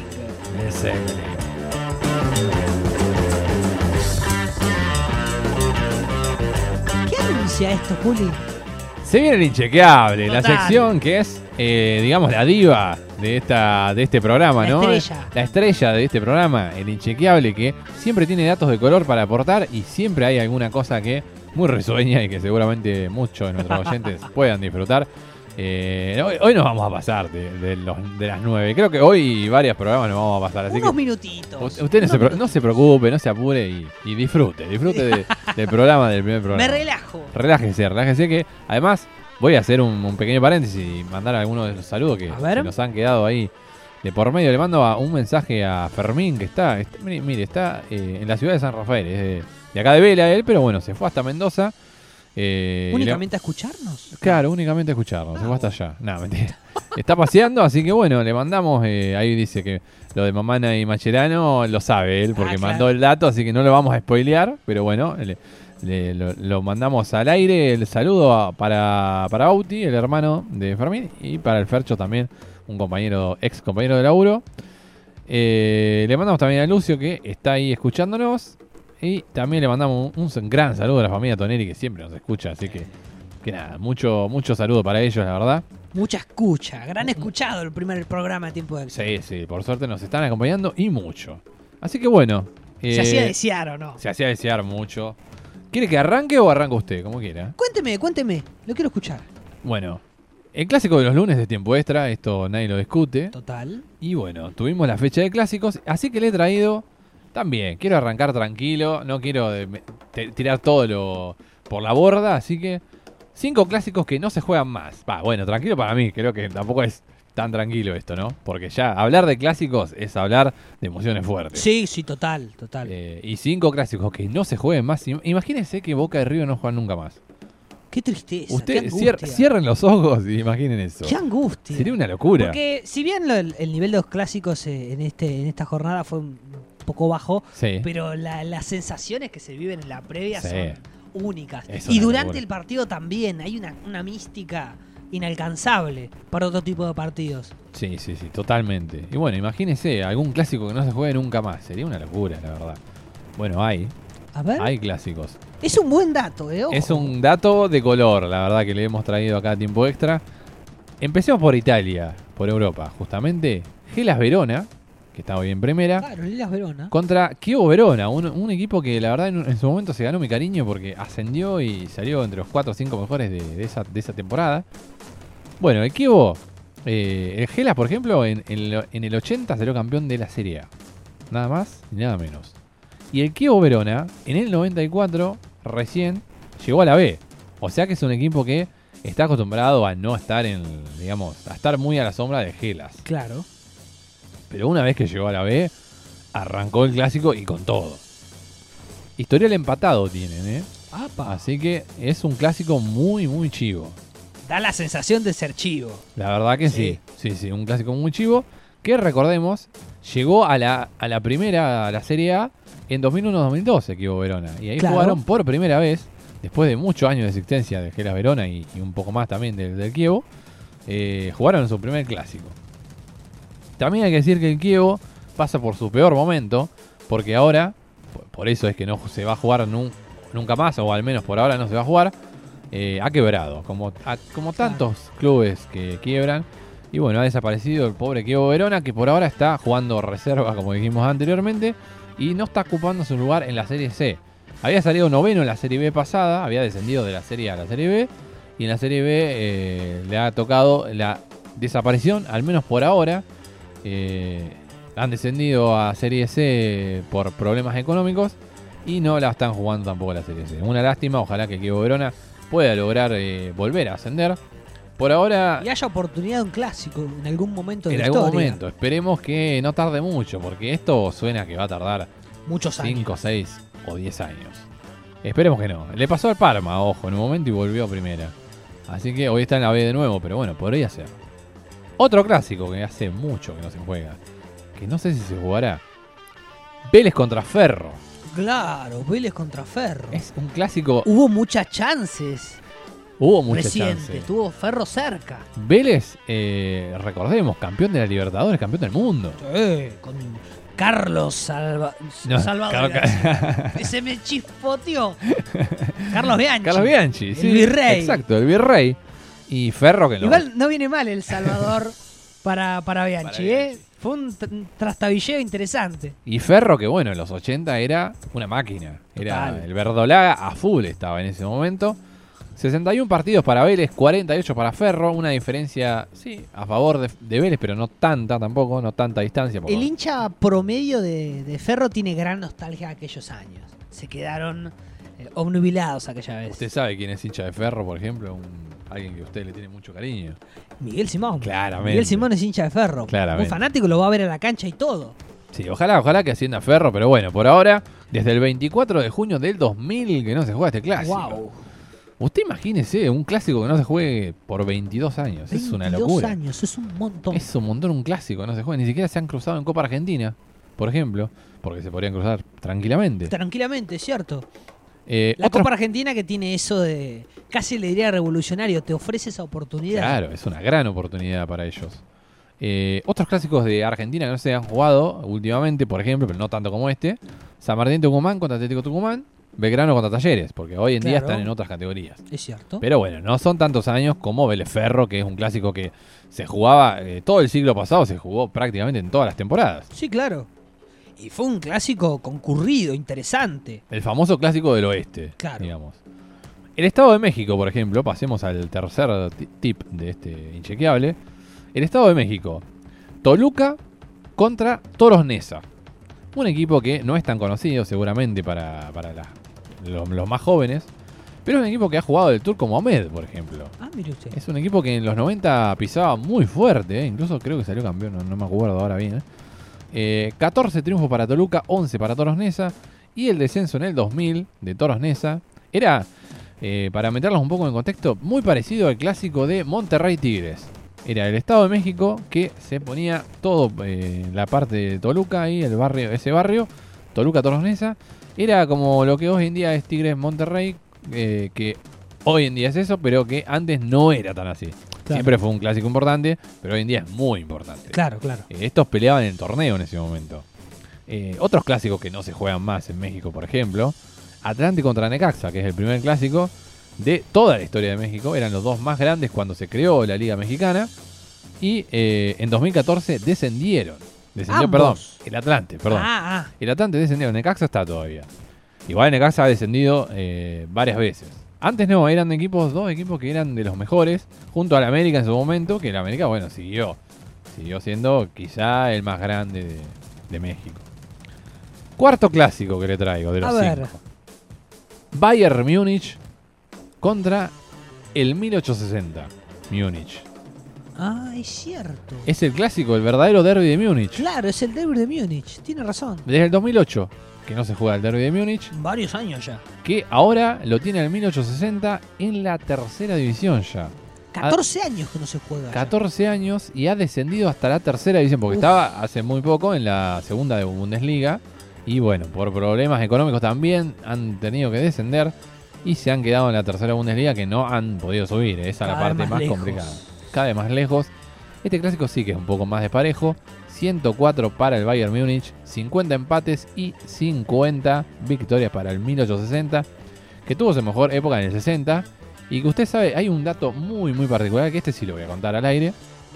¿Qué anuncia esto, Juli? Se viene el inchequeable, la Total. sección que es, digamos, la diva de este programa, La ¿no? estrella. La estrella de este programa, el inchequeable, que siempre tiene datos de color para aportar y siempre hay alguna cosa que muy risueña y que seguramente muchos de nuestros oyentes puedan disfrutar. Hoy nos vamos a pasar de las 9. Creo que hoy varios programas nos vamos a pasar. Así Unos que minutitos. usted no se preocupe, no se apure y disfrute del programa, del primer programa. Me relajo. Relájese que además voy a hacer un pequeño paréntesis y mandar algunos de los saludos que A ver. nos han quedado ahí de por medio. Le mando un mensaje a Fermín que está en la ciudad de San Rafael, es de acá de Vela él, pero bueno, se fue hasta Mendoza ¿Únicamente a escucharnos? Claro, únicamente a escucharnos. Se va hasta allá. No, mentira. Está paseando, así que bueno, le mandamos. Ahí dice que lo de Mamana y Macherano lo sabe él porque claro. mandó el dato, así que no lo vamos a spoilear. Pero bueno, lo mandamos al aire. El saludo para Bauti, el hermano de Fermín, y para el Fercho también, un compañero, ex compañero de laburo. Le mandamos también a Lucio, que está ahí escuchándonos. Y también le mandamos un gran saludo a la familia Toneri, que siempre nos escucha. Así que nada, mucho saludo para ellos, la verdad. Mucha escucha, gran escuchado el primer programa de Tiempo Extra. Sí, por suerte nos están acompañando y mucho. Así que bueno. ¿Se hacía desear o no? Se hacía desear mucho. ¿Quiere que arranque o arranca usted? Como quiera. Cuénteme, lo quiero escuchar. Bueno, el clásico de los lunes de Tiempo Extra, esto nadie lo discute. Total. Y bueno, tuvimos la fecha de clásicos, así que le he traído también. Quiero arrancar tranquilo, no quiero tirar todo por la borda, así que 5 clásicos que no se juegan más. Bueno, tranquilo para mí, creo que tampoco es tan tranquilo esto, ¿no? Porque ya hablar de clásicos es hablar de emociones fuertes. Sí, total. Y 5 clásicos que no se jueguen más. Imagínense que Boca y River no juegan nunca más. Qué tristeza. Ustedes cierren los ojos y imaginen eso. Qué angustia. Sería una locura. Porque si bien el nivel de los clásicos en esta jornada fue un poco bajo, Sí. pero las sensaciones que se viven en la previa Sí. son únicas. Es Y una durante locura. el partido también hay una mística inalcanzable para otro tipo de partidos. Sí, totalmente. Y bueno, imagínense algún clásico que no se juegue nunca más. Sería una locura, la verdad. Bueno, hay A ver, clásicos. es un buen dato, ojo. Es un dato de color, la verdad, que le hemos traído acá a Tiempo Extra. Empecemos por Italia, por Europa, justamente. Hellas Verona, que está hoy en primera, Claro, Hellas Verona. contra Chievo Verona, un equipo que la verdad en su momento se ganó mi cariño porque ascendió y salió entre los 4 o 5 mejores de esa temporada. Bueno, el Chievo, el Hellas, por ejemplo, en el 80 salió campeón de la Serie A. Nada más y nada menos. Y el Chievo Verona, en el 94, recién llegó a la B. O sea que es un equipo que está acostumbrado a no estar a estar muy a la sombra de Hellas. Claro. Pero una vez que llegó a la B, arrancó el clásico y con todo. Historial empatado tienen, Apa. Así que es un clásico muy, muy chivo. Da la sensación de ser chivo. La verdad que sí. Sí, un clásico muy chivo. Que recordemos, llegó a la primera, a la Serie A, en 2001-2012, Chievo Verona. Y ahí Claro. jugaron por primera vez, después de muchos años de existencia de Hellas Verona y un poco más también del Chievo, jugaron en su primer clásico. También hay que decir que el Chievo pasa por su peor momento, porque ahora, por eso es que no se va a jugar nunca más, o al menos por ahora no se va a jugar, ha quebrado, como tantos clubes que quiebran. Y bueno, ha desaparecido el pobre Chievo Verona, que por ahora está jugando reserva, como dijimos anteriormente, y no está ocupando su lugar en la Serie C. Había salido noveno en la Serie B pasada, había descendido de la Serie A a la Serie B, y en la Serie B le ha tocado la desaparición, al menos por ahora. Han descendido a Serie C por problemas económicos y no la están jugando tampoco la Serie C. Una lástima, ojalá que Chievo Verona pueda lograr volver a ascender. Por ahora, Y haya oportunidad de un clásico en algún momento de en la algún historia. momento, esperemos que no tarde mucho, porque esto suena que va a tardar Muchos años. 5, 6 o 10 años. Esperemos que no. Le pasó al Parma, ojo, en un momento y volvió a primera. Así que hoy está en la B de nuevo, pero bueno, podría ser. Otro clásico que hace mucho que no se juega, que no sé si se jugará. Vélez contra Ferro. Claro, Vélez contra Ferro. Es un clásico. Hubo muchas chances Hubo mucha reciente. chance. Tuvo Ferro cerca. Vélez, recordemos, campeón de la Libertadores, campeón del mundo. Con Carlos No, Salvador. Se me chispoteó. Carlos Bianchi. Carlos Bianchi, El sí. virrey. Exacto, el virrey. Y Ferro que Igual no viene mal El Salvador para Bianchi, Para Bianchi. Fue un trastabilleo interesante. Y Ferro, que bueno, en los 80 era una máquina. Era Total. el verdolaga a full estaba en ese momento. 61 partidos para Vélez, 48 para Ferro. Una diferencia, sí, a favor de Vélez, pero no tanta tampoco, no tanta distancia. El hincha promedio de Ferro tiene gran nostalgia de aquellos años. Se quedaron obnubilados aquella vez. ¿Usted sabe quién es hincha de Ferro, por ejemplo? Alguien que a usted le tiene mucho cariño. Miguel Simón. Claramente. Miguel Simón es hincha de Ferro. Claramente. Un fanático lo va a ver a la cancha y todo. Sí, ojalá que ascienda Ferro, pero bueno, por ahora, desde el 24 de junio del 2000 que no se juega este clásico. Wow. Usted imagínese un clásico que no se juegue por 22 años. Es una locura. 22 años, es un montón. Es un montón un clásico que no se juega. Ni siquiera se han cruzado en Copa Argentina, por ejemplo. Porque se podrían cruzar tranquilamente. Tranquilamente, cierto. La Copa Argentina que tiene eso de, casi le diría revolucionario, te ofrece esa oportunidad. Claro, es una gran oportunidad para ellos. Otros clásicos de Argentina que no se han jugado últimamente, por ejemplo, pero no tanto como este: San Martín Tucumán contra Atlético Tucumán, Belgrano contra Talleres, porque hoy en día están en otras categorías. Es cierto. Pero bueno, no son tantos años como Vélez Ferro, que es un clásico que se jugaba todo el siglo pasado, se jugó prácticamente en todas las temporadas. Sí, claro. Y fue un clásico concurrido, interesante. El famoso clásico del oeste, claro, digamos. El Estado de México, por ejemplo, pasemos al tercer tip de este inchequeable. El Estado de México, Toluca contra Toros Neza. Un equipo que no es tan conocido seguramente para los más jóvenes, pero es un equipo que ha jugado el Turco Mohamed, por ejemplo. Ah, mire usted. Es un equipo que en los 90 pisaba muy fuerte, incluso creo que salió campeón, no me acuerdo ahora bien. 14 triunfos para Toluca, 11 para Toros Neza, y el descenso en el 2000 de Toros Neza era, para meterlos un poco en contexto, muy parecido al clásico de Monterrey Tigres. Era el Estado de México que se ponía todo la parte de Toluca y el barrio, ese barrio, Toluca Toros Neza. Era como lo que hoy en día es Tigres Monterrey, que hoy en día es eso, pero que antes no era tan así. Claro. Siempre fue un clásico importante, pero hoy en día es muy importante. Claro, claro. Estos peleaban en el torneo en ese momento. Otros clásicos que no se juegan más en México, por ejemplo, Atlante contra Necaxa, que es el primer clásico de toda la historia de México. Eran los dos más grandes cuando se creó la Liga Mexicana. Y en 2014 descendieron. Descendió, perdón, el Atlante, perdón. El Atlante descendió, Necaxa está todavía. Igual Necaxa ha descendido varias veces. Antes no, eran dos equipos que eran de los mejores, junto al América en su momento, que el América, bueno, siguió siendo quizá el más grande de México. Cuarto clásico que le traigo de los 5. Bayern Múnich contra el 1860 Múnich. Ah, es cierto. Es el clásico, el verdadero derbi de Múnich. Claro, es el derbi de Múnich, tiene razón. Desde el 2008 que no se juega el derbi de Múnich. Varios años ya. Que ahora lo tiene el 1860 en la tercera división ya. 14 años que no se juega. 14 ya. Años y ha descendido hasta la tercera división, porque estaba hace muy poco en la segunda de Bundesliga. Y bueno, por problemas económicos también han tenido que descender y se han quedado en la tercera Bundesliga, que no han podido subir. Esa es la parte más complicada. Cada vez más lejos. Este clásico sí que es un poco más desparejo. 104 para el Bayern Múnich, 50 empates y 50 victorias para el 1860, que tuvo su mejor época en el 60. Y que usted sabe, hay un dato muy muy particular, que este sí lo voy a contar al aire.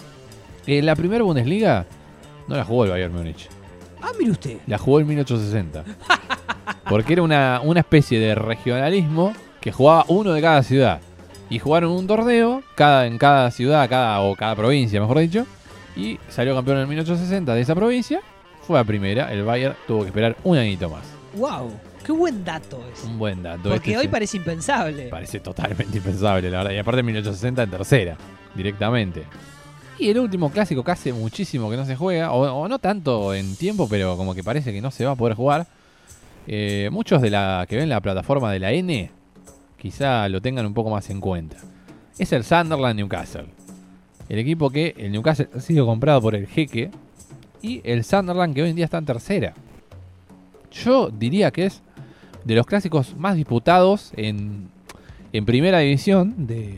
La primera Bundesliga no la jugó el Bayern Múnich. Ah, mire usted. La jugó el 1860. Porque era una especie de regionalismo que jugaba uno de cada ciudad. Y jugaron un torneo en cada ciudad, cada provincia, mejor dicho. Y salió campeón en el 1860 de esa provincia. Fue a primera. El Bayern tuvo que esperar un añito más. ¡Wow! ¡Qué buen dato es! Un buen dato. Porque hoy parece impensable. Parece totalmente impensable, la verdad. Y aparte en 1860 en tercera, directamente. Y el último clásico que hace muchísimo que no se juega, o no tanto en tiempo, pero como que parece que no se va a poder jugar. Muchos de la que ven la plataforma de la N quizá lo tengan un poco más en cuenta. Es el Sunderland Newcastle. El equipo que el Newcastle ha sido comprado por el Jeque. Y el Sunderland que hoy en día está en tercera. Yo diría que es de los clásicos más disputados en primera división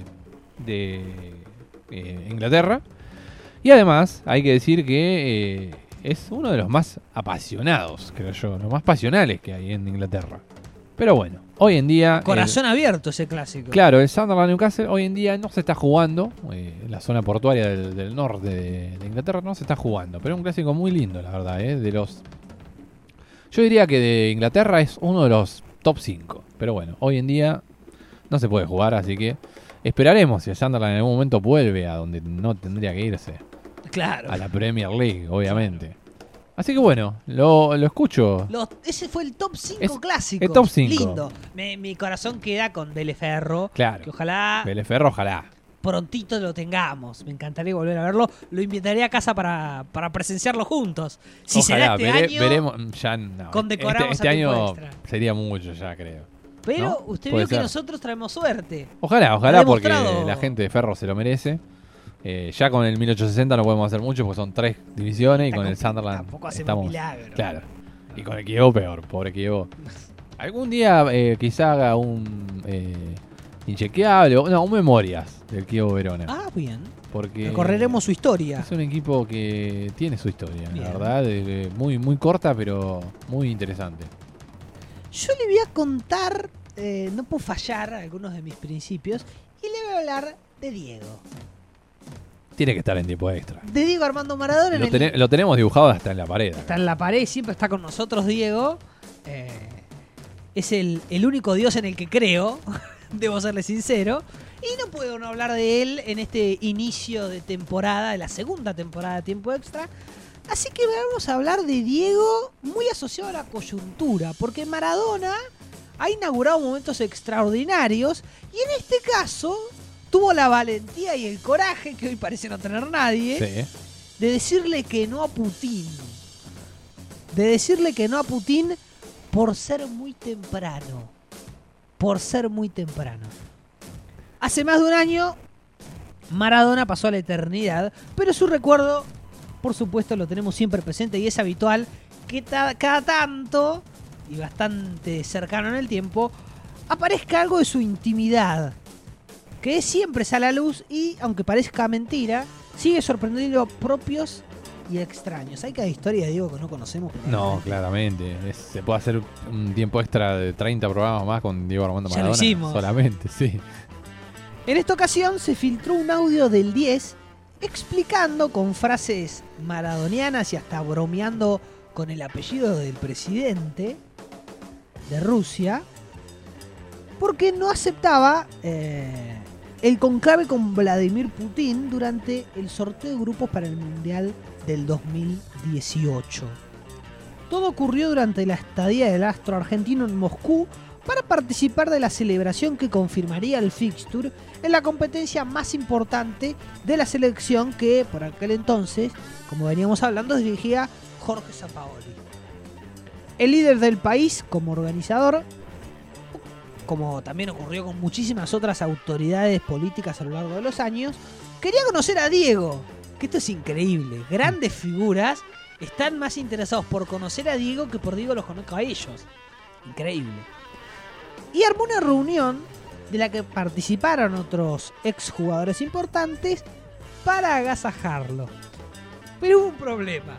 de Inglaterra. Y además hay que decir que es uno de los más apasionados, creo yo, los más pasionales que hay en Inglaterra. Pero bueno, hoy en día... Corazón abierto ese clásico. Claro, el Sunderland Newcastle hoy en día no se está jugando. En la zona portuaria del norte de Inglaterra no se está jugando. Pero es un clásico muy lindo, la verdad. Yo diría que de Inglaterra es uno de los top 5. Pero bueno, hoy en día no se puede jugar, así que esperaremos si el Sunderland en algún momento vuelve a donde no tendría que irse. Claro. A la Premier League, obviamente. Claro. Así que bueno, lo escucho. Ese fue el top 5 clásico. El top 5. Lindo. Mi corazón queda con Vélez Ferro. Claro. Que ojalá... Vélez Ferro, ojalá. Prontito lo tengamos. Me encantaría volver a verlo. Lo invitaría a casa para presenciarlo juntos. Si ojalá, será este año, veremos. Ya no. condecoramos este a año extra. Sería mucho ya, creo. Pero ¿no? usted Puede vio que ser. nosotros traemos suerte. Ojalá, Ha porque demostrado. la gente de Ferro se lo merece. Ya con el 1860 no podemos hacer mucho porque son 3 divisiones y Está con el complicado, Sunderland tampoco hacemos estamos. milagro. Claro. Y con el Kievo peor, pobre Kievo. Algún día quizá haga un inchequeable, no, un memorias del Kievo Verona. Ah, bien. Porque Recorreremos su historia. es un equipo que tiene su historia, Bien. la verdad, muy, muy corta pero muy interesante. Yo le voy a contar, no puedo fallar algunos de mis principios, y le voy a hablar de Diego. Tiene que estar en tiempo extra. De Diego Armando Maradona. Lo tenemos dibujado hasta en la pared. Está en la pared, siempre está con nosotros Diego. Es el único Dios en el que creo, debo serle sincero. Y no puedo no hablar de él en este inicio de temporada, de la segunda temporada de Tiempo Extra. Así que vamos a hablar de Diego muy asociado a la coyuntura, porque Maradona ha inaugurado momentos extraordinarios y en este caso tuvo la valentía y el coraje, que hoy parece no tener nadie, Sí. de decirle que no a Putin. De decirle que no a Putin por ser muy temprano. Por ser muy temprano. Hace más de un año, Maradona pasó a la eternidad, pero su recuerdo, por supuesto, lo tenemos siempre presente y es habitual que cada tanto, y bastante cercano en el tiempo, aparezca algo de su intimidad, que siempre sale a la luz y, aunque parezca mentira, sigue sorprendiendo a propios y extraños. Hay cada historia de Diego que no conocemos. No, claramente. Se puede hacer un tiempo extra de 30 programas más con Diego Armando Ya lo Maradona. hicimos. Solamente, sí. En esta ocasión se filtró un audio del 10 explicando con frases maradonianas y hasta bromeando con el apellido del presidente de Rusia, porque no aceptaba el conclave con Vladimir Putin durante el sorteo de grupos para el Mundial del 2018. Todo ocurrió durante la estadía del astro argentino en Moscú para participar de la celebración que confirmaría el fixture en la competencia más importante de la selección que por aquel entonces, como veníamos hablando, dirigía Jorge Sampaoli. El líder del país como organizador, como también ocurrió con muchísimas otras autoridades políticas a lo largo de los años, quería conocer a Diego, que esto es increíble. Grandes figuras están más interesados por conocer a Diego que por Diego los conozco a ellos. Increíble. Y armó una reunión de la que participaron otros exjugadores importantes para agasajarlo. Pero hubo un problema.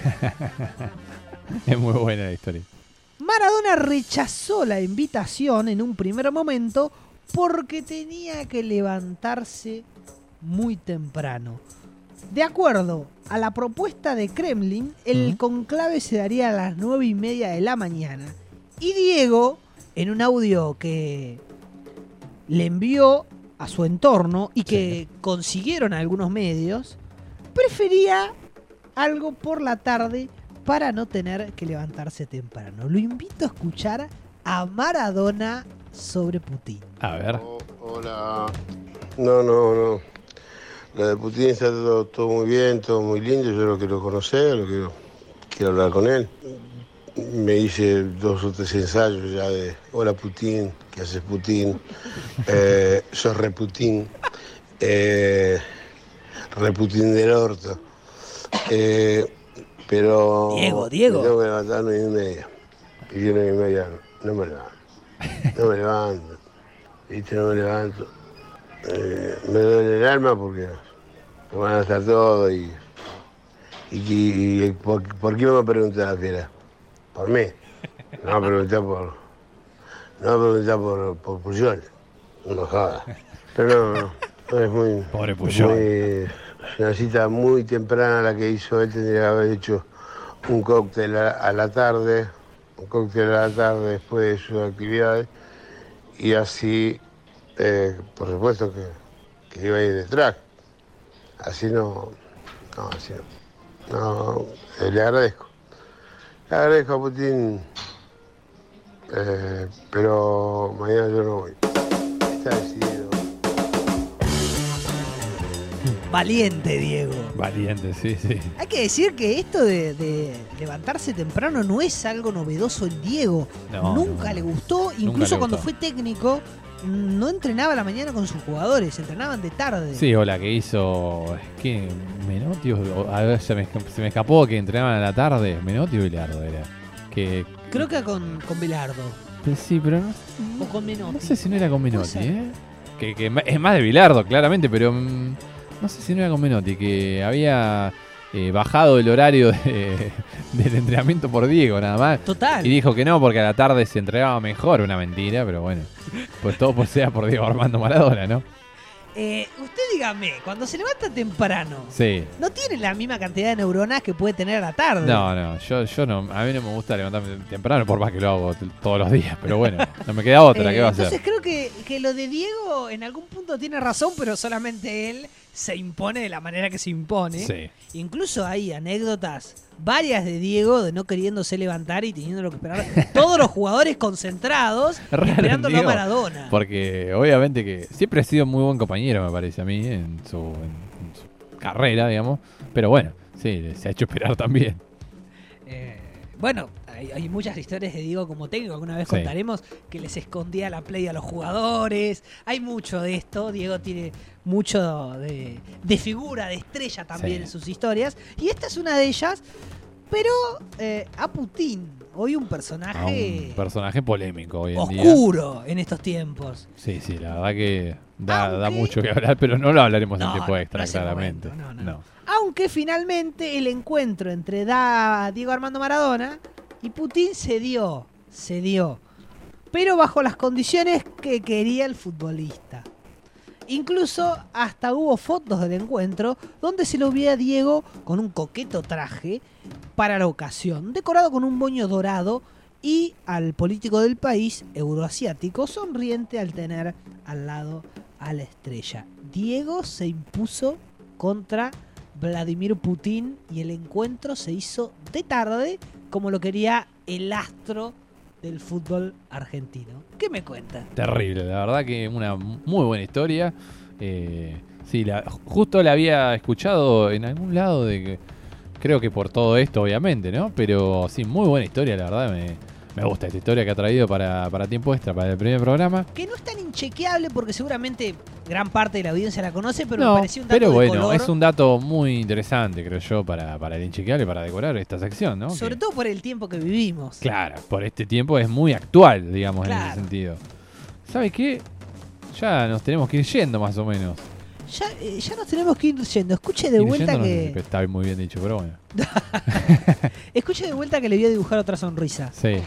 Es muy buena la historia. Maradona rechazó la invitación en un primer momento porque tenía que levantarse muy temprano. De acuerdo a la propuesta de Kremlin, el conclave se daría a las 9:30 de la mañana. Y Diego, en un audio que le envió a su entorno y que consiguieron algunos medios, prefería algo por la tarde para no tener que levantarse temprano. Lo invito a escuchar a Maradona sobre Putin. A ver. Hola. No. Lo de Putin está todo muy bien, todo muy lindo. Yo lo quiero conocer, quiero hablar con él. Me hice 2 o 3 ensayos ya de hola Putin, ¿qué haces Putin? Sos re Putin. Re Putin del orto. Pero Diego. me tengo que levantar a 9:30. Y yo 9:30 no me levanto. No me levanto. ¿Viste? No me levanto. Me duele el alma porque me van a estar todo y ¿por qué me va a preguntar la fiera? Por mí. No va a preguntar por Puyol. No jodas. Pero no, es muy... Pobre Puyol. Es una cita muy temprana la que hizo él. Tendría que haber hecho un cóctel a la tarde. Un cóctel a la tarde después de sus actividades. Y así, por supuesto que iba a ir de track. Así no, le agradezco. Le agradezco a Putin, pero mañana yo no voy. Está decidido. Valiente, Diego. Valiente, sí. Hay que decir que esto de levantarse temprano no es algo novedoso en Diego. Nunca le gustó. Incluso cuando fue técnico, no entrenaba a la mañana con sus jugadores, entrenaban de tarde. Sí, o la que hizo. ¿Qué? Menotti. A ver, se me escapó que entrenaban a la tarde. Menotti o Bilardo era. Creo que con Bilardo. Sí, pero no. O con Menotti. No sé si no era con Menotti, Que es más de Bilardo, claramente, pero no sé si no era con Menotti, que había bajado el horario del entrenamiento por Diego, nada más. Total. Y dijo que no, porque a la tarde se entrenaba mejor, una mentira, pero bueno. Pues todo sea por Diego Armando Maradona, ¿no? Usted dígame, cuando se levanta temprano, sí, no tiene la misma cantidad de neuronas que puede tener a la tarde. No, yo no, a mí no me gusta levantarme temprano, por más que lo hago todos los días, pero bueno, no me queda otra, ¿qué va a hacer? Entonces creo que lo de Diego en algún punto tiene razón, pero solamente él se impone de la manera que se impone. Sí. Incluso hay anécdotas varias de Diego de no queriéndose levantar y teniendo que esperar todos los jugadores concentrados esperándolo a Maradona. Porque obviamente que siempre ha sido muy buen compañero, me parece a mí, en su carrera, digamos. Pero bueno, sí, se ha hecho esperar también. Bueno, hay muchas historias de Diego como técnico, alguna vez contaremos, que les escondía la play a los jugadores. Hay mucho de esto, Diego tiene mucho de figura, de estrella también en sus historias. Y esta es una de ellas, pero a Putin, hoy un personaje... Un personaje polémico hoy en día. Oscuro en estos tiempos. Sí, la verdad que da mucho que hablar, pero no lo hablaremos en tiempo extra, claramente. No. Aunque finalmente el encuentro entre Diego Armando Maradona y Putin se dio, pero bajo las condiciones que quería el futbolista. Incluso hasta hubo fotos del encuentro donde se lo veía a Diego con un coqueto traje para la ocasión, decorado con un moño dorado, y al político del país euroasiático sonriente al tener al lado a la estrella. Diego se impuso contra Vladimir Putin y el encuentro se hizo de tarde, como lo quería el astro del fútbol argentino. ¿Qué me cuenta? Terrible, la verdad que una muy buena historia. Sí, justo la había escuchado en algún lado, creo que por todo esto, obviamente, ¿no? Pero sí, muy buena historia, la verdad. Me gusta esta historia que ha traído para Tiempo Extra, para el primer programa. Que no es tan inchequeable porque seguramente gran parte de la audiencia la conoce, pero me pareció un dato pero bueno, de color. Es un dato muy interesante, creo yo, para el inchequeable, para decorar esta sección, ¿no? Sobre todo por el tiempo que vivimos. Claro, por este tiempo es muy actual, digamos, en ese sentido. ¿Sabe qué? Ya nos tenemos que ir yendo, más o menos. Ya nos tenemos que ir yendo. Escuche de vuelta que... No, está muy bien dicho, pero bueno. Escuche de vuelta que le voy a dibujar otra sonrisa. Sí.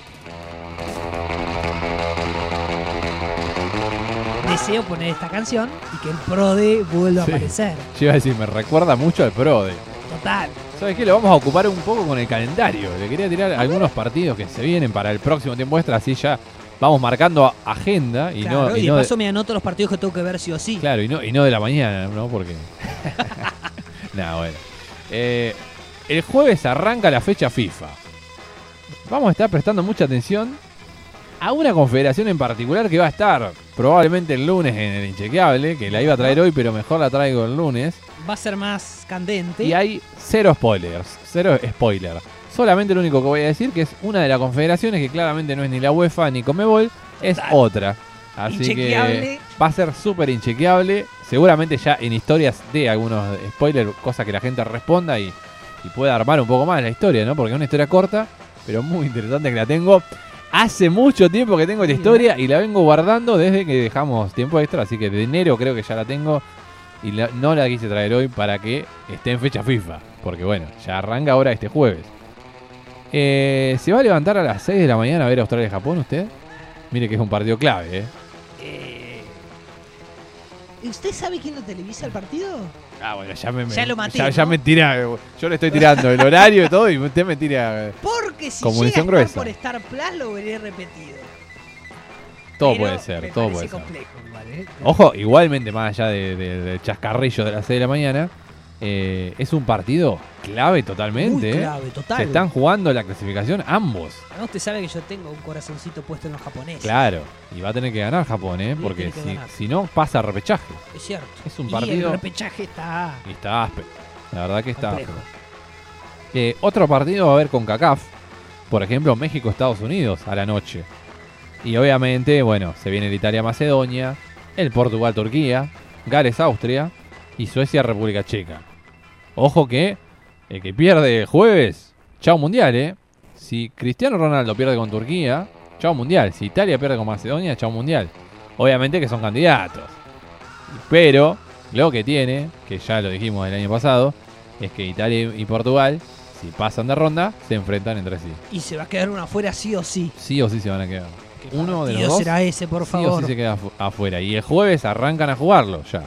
Deseo poner esta canción y que el Prode vuelva a aparecer. Yo iba a decir, me recuerda mucho al Prode. Total. ¿Sabes qué? Lo vamos a ocupar un poco con el calendario. Le quería tirar algunos partidos que se vienen para el próximo Tiempo Extra, así ya vamos marcando agenda. Y claro, no, y de paso me anoto los partidos que tengo que ver sí o sí. Claro, y no de la mañana, ¿no? Porque... bueno. El jueves arranca la fecha FIFA. Vamos a estar prestando mucha atención a una confederación en particular que va a estar probablemente el lunes en el Inchequeable, que la iba a traer hoy, pero mejor la traigo el lunes. Va a ser más candente. Y hay cero spoilers. Solamente lo único que voy a decir que es una de las confederaciones que claramente no es ni la UEFA ni Conmebol, es otra. Así que va a ser súper inchequeable. Seguramente ya en historias de algunos spoilers, cosa que la gente responda y pueda armar un poco más la historia, ¿no? Porque es una historia corta, pero muy interesante, que la tengo. Hace mucho tiempo que tengo esta historia y la vengo guardando desde que dejamos Tiempo Extra, así que de enero creo que ya la tengo y no la quise traer hoy para que esté en fecha FIFA, porque bueno, ya arranca ahora este jueves. ¿Se va a levantar a las 6 de la mañana a ver Australia-Japón usted? Mire que es un partido clave, ¿Usted sabe quién lo televisa el partido? Bueno, ya lo maté, ya me tira. Yo le estoy tirando el horario y todo y usted me tira. Porque si como llega a gruesa. estar por Star Plus lo veré repetido. Todo pero puede ser, todo puede ser. Complejo, ¿vale? Ojo, igualmente más allá del chascarrillo de las 6 de la mañana, es un partido clave totalmente. Muy clave, total. Se están jugando la clasificación ambos. No, usted sabe que yo tengo un corazoncito puesto en los japoneses. Claro, y va a tener que ganar Japón, Sí, porque tiene que ganar. si no pasa repechaje. Es cierto. Es un Y partido el repechaje está y está áspero. La verdad que está complejo. áspero. Otro partido va a haber con CONCACAF. Por ejemplo, México-Estados Unidos a la noche. Y obviamente, bueno, se viene el Italia-Macedonia, el Portugal-Turquía, Gales-Austria y Suecia-República Checa. Ojo que el que pierde el jueves, chao mundial, ¿eh? Si Cristiano Ronaldo pierde con Turquía, chao mundial. Si Italia pierde con Macedonia, chao mundial. Obviamente que son candidatos. Pero lo que tiene, que ya lo dijimos el año pasado, es que Italia y Portugal, si pasan de ronda, se enfrentan entre sí. Y se va a quedar una afuera sí o sí. Sí o sí se van a quedar. ¿Qué Uno de los partido dos será ese, por sí favor? o sí se queda afuera. Y el jueves arrancan a jugarlo ya.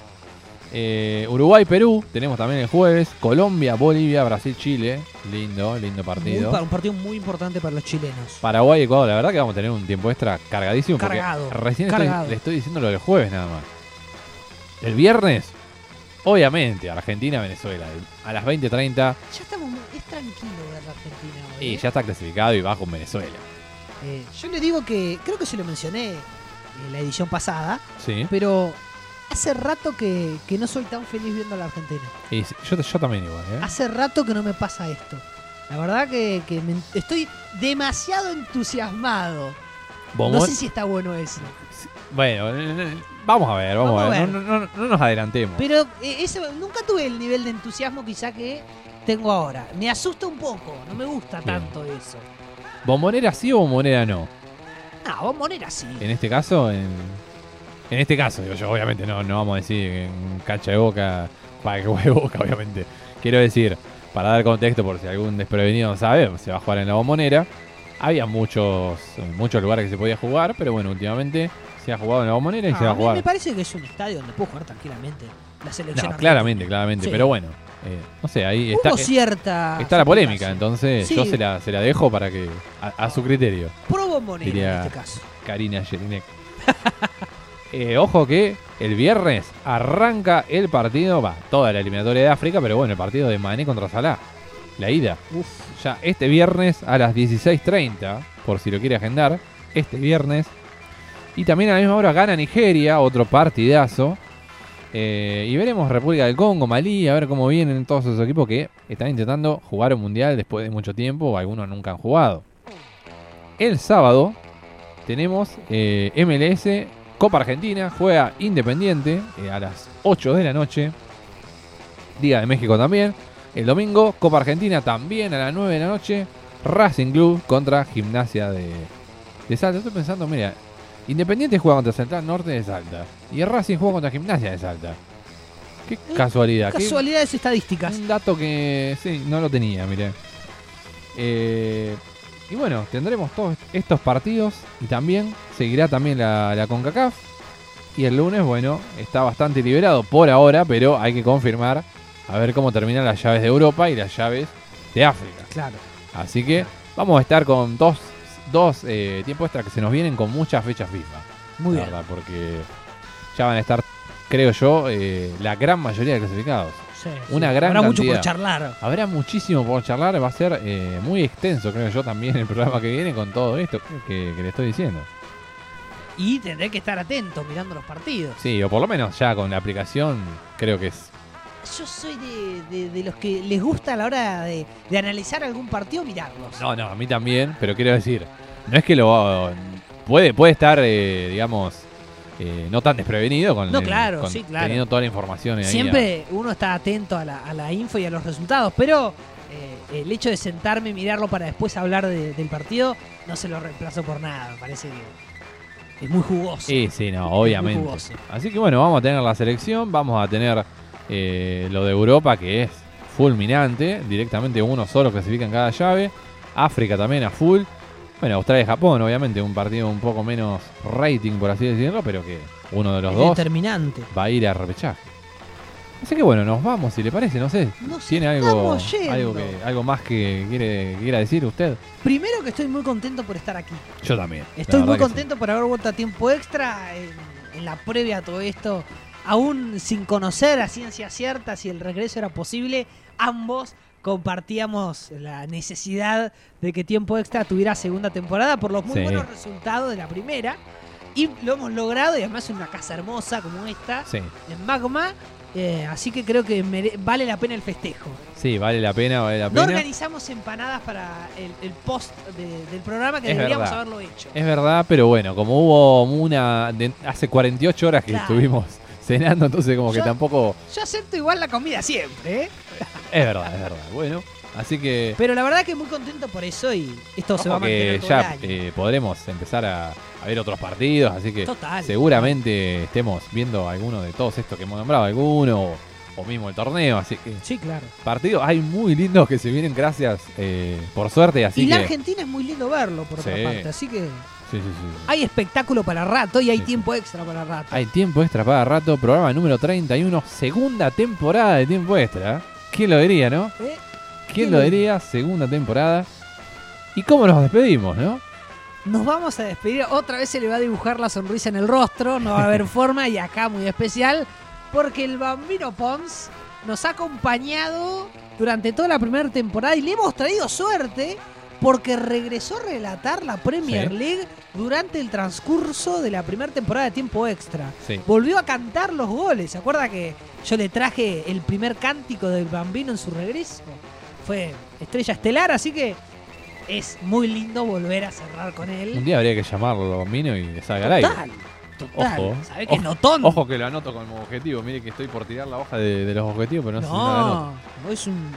Uruguay-Perú, tenemos también el jueves. Colombia, Bolivia, Brasil, Chile. Lindo partido. Un partido muy importante para los chilenos. Paraguay, Ecuador. La verdad que vamos a tener un tiempo extra cargadísimo. Cargado, Porque recién cargado. le estoy diciendo lo del jueves nada más. El viernes, obviamente, Argentina, Venezuela. A las 20:30. Ya estamos es tranquilo ver la Argentina hoy. Y ya está clasificado y va con Venezuela. Yo le digo que, creo que se lo mencioné en la edición pasada, Sí. pero hace rato que no soy tan feliz viendo a la Argentina. Y yo también igual, ¿eh? Hace rato que no me pasa esto. La verdad que estoy demasiado entusiasmado. No Bombón- sé si está bueno eso. Bueno, vamos a ver, vamos a ver. ver. No nos adelantemos. Pero nunca tuve el nivel de entusiasmo quizá que tengo ahora. Me asusta un poco, no me gusta Bien. tanto eso. ¿Bombonera sí o bombonera no? No, Bombonera sí. En este caso, en este caso, digo yo, obviamente no vamos a decir en cancha de Boca, para que juegue Boca, obviamente. Quiero decir, para dar contexto, por si algún desprevenido no sabe, se va a jugar en la Bombonera. Había muchos lugares que se podía jugar, pero bueno, últimamente se ha jugado en la Bombonera y se va a A mí jugar. me parece que es un estadio donde puedo jugar tranquilamente la selección. No, argentina. claramente, Sí. pero bueno, no sé, ahí está, Hubo cierta la polémica, entonces Sí. yo se la dejo para que, a su criterio, Pro Bombonera diría- en este caso. Karina Jelinek. Ojo que el viernes arranca el partido, toda la eliminatoria de África, pero bueno, el partido de Mané contra Salah, la ida. Uf. Ya este viernes a las 16:30, por si lo quiere agendar, este viernes. Y también a la misma hora gana Nigeria, otro partidazo. Y veremos República del Congo, Malí, a ver cómo vienen todos esos equipos que están intentando jugar un mundial después de mucho tiempo, o algunos nunca han jugado. El sábado tenemos MLS, Copa Argentina, juega Independiente a las 8 de la noche. Liga de México también. El domingo, Copa Argentina también a las 9 de la noche. Racing Club contra Gimnasia de Salta. Estoy pensando, mira, Independiente juega contra Central Norte de Salta. Y el Racing juega contra Gimnasia de Salta. Qué casualidad. qué- Casualidades estadísticas. un dato que sí, no lo tenía, miré. Y bueno, tendremos todos estos partidos y también seguirá también la CONCACAF. Y el lunes, bueno, está bastante liberado por ahora, pero hay que confirmar a ver cómo terminan las llaves de Europa y las llaves de África. Claro. Así que vamos a estar con dos tiempos extra que se nos vienen con muchas fechas FIFA. Muy la bien. verdad, porque ya van a estar, creo yo, la gran mayoría de clasificados. Sí, Una gran Habrá mucho por cantidad. charlar. Habrá muchísimo por charlar, va a ser muy extenso, creo yo, también el programa que viene con todo esto que le estoy diciendo. Y tendré que estar atento mirando los partidos. Sí, o por lo menos ya con la aplicación, creo que es. Yo soy de los que les gusta a la hora de analizar algún partido mirarlos. No, a mí también, pero quiero decir, no es que lo. Puede estar, digamos, no tan desprevenido con, No, claro, sí, claro. teniendo toda la información ahí. Siempre uno está atento a la info y a los resultados, pero el hecho de sentarme y mirarlo para después hablar del partido no se lo reemplazo por nada. Me parece que es muy jugoso. Sí, no, Es muy obviamente. jugoso. Así que bueno, vamos a tener la selección, vamos a tener lo de Europa, que es fulminante, directamente uno solo clasifica en cada llave. África también a full. Bueno, Australia y Japón, obviamente, un partido un poco menos rating, por así decirlo, pero que uno de los Es dos determinante. va a ir a repechaje. Así que bueno, nos vamos, si le parece, no sé. Nos ¿Tiene algo estamos yendo. algo más que quiera decir usted? Primero que estoy muy contento por estar aquí. Yo también. Estoy la muy verdad que contento por haber vuelto a tiempo extra en la previa a todo esto. aún sin conocer a ciencia cierta si el regreso era posible, ambos compartíamos la necesidad de que Tiempo Extra tuviera segunda temporada por los muy buenos resultados de la primera. Y lo hemos logrado, y además en una casa hermosa como esta, en Magma. Así que creo que vale la pena el festejo. Sí, vale la pena, No organizamos empanadas para el post del programa, que deberíamos haberlo hecho. Es verdad, pero bueno, como hubo hace 48 horas que estuvimos cenando, entonces como que tampoco... Yo acepto igual la comida siempre, ¿eh? Es verdad. Bueno, así que... Pero la verdad que muy contento por eso, y esto se va a mantener todo el año. Podremos empezar a ver otros partidos, así que seguramente estemos viendo alguno de todos estos que hemos nombrado, alguno o mismo el torneo, así que... Sí, claro. Partidos hay muy lindos que se vienen, gracias, por suerte, así y que... la Argentina es muy lindo verlo, por otra parte, así que... Sí. Hay espectáculo para rato y hay tiempo extra para rato. Hay tiempo extra para rato, programa número 31, segunda temporada de Tiempo Extra. ¿Quién lo diría, no? ¿Quién lo diría? Segunda temporada. ¿Y cómo nos despedimos, no? Nos vamos a despedir. Otra vez se le va a dibujar la sonrisa en el rostro. No va a haber forma. Y acá muy especial, porque el Bambino Pons nos ha acompañado durante toda la primera temporada. Y le hemos traído suerte, porque regresó a relatar la Premier League durante el transcurso de la primera temporada de Tiempo Extra. Volvió a cantar los goles. ¿Se acuerda que yo le traje el primer cántico del Bambino en su regreso? Fue estrella estelar, así que es muy lindo volver a cerrar con él. Un día habría que llamarlo Bambino y le salga al aire. Total. Ojo, ¿Sabés que notón? Ojo que lo anoto como objetivo. Mire que estoy por tirar la hoja de los objetivos, pero no sé si no la anoto. No, es un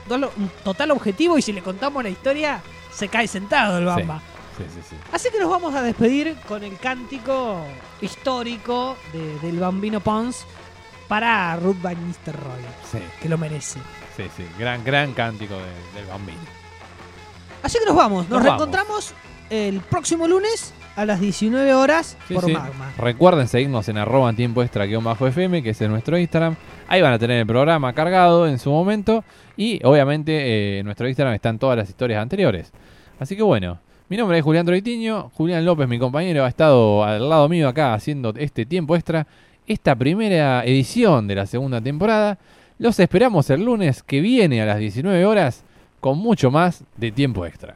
total objetivo, y si le contamos la historia, se cae sentado el Bamba. Sí. Así que nos vamos a despedir con el cántico histórico del Bambino Pons para Ruth Van Nistelrooy, que lo merece. Sí, gran cántico del Bambino. Así que nos vamos, nos reencontramos el próximo lunes a las 19 horas por Magma. Recuerden seguirnos en @tiempoextra_fm, que ese es nuestro Instagram. Ahí van a tener el programa cargado en su momento. Y obviamente en nuestro Instagram están todas las historias anteriores. Así que bueno, mi nombre es Julián Troitiño. Julián López, mi compañero, ha estado al lado mío acá haciendo este Tiempo Extra, esta primera edición de la segunda temporada. Los esperamos el lunes que viene a las 19 horas con mucho más de Tiempo Extra.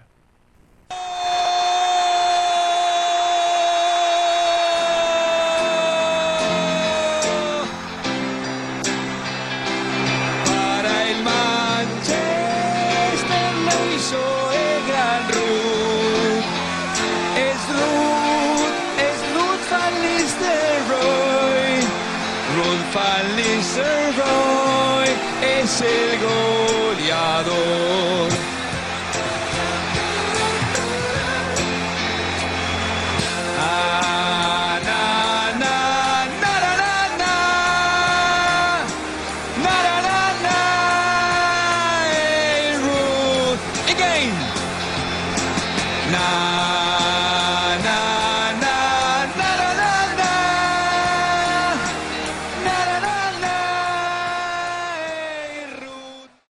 Van Nistelrooy es el goleador.